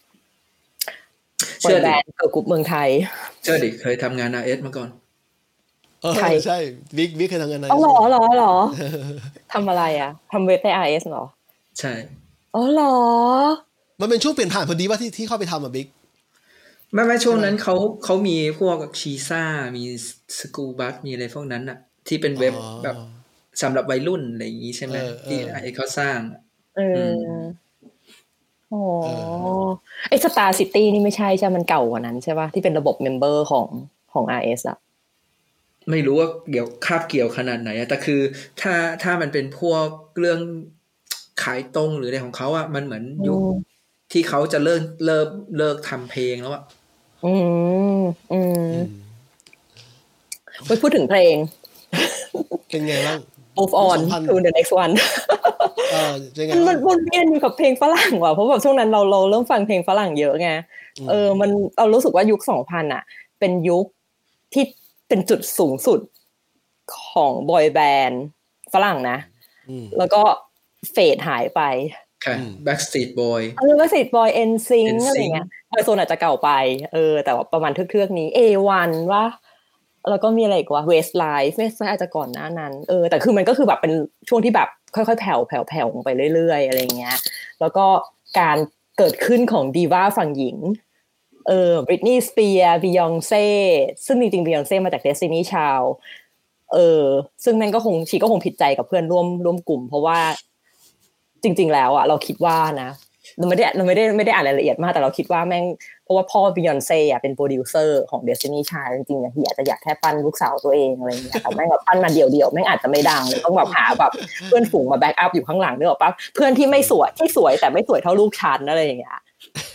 เชื่อแบรนด์เกิร์ลกรุ๊ปเมืองไทยเชื่อดิเคยทำงาน อาร์ เอส มาก่อนเออใช่วิกวิกเคยทำงาน อาร์เอส อ๋อเหรอเหรอเหรอทำอะไรอ่ะทำเว็บใน อาร์ เอส เหรอใช่อ๋อเหรอมันเป็นช่วงเปลี่ยนผ่านพอดีว่าที่ที่เข้าไปทำอ่ะบิ๊กไม่ไม่ช่วงนั้นเขาเขามีพวกชีซ่ามีสกูบัสมีอะไรพวกนั้นอ่ะที่เป็นเว็บแบบสำหรับวัยรุ่นอะไรอย่างงี้ใช่ไหมที่ อาร์ เอส เขาสร้างเออโอ้ไอ้ Star City นี่ไม่ใช่ใช่มันเก่ากว่านั้นใช่ป่ะที่เป็นระบบเมมเบอร์ของของ อาร์ เอส อ่ะไม่รู้ว่าเกี่ยวคาบเกี่ยวขนาดไหนแต่คือถ้าถ้ามันเป็นพวกเรื่องขายตรงหรืออะไรของเขาอ่ะมันเหมือนยุคที่เขาจะเลิกเลิกเลิกทำเพลงแล้วอ่ะอืมอืมไปพูดถึงเพลงเป็นไงบ้าง move on to the next one เออเป็นไงมันวนเวียนอยู่กับเพลงฝรั่งว่ะเพราะแบบช่วงนั้นเราเราเริ่มฟังเพลงฝรั่งเยอะไงเออมันเรารู้สึกว่ายุคสองพันอ่ะเป็นยุคที่เป็นจุดสูงสุดของบอยแบนด์ฝรั่งนะแล้วก็เฟดหายไปค่ะ Backstreet Boy เออ Backstreet Boy เอ็น ซิงค์ อะไรเงี้ยบอยโซนอาจจะเก่าไปเออแต่ว่าประมาณเทือกๆนี้ เอ วัน ว่าแล้วก็มีอะไรอีกว่า Westlife Westlife อาจจะก่อนหน้านั้นเออแต่คือมันก็คือแบบเป็นช่วงที่แบบค่อยๆแผ่วแผ่วแผ่วลงไปเรื่อยๆอะไรเงี้ยแล้วก็การเกิดขึ้นของดีว่าฝั่งหญิงเออ Britney Spears Beyonce ซึ่งจริงๆ Beyonce มาจาก Destiny Child เออซึ่งนั่นก็คงชีก็คงผิดใจกับเพื่อนร่วมร่วมกลุ่มเพราะว่าจริงๆแล้วอ่ะเราคิดว่านะเราไม่ได้เราไม่ได้ไม่ได้อ่านรายละเอียดมากแต่เราคิดว่าแม่งเพราะว่าพ่อ Beyonce อ่ะเป็นโปรดิวเซอร์ของ Destiny Child จริงๆอ่ะที่อาจจะอยากแค่ปั้นลูกสาวตัวเองอะไรอย่างเงี้ยแต่แม่งแบบปั้นมาเดี่ยวๆแม่งอาจจะไม่ดังเลยต้องแบบหาแบบเพื่อนฝูงมาแบ็คอัพอยู่ข้างหลังนึกออกป่ะเพื่อนที่ไม่สวยที่สวยแต่ไม่สวยเท่าลูกฉันอะไรอย่างเงี้ย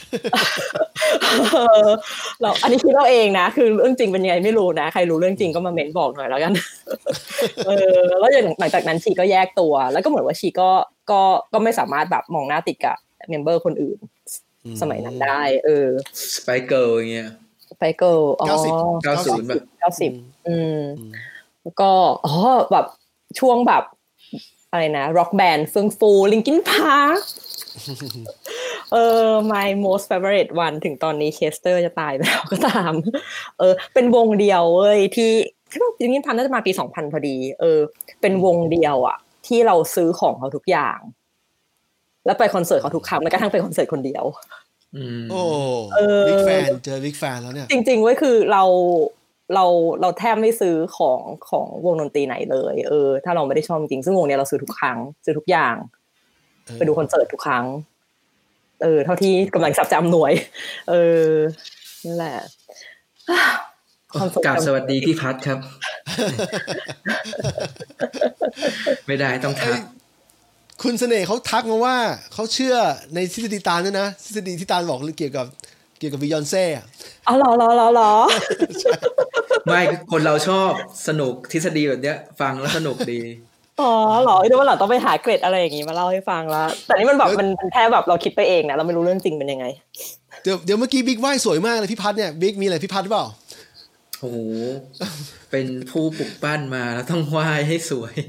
เราอันนี้คิดเอาเองนะคือเรื่องจริงเป็นยังไงไม่รู้นะใครรู้เรื่องจริงก็มาเม้นบอกหน่อยแล้วกันเออแล้วอย่างหลังจากนั้นชีก็แยกตัวแล้วก็เหมือนว่าชีก็ก็ก็ไม่สามารถแบบมองหน้าติดกับเมมเบอร์คนอื่นสมัยนั้นได้เออ Spice Girl อย่างเงี้ย Spice Girl อ๋อเก้าสิบเก้าสิบแบบเก้าสิบอืมแล้วก็อ๋อแบบช่วงแบบออะไรนะร็อกแบนด์เฟื่องฟู Linkin Park เออ my most favorite one ถึงตอนนี้เคสเตอร์จะตายไปแล้วก็ตามเออเป็นวงเดียวเว้ยที่ที่จริงๆทำน่าจะมาปีสองพันพอดีเออเป็นวงเดียวอ่ะที่เราซื้อของเขาทุกอย่างแล้วไปคอนเสิร์ตเขาทุกครั้งแม้กระทั่งไปคอนเสิร์ตคนเดียวโอ้บิ๊กแฟนเจอบิ๊กแฟนแล้วเนี่ยจริงๆเว้ยคือเราเราเราแทบไม่ซื้อของของวงดนตรีไหนเลยเออถ้าเราไม่ได้ชอบจริงซึ่งวงเนี้ยเราซื้อทุกครั้งซื้อทุกอย่างไปดูคอนเสิร์ตทุกครั้งเออเท่าที่กำลังทรัพย์จะอำนวยเออนั่นแหละกราบสวัสดีพี่พัดครับไม่ได้ต้องทักคุณเสน่ห์เขาทักมาว่าเขาเชื่อในทฤษฎีตาลด้วยนะทฤษฎีที่ตาลบอกเกี่ยวกับเกี่ยวกับบิยอนเซ่อ่ะอ๋อเหรอเหรอเหรอเหรอไม่คนเราชอบสนุกทฤษฎีแบบเนี้ยฟังแล้วสนุกดีอ๋อเหรอเดี๋ยววันหลังต้องไปหาเกรดอะไรอย่างงี้มาเล่าให้ฟังแล้วแต่นี่มันแบบมันแค่แบบเราคิดไปเองนะเราไม่รู้เรื่องจริงเป็นยังไงเดี๋ยวเดี๋ยวเมื่อกี้บิ๊กไหว้สวยมากเลยพี่พัดเนี่ยบิ๊กมีอะไรพี่พัดหรือเปล่าโอ้โหเป็นผู้ปลุกปั้นมาแล้วต้องไหว้ให้สวย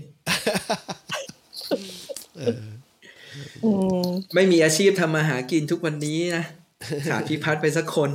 ไม่มีอาชีพทำมาหากินทุกวันนี้นะขาดพี่พัดไปสักคน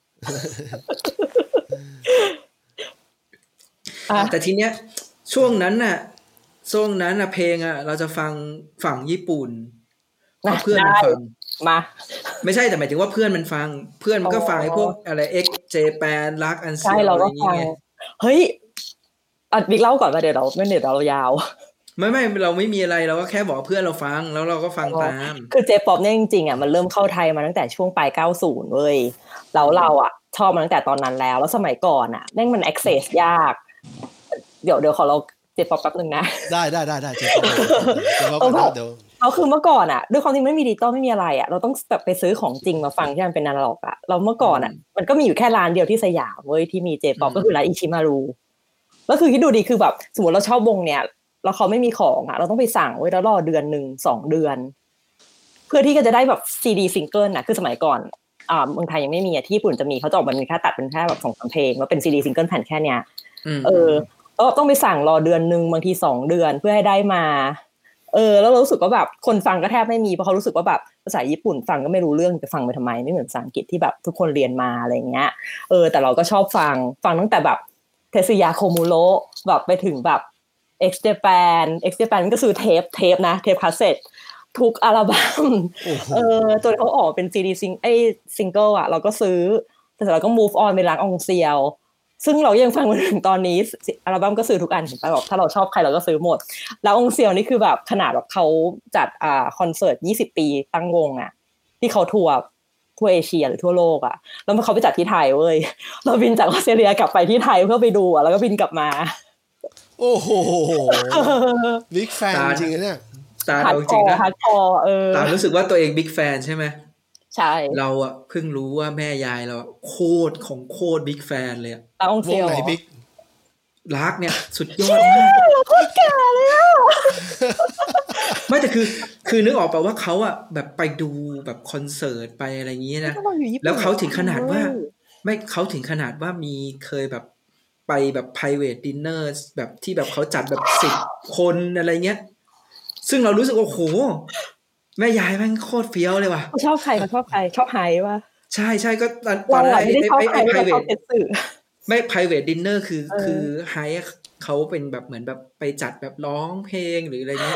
แต่ทีเนี้ยช่วงนั้นน่ะช่วงนั้นน่ะเพลงอ่ะเราจะฟังฝั่งญี่ปุ่นเพื่อนมันฟังมาไม่ใช่แต่หมายถึงว่าเพื่อนมันฟังเพื่อนมันก็ฟังไอ้พวกอะไร X Japan รักอันเซียอะไรอย่างเงี้ยเฮ้ยอ่ะบิ๊กเล่าก่อนว่าเดี๋ยวเราไม่เดี๋ยวเรายาวไม่ไม่เราไม่มีอะไรเราก็แค่บอกเพื่อนเราฟังแล้วเราก็ฟังตามคือ J-pop เนี่ยจริงๆอ่ะมันเริ่มเข้าไทยมาตั้งแต่ช่วงปลายเก้าสิบเว้ยแล้วเราอ่ะชอบมาตั้งแต่ตอนนั้นแล้วแล้วสมัยก่อนอ่ะแม่งมัน access ยากเดี๋ยวเดี๋ยวขอเรา J-pop แป๊บนึงนะได้ได้ได้ได้ J-pop เดี๋ยวเอาคือเมื่อก่อนอ่ะด้วยความที่ไม่มีดิจิตอลไม่มีอะไรอ่ะเราต้องแบบไปซื้อของจริงมาฟังที่มันเป็นอนาล็อกอ่ะเราเมื่อก่อนอ่ะมันก็มีอยู่แค่ร้านเดียวที่สยามเว้ยที่มี J-pop ก็คือร้านอิชิมารุแล้วคือคิดดูดิคือแบบสมมติเราชอบวงเนี้ยแล้วเขาไม่มีของอ่ะเราต้องไปสั่งไว้แล้วรอเดือนหนึ่งสองเดือนเพื่อที่จะได้แบบซีดีซิงเกิลน่ะคือสมัยก่อนอ่าเมืองไทยยังไม่มีอ่ะที่ญี่ปุ่นจะมีเขาจะออกมาเป็นแค่ตัดเป็นแค่แบบสองสามเพลงแล้วเป็นซีดีซิงเกิลแผ่นแค่เนี้ยเออก็ต้องไปสั่งรอเดือนนึงบางทีสองเดือนเพื่อให้ได้มาเออแล้วเรารู้สึกว่าแบบคนฟังก็แทบไม่มีเพราะเขารู้สึกว่าแบบภาษาญี่ปุ่นฟังก็ไม่รู้เรื่องจะฟังไปทำไมไม่เหมือนภาษาอังกฤษที่แบบทุกคนเรียนมาอะไรเงี้ยเออแต่เราก็ชอบฟังฟังตั้งแต่แบบเทสึยะโคมุโระแบบไปถึงแบบX Japan X Japan ก็คือเทปเทปนะเทปคาสเซ็ตทุกอัลบั้มเออจนเขาออกเป็นซีดีซิงไอ้ซิงเกิลอ่ะเราก็ซื้อแต่เราก็ move on ไปร้านองเซียวซึ่งเรายังฟังมาถึงตอนนี้อัลบั้มก็ซื้อทุกอันเห็นป่ะแบบถ้าเราชอบใครเราก็ซื้อหมดแล้วองเซียวนี่คือแบบขนาดแบบเขาจัดอ่าคอนเสิร์ตยี่สิบปีตั้งวงอ่ะที่เขาทัวร์ทั่วเอเชียหรือทั่วโลกอ่ะแล้วเขาไปจัดที่ไทยเว้ยเราบินจากออสเตรเลียกลับไปที่ไทยเพื่อไปดูอ่ะแล้วก็บินกลับมาโอ้โหบิ๊กแฟนจริงๆเนี่ยตาเอาจริงนะเออตารู้สึกว่าตัวเองบิ๊กแฟนใช่ไหมใช่เราอ่ะเพิ่งรู้ว่าแม่ยายเราโคตรของโคตรบิ๊กแฟนเลยอ่ะวงไหนบิ๊กรักเนี่ยสุดยอดมากโคตรแก่เลยอ่ะไม่แต่คือคือนึกออกป่ะว่าเขาอ่ะแบบไปดูแบบคอนเสิร์ตไปอะไรอย่างเงี้ยนะแล้วเขาถึงขนาดว่าไม่เขาถึงขนาดว่ามีเคยแบบไปแบบ private dinner แบบที่แบบเขาจัดแบบสิบคนอะไรเงี้ยซึ่งเรารู้สึกว่าโหแม่ยายแม่งโคตรเฟี้ยวเลยว่ะเขาชอบใครเขาชอบใครชอบไฮว่ะใช่ใช่ก็ตอนตอนแรกไอ้ไอ้ไอ้ private ไม่ private dinner คือคือไฮเขาเป็นแบบเหมือนแบบไปจัดแบบร้องเพลงหรืออะไรเงี้ย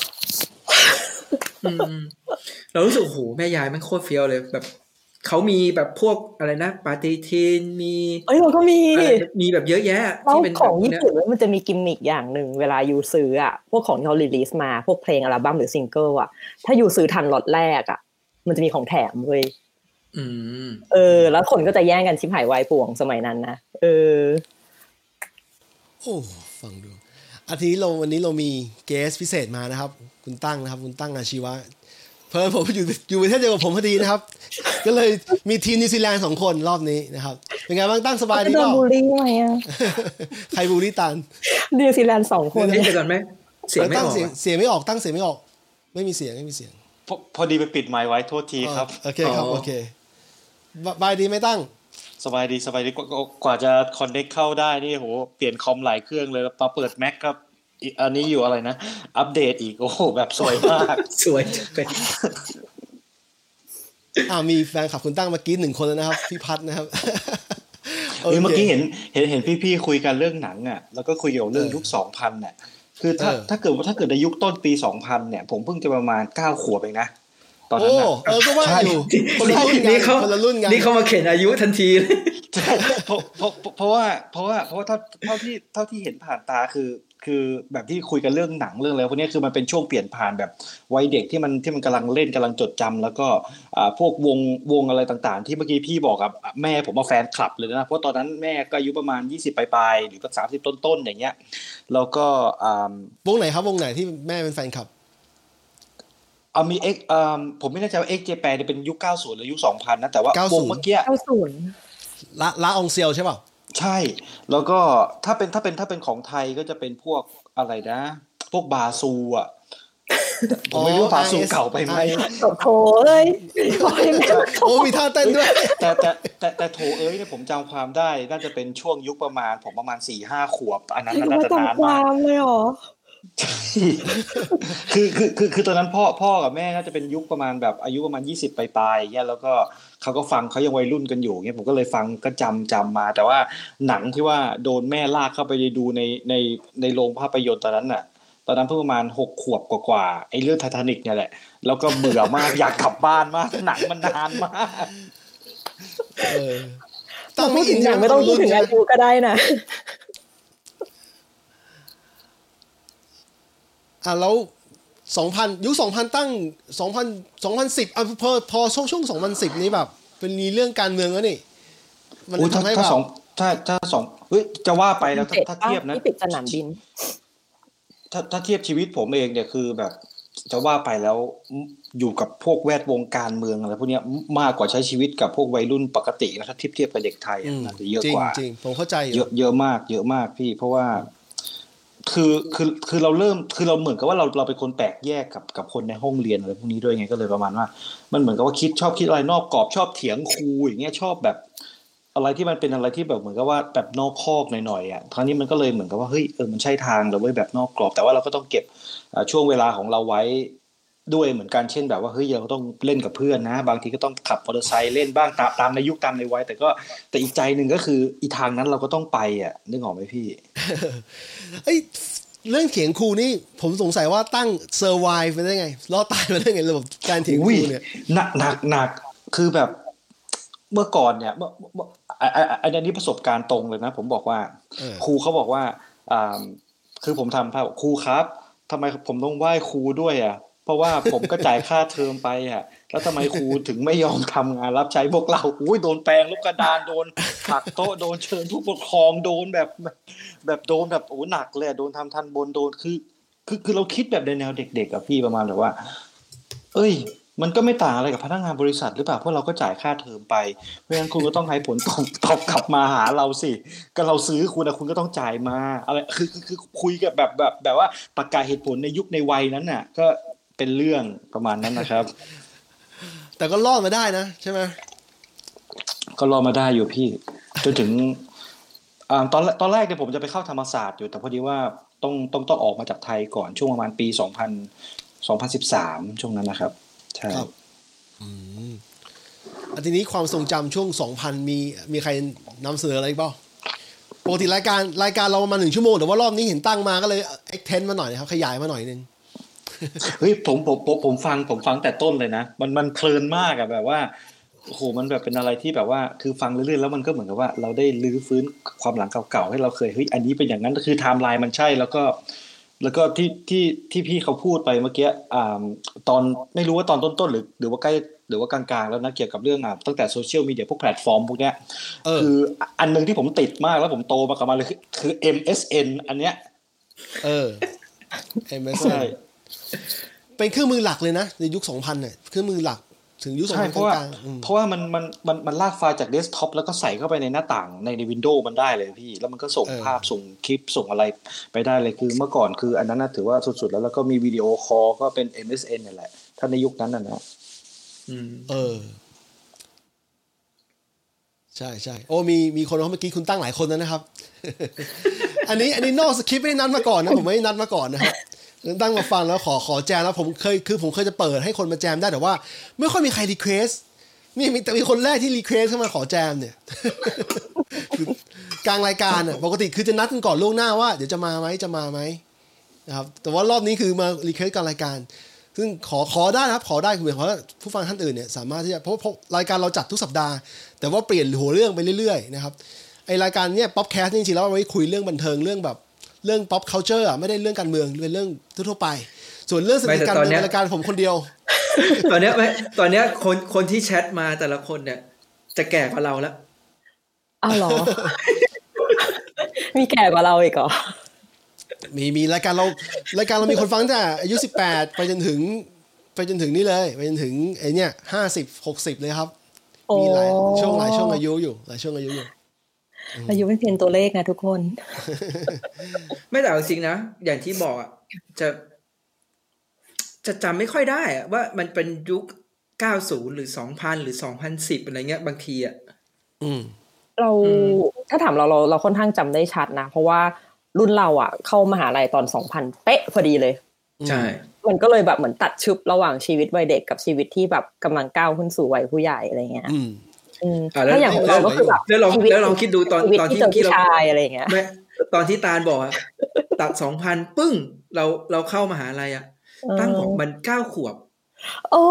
เรารู้สึกโหแม่ยายแม่งโคตรเฟี้ยวเลยแบบเขามีแบบพวกอะไรนะปาฏิทินมีเอ้ยเราก็มีมีแบบเยอะแยะที่เป็นของญี่ปุ่นมันจะมีกิมมิคอย่างหนึ่งเวลายูซื้ออ่ะพวกของที่เขารีลีสมาพวกเพลงอัลบั้มหรือซิงเกิลอ่ะถ้ายูซื้อทันล็อตแรกอ่ะมันจะมีของแถมเลยเออแล้วคนก็จะแย่งกันชิบหายวายป่วงสมัยนั้นนะเออโอ้ฟังดูอาทิตย์เราวันนี้เรามีเกสพิเศษมานะครับคุณตั้งนะครับคุณตั้งอาชีวะเพิ่มผมอยู่อยู่ประเทศเดียวกับผมพอดีนะครับก็เลยมีทีมนิวซีแลนด์สองคนรอบนี้นะครับเป็นไงบ้างตั้งสบายดีเปล่าบูลลี่ไหมอ่ะใครบูลลี่ตันนิวซีแลนด์สองคนนี่เดี๋ยวก่อนไหมเสียงไม่ออกเสียงไม่ออกตั้งเสียงไม่ออกไม่มีเสียงไม่มีเสียงพอดีไปปิดไมค์ไว้โทษทีครับโอเคครับโอเคสบายดีไหมตั้งสบายดีสบายดีกว่าจะคอนเนคเข้าได้นี่โหเปลี่ยนคอมหลายเครื่องเลยมาเปิด Mac ครับอันนี้อยู่อะไรนะอัปเดตอีกโอ้โหแบบสวยมากสวยจังเลยอ่ามีแฟนคลับคุณตั้งเมื่อกี้หนึ่งคนแล้วนะครับพี่พัฒนะครับเออเมื่อกี้เห็นเห็นเห็นพี่ๆคุยกันเรื่องหนังอ่ะแล้วก็คุยเกี่ยวกับเรื่องยุค สองพัน น่ะคือถ้าถ้าเกิดว่าถ้าเกิดในยุคต้นปี สองพัน เนี่ยผมเพิ่งจะประมาณเก้าขวบเองนะตอนนั้นน่ะเออก็ว่าอยู่คนละรุ่นกันคนละรุ่นกันนี่เขามาเข็นอายุทันทีเลยใช่เพราะเพราะเพราะว่าเพราะว่าเพราะว่าเท่าเท่าที่เท่าที่เห็นผ่านตาคือคือแบบที่คุยกันเรื่องหนังเรื่องอะไรพวกนี้คือมันเป็นช่วงเปลี่ยนผ่านแบบวัยเด็กที่มันที่มันกำลังเล่นกำลังจดจำแล้วก็อ่าพวกวงวงอะไรต่างๆที่เมื่อกี้พี่บอกกับแม่ผมว่าแฟนคลับเลยนะเพราะตอนนั้นแม่ก็อายุประมาณยี่สิบปลายๆหรือสักสามสิบต้นๆอย่างเงี้ยแล้วก็อ่าวงไหนครับวงไหนที่แม่เป็นแฟนคลับเอามี X อ่าผมไม่แน่ใจว่า X Japan เนี่ยเป็นยุคเก้าสิบหรือยุคสองพันนะแต่ว่าวงเมื่อกี้เก้าสิบละละองเซียวใช่ป่ะใช่แล้วก็ถ้าเป็นถ้าเป็นถ้าเป็นของไทยก็จะเป็นพวกอะไรนะพวกบาซูอ่ะผมไม่รู้บาซูเก่าไปไหมโถเอ้ยโอ้มีท่าเต้นด้วยแต่แต่แต่แต่โถเอ้ยเนี่ยผมจำความได้น่าจะเป็นช่วงยุคประมาณผมประมาณ สี่ห้า ขวบอันนั้นน่าจะนานมากเลยเหรอคือคือคือคือตอนนั้นพ่อพ่อกับแม่น่าจะเป็นยุคประมาณแบบอายุประมาณยี่สิบปลายๆอย่างเงี้ยแล้วก็เขาก็ฟังเขายังวัยรุ่นกันอยู่เงี้ยผมก็เลยฟังก็จำจำมาแต่ว่าหนังที่ว่าโดนแม่ลากเข้าไปดูในในในโรงภาพยนตร์ตอนนั้นน่ะตอนนั้นเพิ่งประมาณหกขวบกว่าๆไอ้เรื่องไททานิคเนี่ยแหละแล้วก็เบื่อมากอยากกลับบ้านมากหนังมันนานมากเออต้องไม่ถึงอย่างไม่ต้องพูดถึงอายุก็ได้นะอ่ะแล้ว สองพัน ยุค สองพัน ตั้ง สองพัน สองพันสิบ อ่ะพอพอช่วงช่วง สองพันสิบ นี้แบบเป็นมีเรื่องการเมืองแล้วนี่มันทำให้แบบถ้าถ้าสองเฮ้ยจะว่าไปแล้วถ้าเทียบนะที่ปิดสนามบินถ้าถ้าเทียบชีวิตผมเองเนี่ยคือแบบจะว่าไปแล้วอยู่กับพวกแวดวงการเมืองอะไรพวกนี้มากกว่าใช้ชีวิตกับพวกวัยรุ่นปกตินะถ้าเทียบเทียบกับเด็กไทยน่าจะเยอะกว่าจริงๆผมเข้าใจเยอะเยอะมากเยอะมากพี่เพราะว่าคือคือคือเราเริ่มคือเราเหมือนกับว่าเราเราเป็นคนแปลกแยกกับกับคนในห้องเรียนอะไรพวกนี้ด้วยไงก็เลยประมาณว่ามันเหมือนกับว่าคิดชอบคิดอะไรนอกกรอบชอบเถียงครูอย่างเงี้ยชอบแบบอะไรที่มันเป็นอะไรที่แบบเหมือนกับว่าแบบนอกคอกหน่อยๆอ่ะคราวนี้มันก็เลยเหมือนกับว่าเฮ้ยเออมันใช่ทางเราไว้แบบนอกกรอบแต่ว่าเราก็ต้องเก็บช่วงเวลาของเราไว้ด้วยเหมือนกันเช่นแบบว่าเฮ้ยเราต้องเล่นกับเพื่อนนะบางทีก็ต้องขับมอเตอร์ไซค์เล่นบ้างตามตามในยุคตามในวัยแต่ก็แต่อีกใจนึงก็คืออีทางนั้นเราก็ต้องไปอ่ะนึกออกมั้ยพี่เอ้ยเรื่องเถียงครูนี่ผมสงสัยว่าตั้งเซอร์ไวฟ์ไปได้ไงรอดตายมาได้ไงระบบการเถียงครูเนี่ยหนักหนักหนักคือแบบเมื่อก่อนเนี่ยเมื่ออันนี้ประสบการณ์ตรงเลยนะผมบอกว่าครูเขาบอกว่าอ่าคือผมทำภาพครูครับทำไมผมต้องไหว้ครูด้วยอ่ะเพราะว่าผมก็จ่ายค่าเทอมไปอ่ะแล้วทำไมครูถึงไม่ยอมทำงานรับใช้พวกเราอุ้ยโดนแปลงลูกกระดานโดนผลักโต๊ะโดนเชิญผู้ปกครองโดนแบบแบบโดนแบบโอ้หนักเลยโดนทำทันบนโดนคือคือคือเราคิดแบบในแนวเด็กๆอ่ะพี่ประมาณแบบว่าเอ้ยมันก็ไม่ต่างอะไรกับพนักงานบริษัทหรือเปล่าเพราะเราก็จ่ายค่าเทอมไปเพราะฉะนั้นคุณก็ต้องให้ผลตอบตอบกลับมาหาเราสิก็เราซื้อคุณนะคุณก็ต้องจ่ายมาอะไรคือคือคือคุยกับแบบแบบแบบว่าตรรกะเหตุผลในยุคในวัยนั้นน่ะก็เป็นเรื่องประมาณนั้นนะครับแต่ก็รอดมาได้นะใช่ไหมก็รอดมาได้อยู่พี่จนถึงอ่าตอนตอนแรกเนี่ยผมจะไปเข้าธรรมศาสตร์อยู่แต่พอดีว่าต้องต้องต้องออกมาจากไทยก่อนช่วงประมาณปีสองพัน สองพันสิบสามช่วงนั้นนะครับใช่ครับอืมอันทีนี้ความทรงจำช่วง สองพัน มีมีใครนำเสนออะไรบ้างปกติรายการรายการเราประมาณหนึ่งชั่วโมงแต่ว่ารอบนี้เห็นตั้งมาก็เลย extend มาหน่อยนะครับขยายมาหน่อยนึงเฮ้ยผมผมผมผมฟังผมฟังแต่ต้นเลยนะมันมันเพลินมากอ่ะแบบว่าโอ้โหมันแบบเป็นอะไรที่แบบว่าคือฟังเรื่อยๆแล้วมันก็เหมือนกับว่าเราได้ลื้อฟื้นความหลังเก่าๆให้เราเคยเฮ้ยอันนี้เป็นอย่างนั้นคือไทม์ไลน์มันใช่แล้วก็แล้วก็ที่ที่ที่พี่เขาพูดไปเมื่อกี้อ่าตอนไม่รู้ว่าตอนต้นๆหรือหรือว่าใกล้หรือว่ากลางๆแล้วนะเกี่ยวกับเรื่องอ่ะตั้งแต่โซเชียลมีเดียพวกแพลตฟอร์มพวกเนี้ยคืออันนึงที่ผมติดมากแล้วผมโตมากับมันเลยคือ เอ็ม เอส เอ็น อันเนี้ยเออ เอ็ม เอส เอ็น เป็นเครื่องมือหลักเลยนะในยุค สองพัน เนี่ยเครื่องมือหลักถึงยุค สองพัน กลางๆเพราะว่ามันมันมันมันลากไฟล์จากเดสก์ท็อปแล้วก็ใส่เข้าไปในหน้าต่างในใน Windows มันได้เลยพี่แล้วมันก็ส่งภาพส่งคลิปส่งอะไรไปได้เลยคือเมื่อก่อนคืออันนั้นน่ะถือว่าสุดๆแล้วแล้วก็มีวิดีโอคอลก็เป็น เอ็ม เอส เอ็น นี่แหละถ้าในยุคนั้นน่ะนะอืมเออใช่ใช่โอ้มีมีคนเขาเมื่อกี้คุณตั้งหลายคนแล้วนะครับ อันนี้อันนี้นอกสคริปต์ไม่ได้นัดมาก่อนนะผมไม่ได้นัดมาก่อนนะครับตั้งมาฟังแล้วขอขอแจมแล้วผมเคยคือผมเคยจะเปิดให้คนมาแจมได้แต่ว่าไม่ค่อยมีใครรีเควสนี่มีแต่มีคนแรกที่รีเควสเข้ามาขอแจมเนี่ย กลางรายการอ่ะปกติคือจะนัดกันก่อนล่วงหน้าว่าเดี๋ยวจะมาไหมจะมาไหมนะครับแต่ว่ารอบนี้คือมารีเควสกลางรายการซึ่งขอขอได้นะครับขอได้คือหมายความว่าผู้ฟังท่านอื่นเนี่ยสามารถที่จะเพราะรายการเราจัดทุกสัปดาห์แต่ว่าเปลี่ยนหัวเรื่องไปเรื่อยๆนะครับไอรายการเนี้ยป๊อปแคสต์จริงๆแล้วเอาไว้คุยเรื่องบันเทิงเรื่องแบบเรื่อง pop culture อ่ะไม่ได้เรื่องการเมืองเป็นเรื่องทั่วๆไปส่วนเรื่องเศรษฐกิจการเมืองเป็นรายการผมคนเดียวตอนเนี้ยไม่ตอนเนี้ยคนคนที่แชทมาแต่ละคนเนี่ยจะแก่กว่าเราแล้วอ้าวเหรอ มีแก่กว่าเราอีกเหรอมีมีรายการเรารายการเรามีคนฟังตั้งแต่อายุสิบแปดไปจนถึงไปจนถึงนี่เลยไปจนถึงไอ้เนี่ยห้าสิบ หกสิบเลยครับมีหลายช่วงหลายช่วงอายุอยู่หลายช่วงอายุอยู่อายุเป็นเพียงตัวเลขนะทุกคนไม่แต่จริงนะอย่างที่บอกอ่ะจะจะจำไม่ค่อยได้ว่ามันเป็นยุคเก้าสิบหรือสองพันหรือสองพันสิบอะไรเงี้ยบางทีอ่ะอืมเราถ้าถามเราเราเราค่อนข้างจำได้ชัดนะเพราะว่ารุ่นเราอ่ะเข้ามหาลัยตอนสองพันเป๊ะพอดีเลยใช่มันก็เลยแบบเหมือนตัดชุบระหว่างชีวิตวัยเด็กกับชีวิตที่แบบกำลังก้าวขึ้นสู่วัยผู้ใหญ่อะไรเงี้ยถ้าอย่างของเราก็คือแบบแล้วลองแล้วลองคิดดูตอนตอนที่ที่เราชายอะไรเงี้ยตอนที่ตาลบอกอะตัดสองพันปึ้งเราเราเข้ามหาลัยอะตั้งของมันเก้าขวบโอ้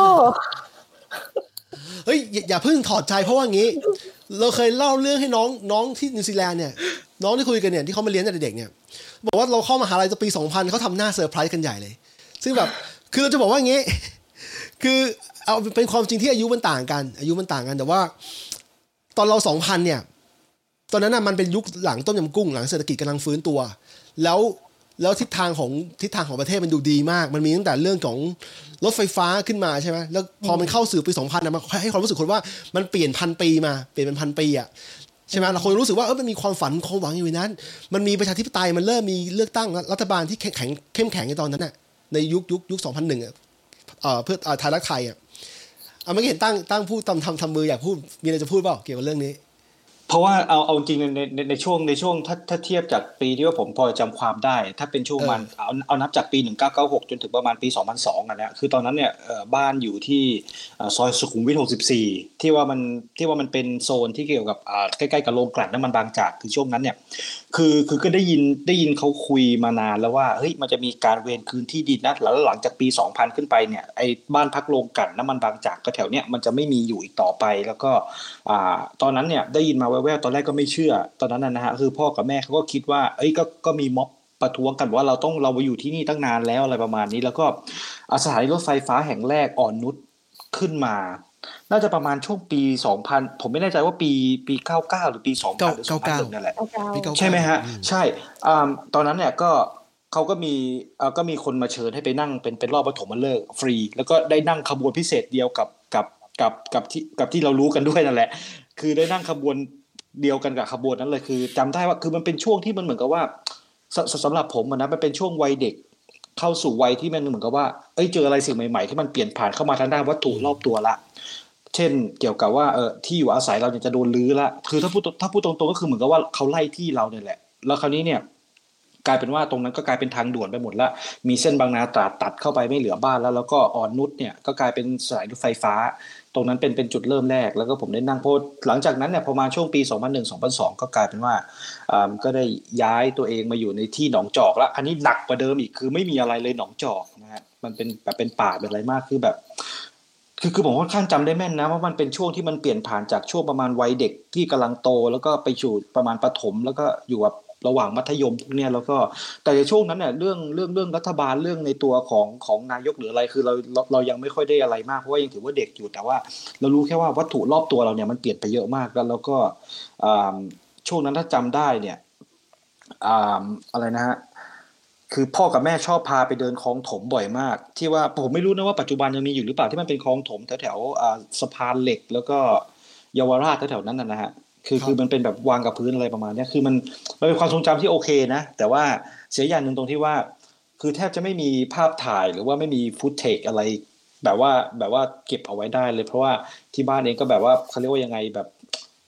เฮ้ยอย่าเพิ่งถอดใจเพราะว่างี้เราเคยเล่าเรื่องให้น้องน้องที่นิวซีแลนด์เนี่ยน้องที่คุยกันเนี่ยที่เขามาเรียนตั้งแต่เด็กเนี่ยบอกว่าเราเข้ามหาลัยตอนปีสองพันเขาทำหน้าเซอร์ไพรส์กันใหญ่เลยซึ่งแบบคือเราจะบอกว่างี้คือเอาเป็นความจริงที่อายุมันต่างกันอายุมันต่างกันแต่ว่าตอนเราสองพันเนี่ยตอนนั้นน่ะมันเป็นยุคหลังต้มยำกุ้งหลังเศรษฐกิจกำลังฟื้นตัวแล้วแล้วทิศทางของทิศทางของประเทศมันดูดีมากมันมีตั้งแต่เรื่องของรถไฟฟ้าขึ้นมาใช่ไหมแล้วพอมันเข้าสู่ปีสองพันนะมันให้ความรู้สึกคนว่ามันเปลี่ยนพันปีมาเปลี่ยนเป็นพันปีอ่ะใช่ไหมเราคนรู้สึกว่าเออมันมีความฝันความหวังอยู่ในนั้นมันมีประชาธิปไตยมันเริ่มมีเลือกตั้งรัฐบาลที่แข็งเข้มแข็งในตอนนั้นน่ะในยุคยุคยุคสองพันหนึ่งอ่ะเอ่อเพื่อไทยรักไทยอ่ะเอาเมื่อกี้เห็นตั้งตั้งพูดทำทำทำมืออยากพูดมีอะไรจะพูดเปล่าเกี่ยวกับเรื่องนี้เพราะว่าเอาเอาจริงในในในช่วงในช่วงถ้าถ้าเทียบจากปีที่ว่าผมพอจำความได้ถ้าเป็นช่วงมันเอาเอานับจากปีหนึ่งพันเก้าร้อยเก้าสิบหกจนถึงประมาณปีสองพันสองอ่ะนะคือตอนนั้นเนี่ยเอ่อบ้านอยู่ที่ซอยสุขุมวิทหกสิบสี่ที่ว่ามันที่ว่ามันเป็นโซนที่เกี่ยวกับอ่าใกล้ๆกับโรงกลั่นน้ำมันบางจากคือช่วงนั้นเนี่ยคือคือก็ได้ยินได้ยินเขาคุยมานานแล้วว่าเฮ้ยมันจะมีการเวรคืนที่ดินนะแล้วหลังจากปีสองพันขึ้นไปเนี่ยไอ้บ้านพักโรงกลั่นน้ำมันบางจากก็แถวเนี้ยมันจะไม่มีอยู่อีกต่อไปแล้วก็อ่าตอนนั้นเนี่ยได้ยินมาแว่วๆตอนแรกก็ไม่เชื่อตอนนั้นนะฮะคือพ่อกับแม่เขาก็คิดว่าเอ้ยก็ก็มีม็อบประท้วงกันว่าเราต้องเราไปอยู่ที่นี่ตั้งนานแล้วอะไรประมาณนี้แล้วก็สถานีรถไฟฟ้าแห่งแรกอ่อนนุชขึ้นมาน่าจะประมาณช่วงปีสองพันผมไม่แน่ใจว่าปีปีเก้าสิบเก้าหรือปีสองพันหรือสองพันหนึ่งนั่นแหละใช่ไหมฮะใช่อ่าตอนนั้นเนี่ยก็เขาก็มีเอ่อก็มีคนมาเชิญให้ไปนั่งเป็นเป็นรอบปฐมฤกษ์ฟรีแล้วก็ได้นั่งขบวนพิเศษเดียวกับกับกับกับที่กับที่เรารู้กันด้วยนั่นแหละคือได้นั่งขบวนเดียวกันกับขบวนนั้นเลยคือจำได้ว่าคือมันเป็นช่วงที่มันเหมือนกับว่าสำหรับผมนะมันเป็นช่วงวัยเด็กเข้าสู่วัยที่มันเหมือนกับว่าเอ้ยเจออะไรสิ่งใหม่ๆที่มันเปลี่ยนผ่านเข้ามาทางด้านวัตถุรอบตัวละเช่นเกี่ยวกับว่าเออที่อยู่อาศัยเราเนี่ยจะโดนรื้อละคือถ้าพูดถ้าพูดตรงๆก็คือเหมือนกับว่าเขาไล่ที่เราเนี่ยแหละแล้วคราวนี้เนี่ยกลายเป็นว่าตรงนั้นก็กลายเป็นทางด่วนไปหมดละมีเส้นบางนาตราดตัดเข้าไปไม่เหลือบ้านแล้วแล้วก็อ่อนนุชเนี่ยก็กลายเป็นสายรถไฟฟ้าตรงนั้นเป็นเป็นจุดเริ่มแรกแล้วก็ผมได้นั่งโพสหลังจากนั้นเนี่ยพอมาช่วงปีสองพันหนึ่ง สองพันสองก็กลายเป็นว่าอ่าก็ได้ย้ายตัวเองมาอยู่ในที่หนองจอกแล้วอันนี้หนักกว่าเดิมอีกคือไม่มีอะไรเลยหนองจอกนะฮะมันเป็นแบบเป็นป่าเป็นอะไรมากคือแบบคือคือผมค่อนข้างจำได้แม่นนะว่ามันเป็นช่วงที่มันเปลี่ยนผ่านจากช่วงประมาณวัยเด็กที่กำลังโตแล้วก็ไปสู่ประมาณประถมแล้วก็อยู่กับระหว่างมัธยมพวกเนี้ยแล้วก็แต่ในช่วงนั้นเนี่ยเรื่องเรื่องเรื่องรัฐบาลเรื่องในตัวของของนายกหรืออะไรคือเราเราเรายังไม่ค่อยได้อะไรมากเพราะว่ายังถือว่าเด็กอยู่แต่ว่าเรารู้แค่ว่าวัตถุรอบตัวเราเนี่ยมันเปลี่ยนไปเยอะมากแล้วแล้วก็ช่วงนั้นถ้าจำได้เนี่ยอะไรนะฮะคือพ่อกับแม่ชอบพาไปเดินคลองถมบ่อยมากที่ว่าผมไม่รู้นะว่าปัจจุบันยังมีอยู่หรือเปล่าที่มันเป็นคลองถมแถวแถวสะพานเหล็กแล้วก็เยาวราชแถวๆนั้นนะฮะคือคือมันเป็นแบบวางกับพื้นอะไรประมาณนี้คือมันมันเป็นความทรงจำที่โอเคนะแต่ว่าเสียอย่างนึงตรงที่ว่าคือแทบจะไม่มีภาพถ่ายหรือว่าไม่มีฟุตเทจอะไรแบบว่าแบบว่าเก็บเอาไว้ได้เลยเพราะว่าที่บ้านเองก็แบบว่าเขาเรียกว่ายังไงแบบ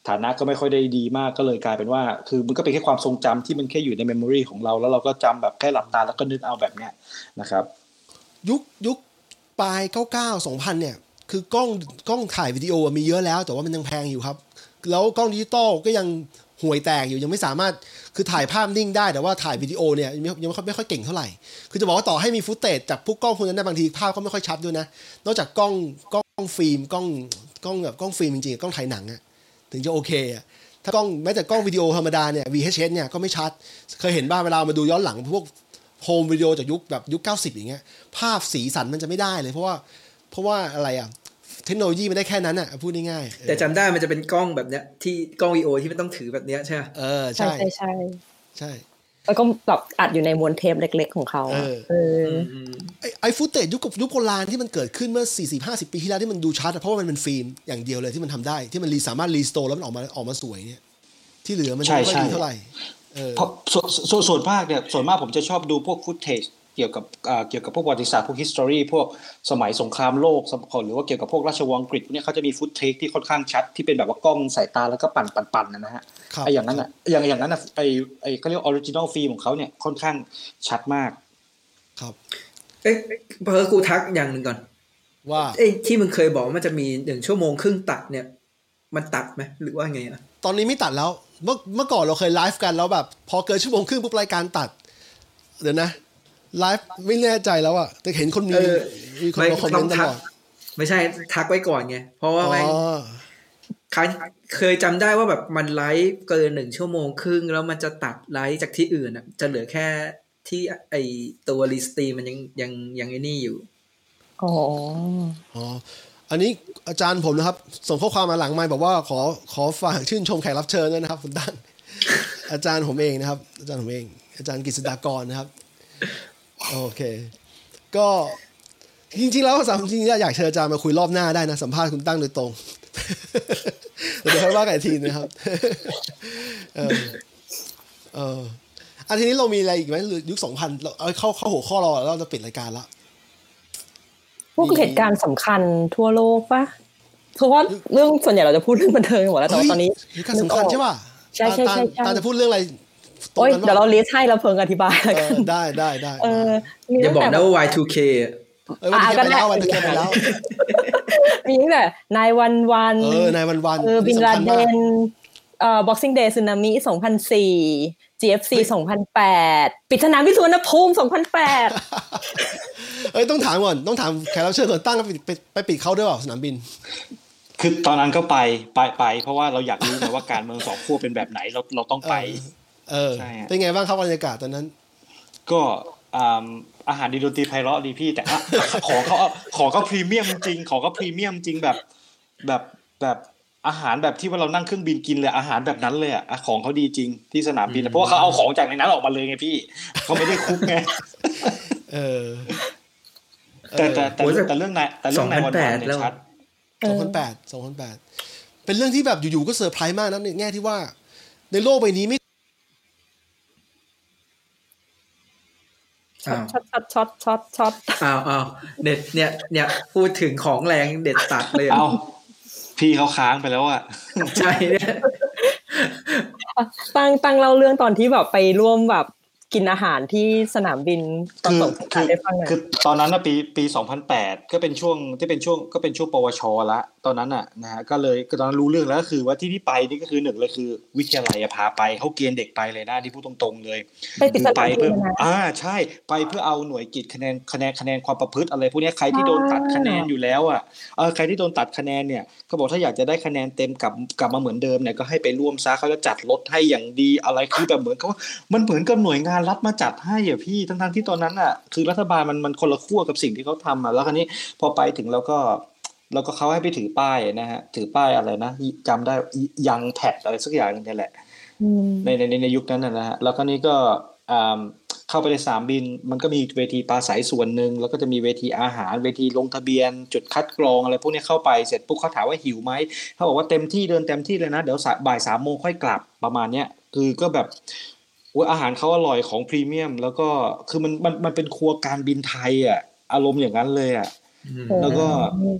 ฐานะก็ไม่ค่อยได้ดีมากก็เลยกลายเป็นว่าคือมันก็เป็นแค่ความทรงจำที่มันแค่อยู่ในเมมโมรีของเราแล้วเราก็จำแบบแค่หลับตาแล้วก็นึกเอาแบบเนี้ยนะครับยุคยุคปลายเก้าสิบเก้า สองพันเนี่ยคือกล้องกล้องถ่ายวิดีโอมีเยอะแล้วแต่ว่ามันยังแพงอยู่ครับแล้วกล้องดิจิตอลก็ยังห่วยแตกอยู่ยังไม่สามารถคือถ่ายภาพนิ่งได้แต่ว่าถ่ายวิดีโอเนี่ยยังไม่ค่อยเก่งเท่าไหร่คือจะบอกว่าต่อให้มีฟุตเทจจากพวกกล้องพวกนั้นบางทีภาพก็ไม่ค่อยชัดด้วยนะนอกจากกล้องกล้องฟิล์มกล้องกล้องแบบกล้องฟิล์มจริงๆกล้องถ่ายหนังอะถึงจะโอเคอะถ้ากล้องแม้แต่กล้องวิดีโอธรรมดาเนี่ย วี เอช เอส เนี่ยก็ไม่ชัดเคยเห็นบ้างเวลามาดูย้อนหลังพวกโฮมวิดีโอจากยุคแบบยุคเก้าสิบอย่างเงี้ยภาพสีสันมันจะไม่ได้เลยเพราะว่าเพราะว่าอะไรอ่ะเทคโนโลยีมันได้แค่นั้นอ่ะพูดง่ายๆแต่จำได้มันจะเป็นกล้องแบบเนี้ยที่กล้องวีดีโอที่มันต้องถือแบบเนี้ยใช่ไหมเออใช่ใช่ใช่ใช่แล้วก็แบบอัดอยู่ในม้วนเทปเล็กๆของเขาเออไอไอฟุตเทจยุคกับยุคโบราณที่มันเกิดขึ้นเมื่อ สี่สิบ ห้าสิบ ปีที่แล้วที่มันดูชัดเพราะว่ามันเป็นฟิล์มอย่างเดียวเลยที่มันทำได้ที่มันรีสามารถรีสโตร์แล้วมันออกมาออกมาสวยเนี่ยที่เหลือมันไม่ค่อยดีเท่าไหร่เพราะส่วนส่วนมากเนี่ยส่วนมากผมจะชอบดูพวกฟุตเทจเกี่ยวกับเกี่ยวกับพวกประวัติศาสตร์พวก history พวกสมัยสงครามโลกหรือว่าเกี่ยวกับพวกราชวงศ์อังกฤษเนี่ยเขาจะมีฟุตเทจที่ค่อนข้างชัดที่เป็นแบบว่ากล้องสายตาแล้วก็ปั่นปั่นๆนะฮะไอ้อย่างนั้นอ่ะอย่างอย่างนั้นอ่ะไอ้ไอ้เขาเรียกออริจินอลฟิล์มของเขาเนี่ยค่อนข้างชัดมากครับเอ๊ะเพิ่งกูทักอย่างนึงก่อนว่าไอ้ที่มึงเคยบอกมันจะมีหนึ่งชั่วโมงครึ่งตัดเนี่ยมันตัดไหมหรือว่าไงอ่ะตอนนี้ไม่ตัดแล้วเมื่อเมื่อก่อนเราเคยไลฟ์กันแล้วแบบพอเกินชั่วโมงครึ่งปุ๊บรายการตัดเดี๋ยวนะไลฟ์ไม่แน่ใจแล้วอ่ะแต่เห็นคนมีมีคนมาคอมเมนต์ตลอดไม่ใช่ทักไว้ก่อนไงเพราะว่าแม่งครั้งเคยจำได้ว่าแบบมันไลฟ์เกินหนึ่งชั่วโมงครึ่งแล้วมันจะตัดไลฟ์จากที่อื่นอ่ะจะเหลือแค่ที่ไอตัวรีสตรีมมันยังยังยังไอ้นี่อยู่อ๋ออ๋ออันนี้อาจารย์ผมนะครับส่งข้อความมาหลังไมค์บอกว่าขอขอฝากชื่นชมแขกรับเชิญด้วยนะครับคุณตั้งอาจารย์ผมเองนะครับอาจารย์ผมเองอาจารย์กฤษฎากรนะครับโอเคก็จริงๆแล้วสามจริงๆอยากเชิญอาจารย์มาคุยรอบหน้าได้นะสัมภาษณ์คุณตั้งโดยตรงเดี๋ยวค่อยว่ากันอีกทีนะครับเออเอออันทีนี้เรามีอะไรอีกไหมยุคสองพันเราเอาเข้าเข้าหัวข้อเราแล้วเราจะปิดรายการละพวกเหตุการณ์สำคัญทั่วโลกปะเพราะว่าเรื่องส่วนใหญ่เราจะพูดเรื่องบันเทิงหมดแล้วแต่ตอนนี้เหตุการณ์สำคัญใช่ป่ะใช่ใช่ใช่ตาจะพูดเรื่องอะไรโอ๊ยเดี๋ยวเราลิสต์ให้เราเพิ่งอธิบายแล้วกันได้ได้ได้เอออย่าบอกนะว่า วาย ทู เคเออวันที่ไปแล้ววันที่ไปแล้วมีตั้งแต่นายวันวันเออนายวันวันเออบินลาเดนเอ่อ Boxing Day สึนามิสองพันสี่ จี เอฟ ซี สองพันแปดปิดสนามบินสุวรรณภูมิสองพันแปดเอ้ยต้องถามก่อนต้องถามแขกรับเชิญก่อนตั้งไปไปปิดเขาด้วยเปล่าสนามบินคือตอนนั้นก็ไปไปไปเพราะว่าเราอยากรู้นะว่าการเมืองสองขั้วเป็นแบบไหนเราเราต้องไปเออเป็นไงบ้างครับบรรยากาศตอนนั้นก็อาหารดีดนตรีไพเราะดีพี่แต่ของเขาของเขาพรีเมียมจริงของเขาพรีเมียมจริงแบบแบบแบบอาหารแบบที่ว่าเรานั่งเครื่องบินกินเลยอาหารแบบนั้นเลยอ่ะของเขาดีจริงที่สนามบินเพราะว่าเขาเอาของจากในนั้นออกมาเลยไงพี่เขาไม่ได้คุกไงเออแต่แต่แต่แต่เรื่องนายแต่เรื่องนายวันวันเนี่ยชัดสองพันแปด สองพันแปดเป็นเรื่องที่แบบอยู่ๆก็เซอร์ไพรส์มากนะในแง่ที่ว่าในโลกใบนี้ไม่ช็อตช็อตช็อตช็อตช็อตอ้าวอ้าวเด็ดเนี่ยเนี่ยพูดถึงของแรงเด็ดตัดเลยเอาพี่เขาค้างไปแล้วอ่ะใช่เนี่ยตั้งตั้งเล่าเรื่องตอนที่แบบไปร่วมแบบกินอาหารที่สนามบินตอนส่งคือคือตอนนั้นน่ะปีปีสองพันแปดก็เป็นช่วงที่เป็นช่วงก็เป็นช่วงปวชละตอนนั้นน่ะนะฮะก็เลยก็ตอนนั้นรู้เรื่องแล้วก็คือว่าที่ที่ไปนี่ก็คือหนึ่งเลยคือวิทยาลัยพาไปเขาเกณฑ์เด็กไปเลยนะที่พูดตรงๆเลยไปเพื่ออ่าใช่ไปเพื่อเอาหน่วยกิจคะแนนคะแนนคะแนนความประพฤติอะไรพวกนี้ใครที่โดนตัดคะแนนอยู่แล้วอ่ะเออใครที่โดนตัดคะแนนเนี่ยเขาบอกถ้าอยากจะได้คะแนนเต็มกลับกลับมาเหมือนเดิมเนี่ยก็ให้ไปร่วมซะเขาจะจัดลดให้อย่างดีอะไรคือแบบเหมือนเขามันเหมือนกับหน่วยงานรัฐมาจัดให้อ่ะพี่ทั้งๆที่ตอนนั้นอ่ะคือรัฐบาลมันมันคนละขั้วกับสิ่งที่เขาทำอ่ะแล้วคราวนี้พอไปถึงแล้วก็แล้วก็เขาให้ไปถือป้ายนะฮะถือป้ายอะไรนะจำได้ยังแพดอะไรสักอย่างนี่แหละในในในยุคนั้นนะฮะแล้วคราวนี้ก็เข้าไปในสนามบินมันก็มีเวทีปราศัยส่วนหนึ่งแล้วก็จะมีเวทีอาหารเวทีลงทะเบียนจุดคัดกรองอะไรพวกนี้เข้าไปเสร็จปุ๊บเขาถามว่าหิวไหมเขาบอกว่าเต็มที่เดินเต็มที่เลยนะเดี๋ยวบ่ายสามโมงค่อยกลับประมาณเนี้ยคือก็แบบว่าอาหารเขาอร่อยของพรีเมียมแล้วก็คือมันมันมันเป็นครัวการบินไทยอ่ะอารมณ์อย่างนั้นเลยอ่ะแล้วก็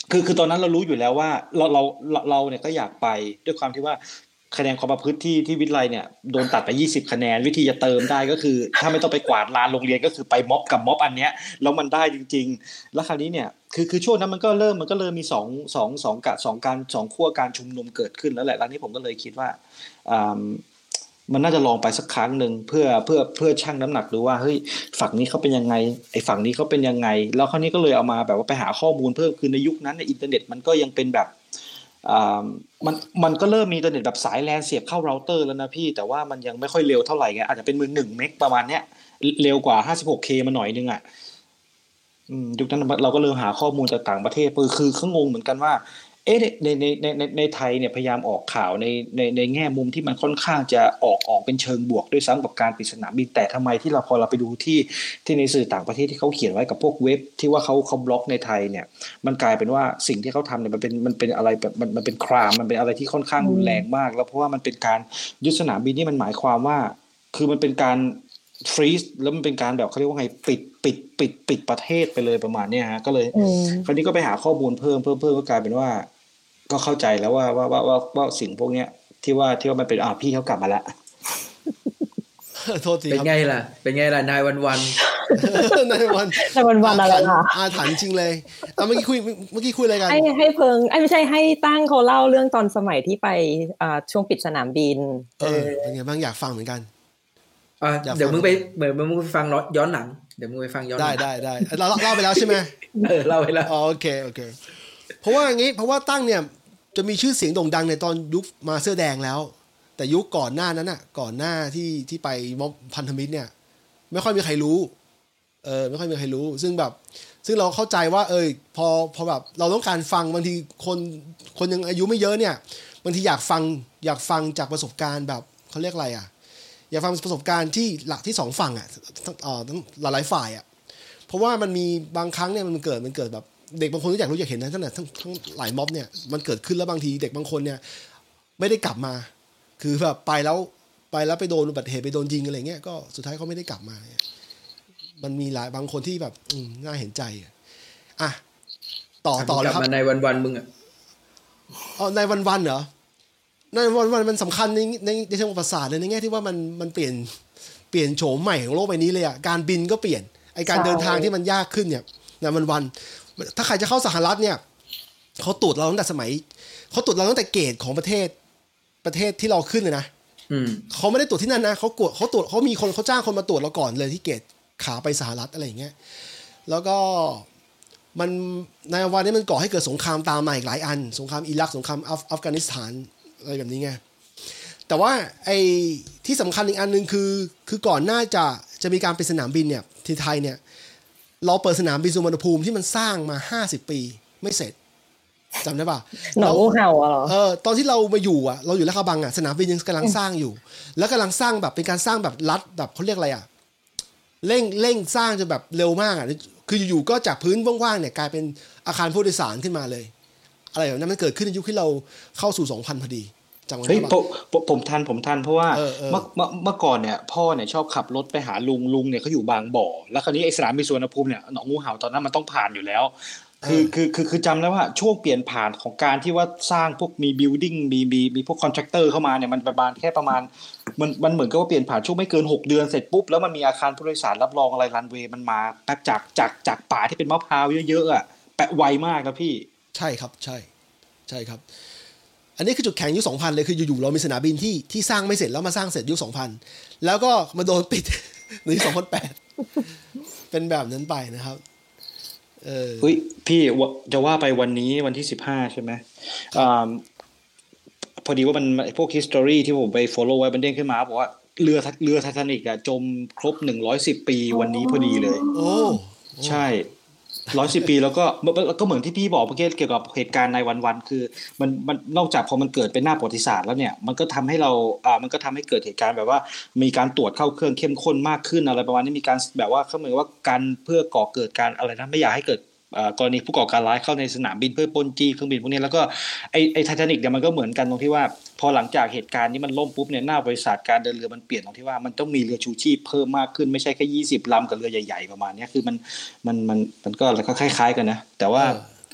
คือคือตอนนั้นเรารู้อยู่แล้วว่าเราเราเราเนี่ยก็อยากไปด้วยความที่ว่าคะแนนความประพฤติที่ที่วิทยาลัยเนี่ยโดนตัดไปยี่สิบคะแนนวิธีจะเติมได้ก็คือถ้าไม่ต้องไปกวาดลานโรงเรียนก็คือไปม็อบกับม็อบอันเนี้ยแล้วมันได้จริงๆแล้วคราวนี้เนี่ยคือคือช่วงนั้นมันก็เริ่มมันก็เริ่มมีสอง สอง สองกะสองการสองขั้วการชุมนุมเกิดขึ้นแล้วแหละแล้วนี้ผมก็เลยคิดว่าอ่ามันน่าจะลองไปสักครั้งนึงเพื่อเพื่อเพื่อชั่งน้ำหนักดูว่าเฮ้ยฝั่งนี้เขาเป็นยังไงไอ้ฝั่งนี้เขาเป็นยังไงแล้วคราวนี้ก็เลยเอามาแบบว่าไปหาข้อมูลเพิ่มคือในยุคนั้นในอินเทอร์เน็ตมันก็ยังเป็นแบบอ่ามันมันก็เริ่มมีอินเทอร์เน็ตแบบสายแลนเสียบเข้าเราเตอร์แล้วนะพี่แต่ว่ามันยังไม่ค่อยเร็วเท่าไหร่ไงอาจจะเป็นมือหนึ่งเมกประมาณเนี้ยเร็วกว่า ห้าสิบหกเค มาหน่อยนึงอ่ะอืมยุคนั้นเราก็เริ่มหาข้อมูลจากต่างประเทศคือเขางงเหมือนกันว่าเอ๊ะในในในในในไทยเนี่ยพยายามออกข่าวในในในแง่มุมที่มันค่อนข้างจะออกออกเป็นเชิงบวกด้วยซ้ำกับการปิดสนามบินแต่ทำไมที่เราพอเราไปดูที่ที่ในสื่อต่างประเทศที่เขาเขียนไว้กับพวกเว็บที่ว่าเขาเขาบล็อกในไทยเนี่ยมันกลายเป็นว่าสิ่งที่เขาทำเนี่ยมันเป็นมันเป็นอะไรแบบมันมันเป็นครามมันเป็นอะไรที่ค่อนข้างรุนแรงมากแล้วเพราะว่ามันเป็นการยึดสนามบินนี่มันหมายความว่าคือมันเป็นการฟรีซแล้วมันเป็นการแบบเขาเรียกว่าไงปิดปิดปิดปิดประเทศไปเลยประมาณเนี้ยฮะก็เลยคราวนี้ก็ไปหาข้อมูลเพิ่มเพิ่มเพิ่มก็กลายเป็นว่าก็เข้าใจแล้วว่าว่าว่าว่าว่าสิ่งพวกเนี้ยที่ว่าที่ว่ามันเป็นอ่าพี่เขากลับมาแล้วโทษทีเป็นไงล่ะเป็นไงล่ะนายวันวันนายวันนายวันวันอะไรล่ะอาถรรพ์จริงเลยอ่ะเมื่อกี้คุยเมื่อกี้คุยอะไรกันให้ให้เพิงไอ้ไม่ใช่ให้ตั้งเขาเล่าเรื่องตอนสมัยที่ไปอ่าช่วงปิดสนามบินเออเป็นไงบ้างอยากฟังเหมือนกันอ่าเดี๋ยวมึงไปเหมือนมึงไปฟังย้อนหลังเดี๋ยวมึงไปฟังย้อนได้ได้ได้เราเล่าไปแล้วใช่ไหมเออเล่าไปแล้วอ๋อโอเคโอเคเพราะว่าอย่างงี้เพราะว่าตั้งเนี่ยจะมีชื่อเสียงโด่งดังในตอนยุคมาเสื้อแดงแล้วแต่ยุคก่อนหน้านั้นน่ะก่อนหน้าที่ที่ไปม็อบพันธมิตรเนี่ยไม่ค่อยมีใครรู้เออไม่ค่อยมีใครรู้ซึ่งแบบซึ่งเราเข้าใจว่าเออพอพอแบบเราต้องการฟังบางทีคนคนยังอายุไม่เยอะเนี่ยบางทีอยากฟังอยากฟังจากประสบการณ์แบบเขาเรียกอะไรอ่ะอยากฟังประสบการณ์ที่หลักที่สองฝั่งอ่ะเอ่อทั้งหลายๆฝ่ายอ่ะเพราะว่ามันมีบางครั้งเนี่ยมันเกิดมันเกิดแบบเด็กบางคนก็อยากรู้อยากเห็นนะทั้งแต่ทั้งทั้งหลายม็อบเนี่ยมันเกิดขึ้นแล้วบางทีเด็กบางคนเนี่ยไม่ได้กลับมาคือแบบไปแล้วไปแล้วไปโดนอุบัติเหตุไปโดนยิงอะไรเงี้ยก็สุดท้ายเขาไม่ได้กลับมามันมีหลายบางคนที่แบบน่าเห็นใจอ่ะต่อต่อเลยครับในวันวันมึงอ่ะอ๋อในวันวันเหรอในวันวันมันสำคัญในในในเชิงประวัติศาสตร์เลยในแง่ที่ว่ามันมันเปลี่ยนเปลี่ยนโฉมใหม่ของโลกใบนี้เลยอ่ะการบินก็เปลี่ยนไอการเดินทางที่มันยากขึ้นเนี่ยในวันวันถ้าใครจะเข้าสหรัฐเนี่ยเขาตรวจเราตั้งแต่สมัยเขาตรวจเราตั้งแต่เกตของประเทศประเทศที่เราขึ้นเลยนะเขาไม่ได้ตรวจที่นั่นนะเขาตรวจเขาตรวจเขามีคนเขาจ้างคนมาตรวจเราก่อนเลยที่เกตขาไปสหรัฐอะไรอย่างเงี้ยแล้วก็มันในวันนี้มันก่อให้เกิดสงครามตามมาอีกหลายอันสงครามอิรักสงครามอัฟกานิสถานอะไรแบบนี้ไงแต่ว่าไอ้ที่สำคัญอีกอันนึงคือคือก่อนหน้าจะจะมีการปิดสนามบินเนี่ยที่ไทยเนี่ยเราเปิดสนามบินสุวรรณภูมิที่มันสร้างมาห้าสิบปีไม่เสร็จจำได้ป่ะหนองงูเห่าเหรอเออตอนที่เรามาอยู่อ่ะเราอยู่ลาดกระบังอ่ะสนามบินยังกำลังสร้างอยู่แล้วกำลังสร้างแบบเป็นการสร้างแบบรัดแบบเขาเรียกอะไรอ่ะเร่งเร่งสร้างจนแบบเร็วมากอ่ะคืออยู่ๆก็จากพื้นว่างๆเนี่ยกลายเป็นอาคารผู้โดยสารขึ้นมาเลยอะไรแบบนั้นมันเกิดขึ้นในยุคที่เราเข้าสู่สองพันพอดีจังหวะนั้นผมผมทันผมทันเพราะว่าเมื่อเมื่อก่อนเนี่ยพ่อเนี่ยชอบขับรถไปหาลุงลุงเนี่ยเขาอยู่บางบ่อแล้วคราวนี้ไอ้สนามบินสุวรรณภูมิเนี่ยหนองงูเห่าตอนนั้นมันต้องผ่านอยู่แล้วคือคือคือคือจำได้ว่าช่วงเปลี่ยนผ่านของการที่ว่าสร้างพวกมีบิลดิ้งมีมีมีพวกคอนแทคเตอร์เข้ามาเนี่ยมันประมาณแค่ประมาณมันมันเหมือนกับว่าเปลี่ยนผ่านช่วงไม่เกินหกเดือนเสร็จปุ๊บแล้วมันมีอาคารผู้โดยสารรับรองอะไรรันเวย์มันมาแป๊บจากจากจากป่าที่เป็นมะพร้าวเยอะๆอ่ะแปะไวมากนะพี่ใช่ครับใช่ใช่ครับอันนี้คือจุดแข็งยุคสองพันเลยคืออยู่ๆเรามีสนามบินที่ที่สร้างไม่เสร็จแล้วมาสร้างเสร็จยุคสองพันแล้วก็มาโดนปิดในสองพันแปดเป็นแบบนั้นไปนะครับเออเฮ้ยพี่จะว่าไปวันนี้วันที่สิบห้าใช่ไหมอ่าพอดีว่ามันพวก history ที่ผมไป follow ไว้มันเด้งขึ้นมาบอกว่าเรือเรือไททานิคอ่ะจมครบหนึ่งร้อยสิบปีวันนี้พอดีเลยโอ้ใช่หนึ่งร้อยสิบปีแล้วก็ก็เหมือนที่พี่บอกเมื่อกี้เกี่ยวกับเหตุการณ์ในวันๆคือมันมันนอกจากพอมันเกิดเป็นหน้าประวัติศาสตร์แล้วเนี่ยมันก็ทำให้เราอ่ามันก็ทำให้เกิดเหตุการณ์แบบว่ามีการตรวจเข้าเครื่องเข้มข้นมากขึ้นอะไรประมาณนี้มีการแบบว่าเขาเหมือนว่าการเพื่อก่อเกิดการอะไรนะไม่อยากให้เกิดกรณีผู้ก่อการร้ายเข้าในสนามบินเพื่อปล้นจี้เครื่องบินพวกนี้แล้วก็ไอ้ไอ้ไททานิคเนี่ยมันก็เหมือนกันตรงที่ว่าพอหลังจากเหตุการณ์นี้มันล่มปุ๊บเนี่ยหน้าบริษัทการเดินเรือมันเปลี่ยนตรงที่ว่ามันต้องมีเรือชูชีพเพิ่มมากขึ้นไม่ใช่แค่ยี่สิบลำกับเรือใหญ่ๆประมาณนี้คือมันมันมันมันก็คล้ายๆกันนะแต่ว่า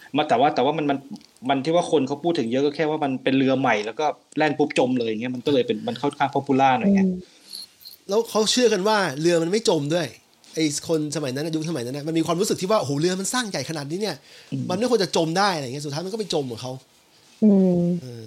มาแต่ว่าแต่ว่ามันมันมันที่ว่าคนเขาพูดถึงเยอะก็แค่ว่ามันเป็นเรือใหม่แล้วก็แล่นปุ๊บจมเลยอย่างเงี้ยมันก็เลยเป็นมันค่อนข้างป๊อปปูล่าหน่อยไงแล้วเขาเชื่อกันว่าเรือมันไม่จมด้วยไอ้คนสมัยนั้นยุคสมัยนั้นนะมันมีความรู้สึกที่ว่าโอ้โหเรือมันสร้างใหญ่ขนาดนี้เนี่ยมันไม่ควรจะจมได้อะไรเงี้ยสุดท้ายมันก็ไปจมของเขาอืม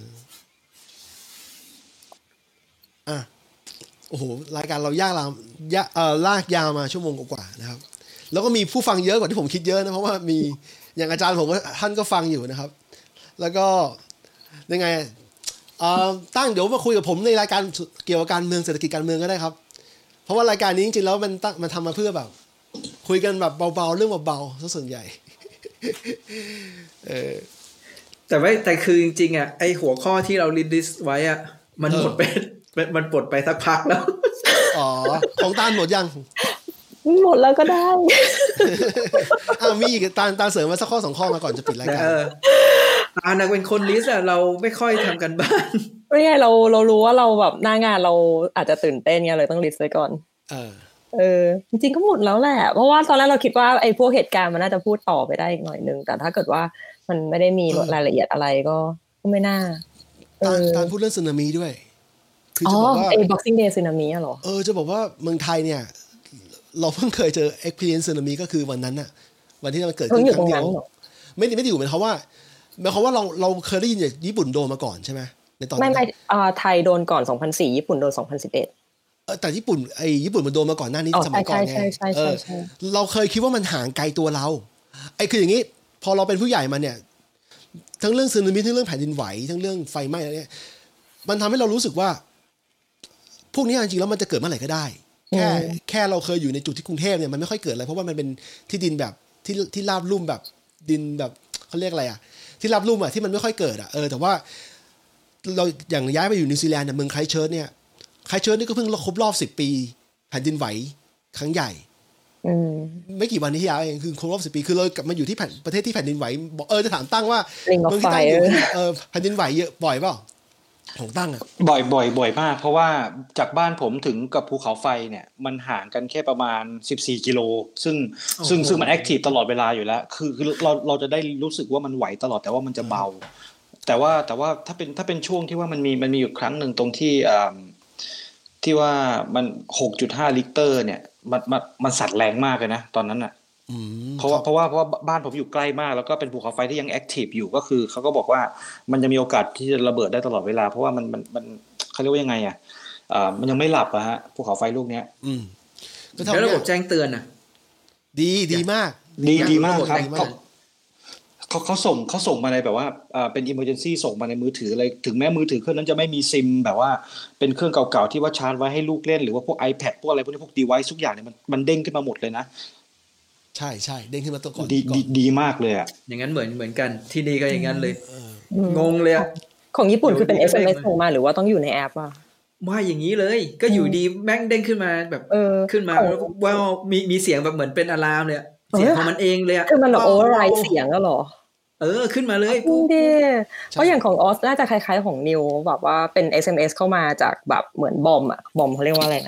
อ่ะโอ้โหรายการเรายากลามยะเอ่อลากยาวมาชั่วโมงกว่าๆนะครับแล้วก็มีผู้ฟังเยอะกว่าที่ผมคิดเยอะนะเพราะว่ามีอย่างอาจารย์ผมว่าท่านก็ฟังอยู่นะครับแล้วก็ยังไงเอ่อตั้งเดี๋ยวมาคุยกับผมในรายการเกี่ยวกับการเมืองเศรษฐกิจการเมืองก็ได้ครับเพราะว่ารายการนี้จริงๆแล้วมันตั้งมันทำมาเพื่อแบบคุยกันแบบเบาๆเรื่องเบาๆซะส่วนใหญ่เออแต่ว่าแต่คือจริงๆอ่ะไอหัวข้อที่เราลิสต์ไว้อ่ะมันหมดไปมันปลดไปสักพักแล้วอ๋อของตาลหมดยังหมดแล้วก็ได้อ้าวมีอีกตาลตาลเสริมมาสักข้อสองข้อมาก่อนจะปิดรายการตาลน่ะเป็นคนลิสต์อ่ะเราไม่ค่อยทำกันบ้านไม่ใช่เราเรารู้ว่าเราแบบหน้างานเราอาจจะตื่นเต้นไงเลยต้องลิสต์ไว้ก่อนเออเออจริงๆก็หมดแล้วแหละเพราะว่าตอนแรกเราคิดว่าไอ้พวกเหตุการณ์มันน่าจะพูดต่อไปได้อีกหน่อยนึงแต่ถ้าเกิดว่ามันไม่ได้มีรายละเอียดอะไรก็ก็ไม่น่าตาลตาลพูดเรื่องสึนามิด้วยคือจะบอกว่าไอ้ Boxing Day สึนามิอ่ะหรอเออจะบอกว่าเมืองไทยเนี่ยเราเพิ่งเคยเจอ experience สึนามิก็คือวันนั้นน่ะวันที่มันเกิดขึ้นครั้งเดียวไม่ไม่ได้อยู่หมายความว่าหมายความว่าเราเราเคยได้ยินจากญี่ปุ่นโดนมาก่อนใช่ไหมในตอนนั้นไม่ไม่อ่าไทยโดนก่อนสองพันสี่ญี่ปุ่นโดนสองพันสิบเอ็ดเออแต่ญี่ปุ่นไอ้ญี่ปุ่นมันโดนมาก่อนหน้านี้สมัยก่อนไงเออเราเคยคิดว่ามันห่างไกลตัวเราไอ้คืออย่างนี้พอเราเป็นผู้ใหญ่มาเนี่ยทั้งเรื่องสึนามิทั้งเรื่องแผ่นดินไหวทั้งเรื่องไฟไหม้อะไรเนี่ยมันทำให้เรารู้สึกว่าพวกนี้จริงๆแล้วมันจะเกิดเมื่อไหร่ก็ได้แค่แค่เราเคยอยู่ในจุดที่กรุงเทพเนี่ยมันไม่ค่อยเกิดอะไรเพราะว่ามันเป็นที่ดินแบบที่ที่ราบลุ่มแบบดินแบบเขาเรียกอะไรอ่ะที่ราบลุ่มอ่ะที่มันไม่ค่อยเกิดอ่ะเออแต่ว่าเราอย่างย้ายไปอยู่นิวซีแลนด์เนี่ยเมืองไครสต์เชิร์ชเนี่ยไครสต์เชิร์ชนี่ก็เพิ่งครบรอบสิบปีแผ่นดินไหวครั้งใหญ่ไม่กี่วันนี้ที่แล้วเองคือครบรอบสิบปีคือเรากลับมาอยู่ที่ประเทศที่แผ่นดินไหวเออจะถามตั้งว่าเมืองที่ตั้งอยู่เออแผ่นดินไหวเยอะบ่อยเปล่าของตั้งอ่ะบ่อยบ่อยบ่อยมากเพราะว่าจากบ้านผมถึงกับภูเขาไฟเนี่ยมันห่างกันแค่ประมาณสิบสี่กิโลซึ่งซึ่งซึ่งมันแอคทีฟตลอดเวลาอยู่แล้วคือคือเราเราจะได้รู้สึกว่ามันไหวตลอดแต่ว่ามันจะเบาแต่ว่าแต่ว่าถ้าเป็นถ้าเป็นช่วงที่ว่ามันมีมันมีอยู่ครั้งนึงตรงที่อ่าที่ว่ามัน หกจุดห้า ลิกเตอร์เนี่ยมันมันมันสั่นแรงมากเลยนะตอนนั้นน่ะเพราะว่าเพราะว่าเพราะว่าบ้านผมอยู่ใกล้มากแล้วก็เป็นภูเขาไฟที่ยังแอคทีฟอยู่ก็คือเขาก็บอกว่ามันจะมีโอกาสที่จะระเบิดได้ตลอดเวลาเพราะว่ามันมันมันเขาเรียกว่ายังไงอ่ะอ่ามันยังไม่หลับอะฮะภูเขาไฟลูกเนี้ยอืมแล้วระบบแจ้งเตือนน่ะดีดีมากดีดีมากครับเขาเขาส่งเขาส่งมาในแบบว่าอ่าเป็น emergency ส่งมาในมือถืออะไรถึงแม้มือถือเครื่องนั้นจะไม่มีซิมแบบว่าเป็นเครื่องเก่าๆที่ว่าชาร์จไว้ให้ลูกเล่นหรือว่าพวก iPad พวกอะไรพวกนี้พวก device ทุกอย่างเนี่ยมันมันเด้งขึ้นมาหมดเลยนะใช่ใช่เด้งขึ้นมาตัวก่อนดีดีดีมากเลยอ่ะอย่างนั้นเหมือนเหมือนกันที่นี่ก็อย่างนั้นเลยงงเลยอ่ะของญี่ปุ่นคือเป็น เอส เอ็ม เอส ส่งมาหรือว่าต้องอยู่ในแอปอ่ะว่าอย่างนี้เลยก็อยู่ดีแม่งเด้งขึ้นมาแบบขึ้นมาแล้วว่ามีมีเสียงแบบเหมือนเป็นอะลามเลยเสียงของมันเองเลยอ่ะคือมันโอเวอร์ไรด์เสียงแล้วหรอเออขึ้นมาเลยปุ๊บเพราะอย่างของออสน่าจะคล้ายๆของนิวแบบว่าเป็น เอส เอ็ม เอส เข้ามาจากแบบเหมือนบอมอ่ะบอมเขาเรียกว่าอะไรนะ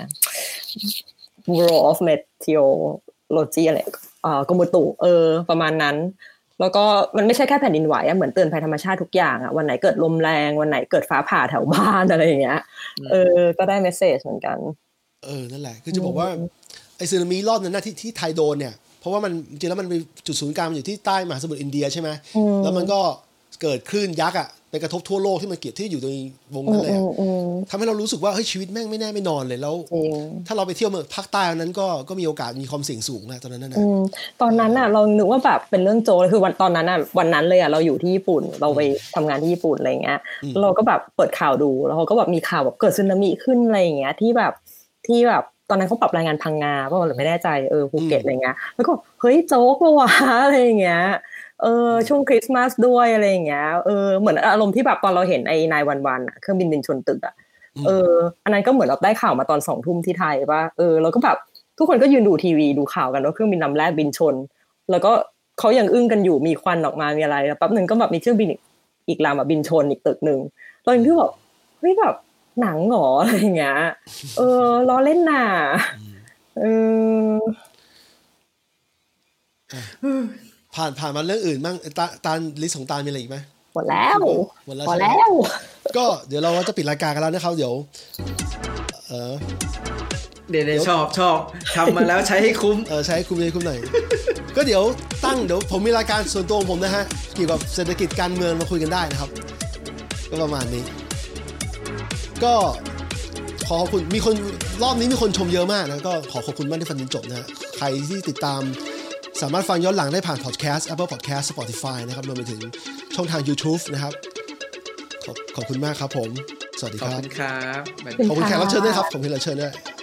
Bureau of Meteorology อะไรอ่ากรมอุตุเออประมาณนั้นแล้วก็มันไม่ใช่แค่แผ่นดินไหวอ่ะเหมือนเตือนภัยธรรมชาติทุกอย่างอ่ะวันไหนเกิดลมแรงวันไหนเกิดฟ้าผ่าแถวบ้านอะไรอย่างเงี้ยเออก็ได้เมสเสจเหมือนกันเออนั่นแหละคือจะบอกว่าไอ้สึนามิรอบนั้นนะที่ที่ไทยโดนเนี่ยเพราะว่ามันจริงแล้วมันมีจุดศูนย์กลางอยู่ที่ใต้มหาสมุทรอินเดียใช่ไหมแล้วมันก็เกิดคลื่นยักษ์อ่ะไปกระทบทั่วโลกที่มันเกี่ยวที่อยู่ตรงวงนั้นเลยทำให้เรารู้สึกว่าเฮ้ยชีวิตแม่งไม่แน่ไม่นอนเลยแล้วถ้าเราไปเที่ยวเมืองภาคใต้นั้นก็ก็มีโอกาสมีความเสี่ยงสูงนะตอนนั้นนะตอนนั้นน่ะเรานึกว่าแบบเป็นเรื่องโจ๊กคือวันตอนนั้นน่ะวันนั้นเลยอ่ะเราอยู่ที่ญี่ปุ่นเราไปทำงานที่ญี่ปุ่นอะไรเงี้ยเราก็แบบเปิดข่าวดูแล้วเขาก็แบบมีข่าวแบบเกิดสึนามิขึ้นอะไรอย่างเงี้ยที่แบบที่แบบตอนนั้นเขาปรับรายงานพังงาป่ะหรือไม่แน่ใจเออภูเก็ตอะไรเงี้ยแล้วก็เฮ้ยโจ๊กป่ะวะอะไรอย่างเงี้ยเออช่วงคริสต์มาสด้วยอะไรอย่างเงี้ยเออเหมือนอารมณ์ที่แบบตอนเราเห็นไอ้นายวันๆอ่ะเครื่องบินบินชนตึกอ่ะเอออันนั้นก็เหมือนเราได้ข่าวมาตอนสองทุ่มที่ไทยป่ะเออแล้วก็แบบทุกคนก็ยืนดูทีวีดูข่าวกันว่าเครื่องบินลำแรกบินชนแล้วก็เขายังอึ้งกันอยู่มีควันออกมามีอะไรแล้วแป๊บนึงก็แบบมีเครื่องบินอีกลำอ่ะบินชนอีกตึกนึงเราอย่างที่แบบเฮ้ยแบบหนังหรออะไรอย่างเงี้ยเออล้อเล่นน่ะเออผ่านผ่านมาเรื่องอื่นบ้างตาตาลิสต์ของตามีอะไรอีกไหมหมดแล้วหมดแล้วหมดแล้วก็เดี๋ยวเราจะปิดรายการกันแล้วนะครับเดี๋ยวเออเดี๋ยวชอบชอบทำมาแล้วใช้ให้คุ้มเออใช้ให้คุ้มใช้คุ้มหน่อยก็เดี๋ยวตั้งเดี๋ยวผมมีรายการส่วนตัวของผมนะฮะเกี่ยวกับเศรษฐกิจการเมืองมาคุยกันได้นะครับก็ประมาณนี้ก็ขอขอบคุณมีคนรอบนี้มีคนชมเยอะมากนะก็ขอขอบคุณมากที่ฟังจนจบนะฮะใครที่ติดตามสามารถฟังย้อนหลังได้ผ่าน Podcast Apple Podcast Spotify นะครับรวมไปถึงช่องทาง YouTube นะครับขอบขอบคุณมากครับผมสวัสดีครับขอบคุณครับขอบคุณแขกรับเชิญด้วยครับขอบคุณแขกรับเชิญด้วย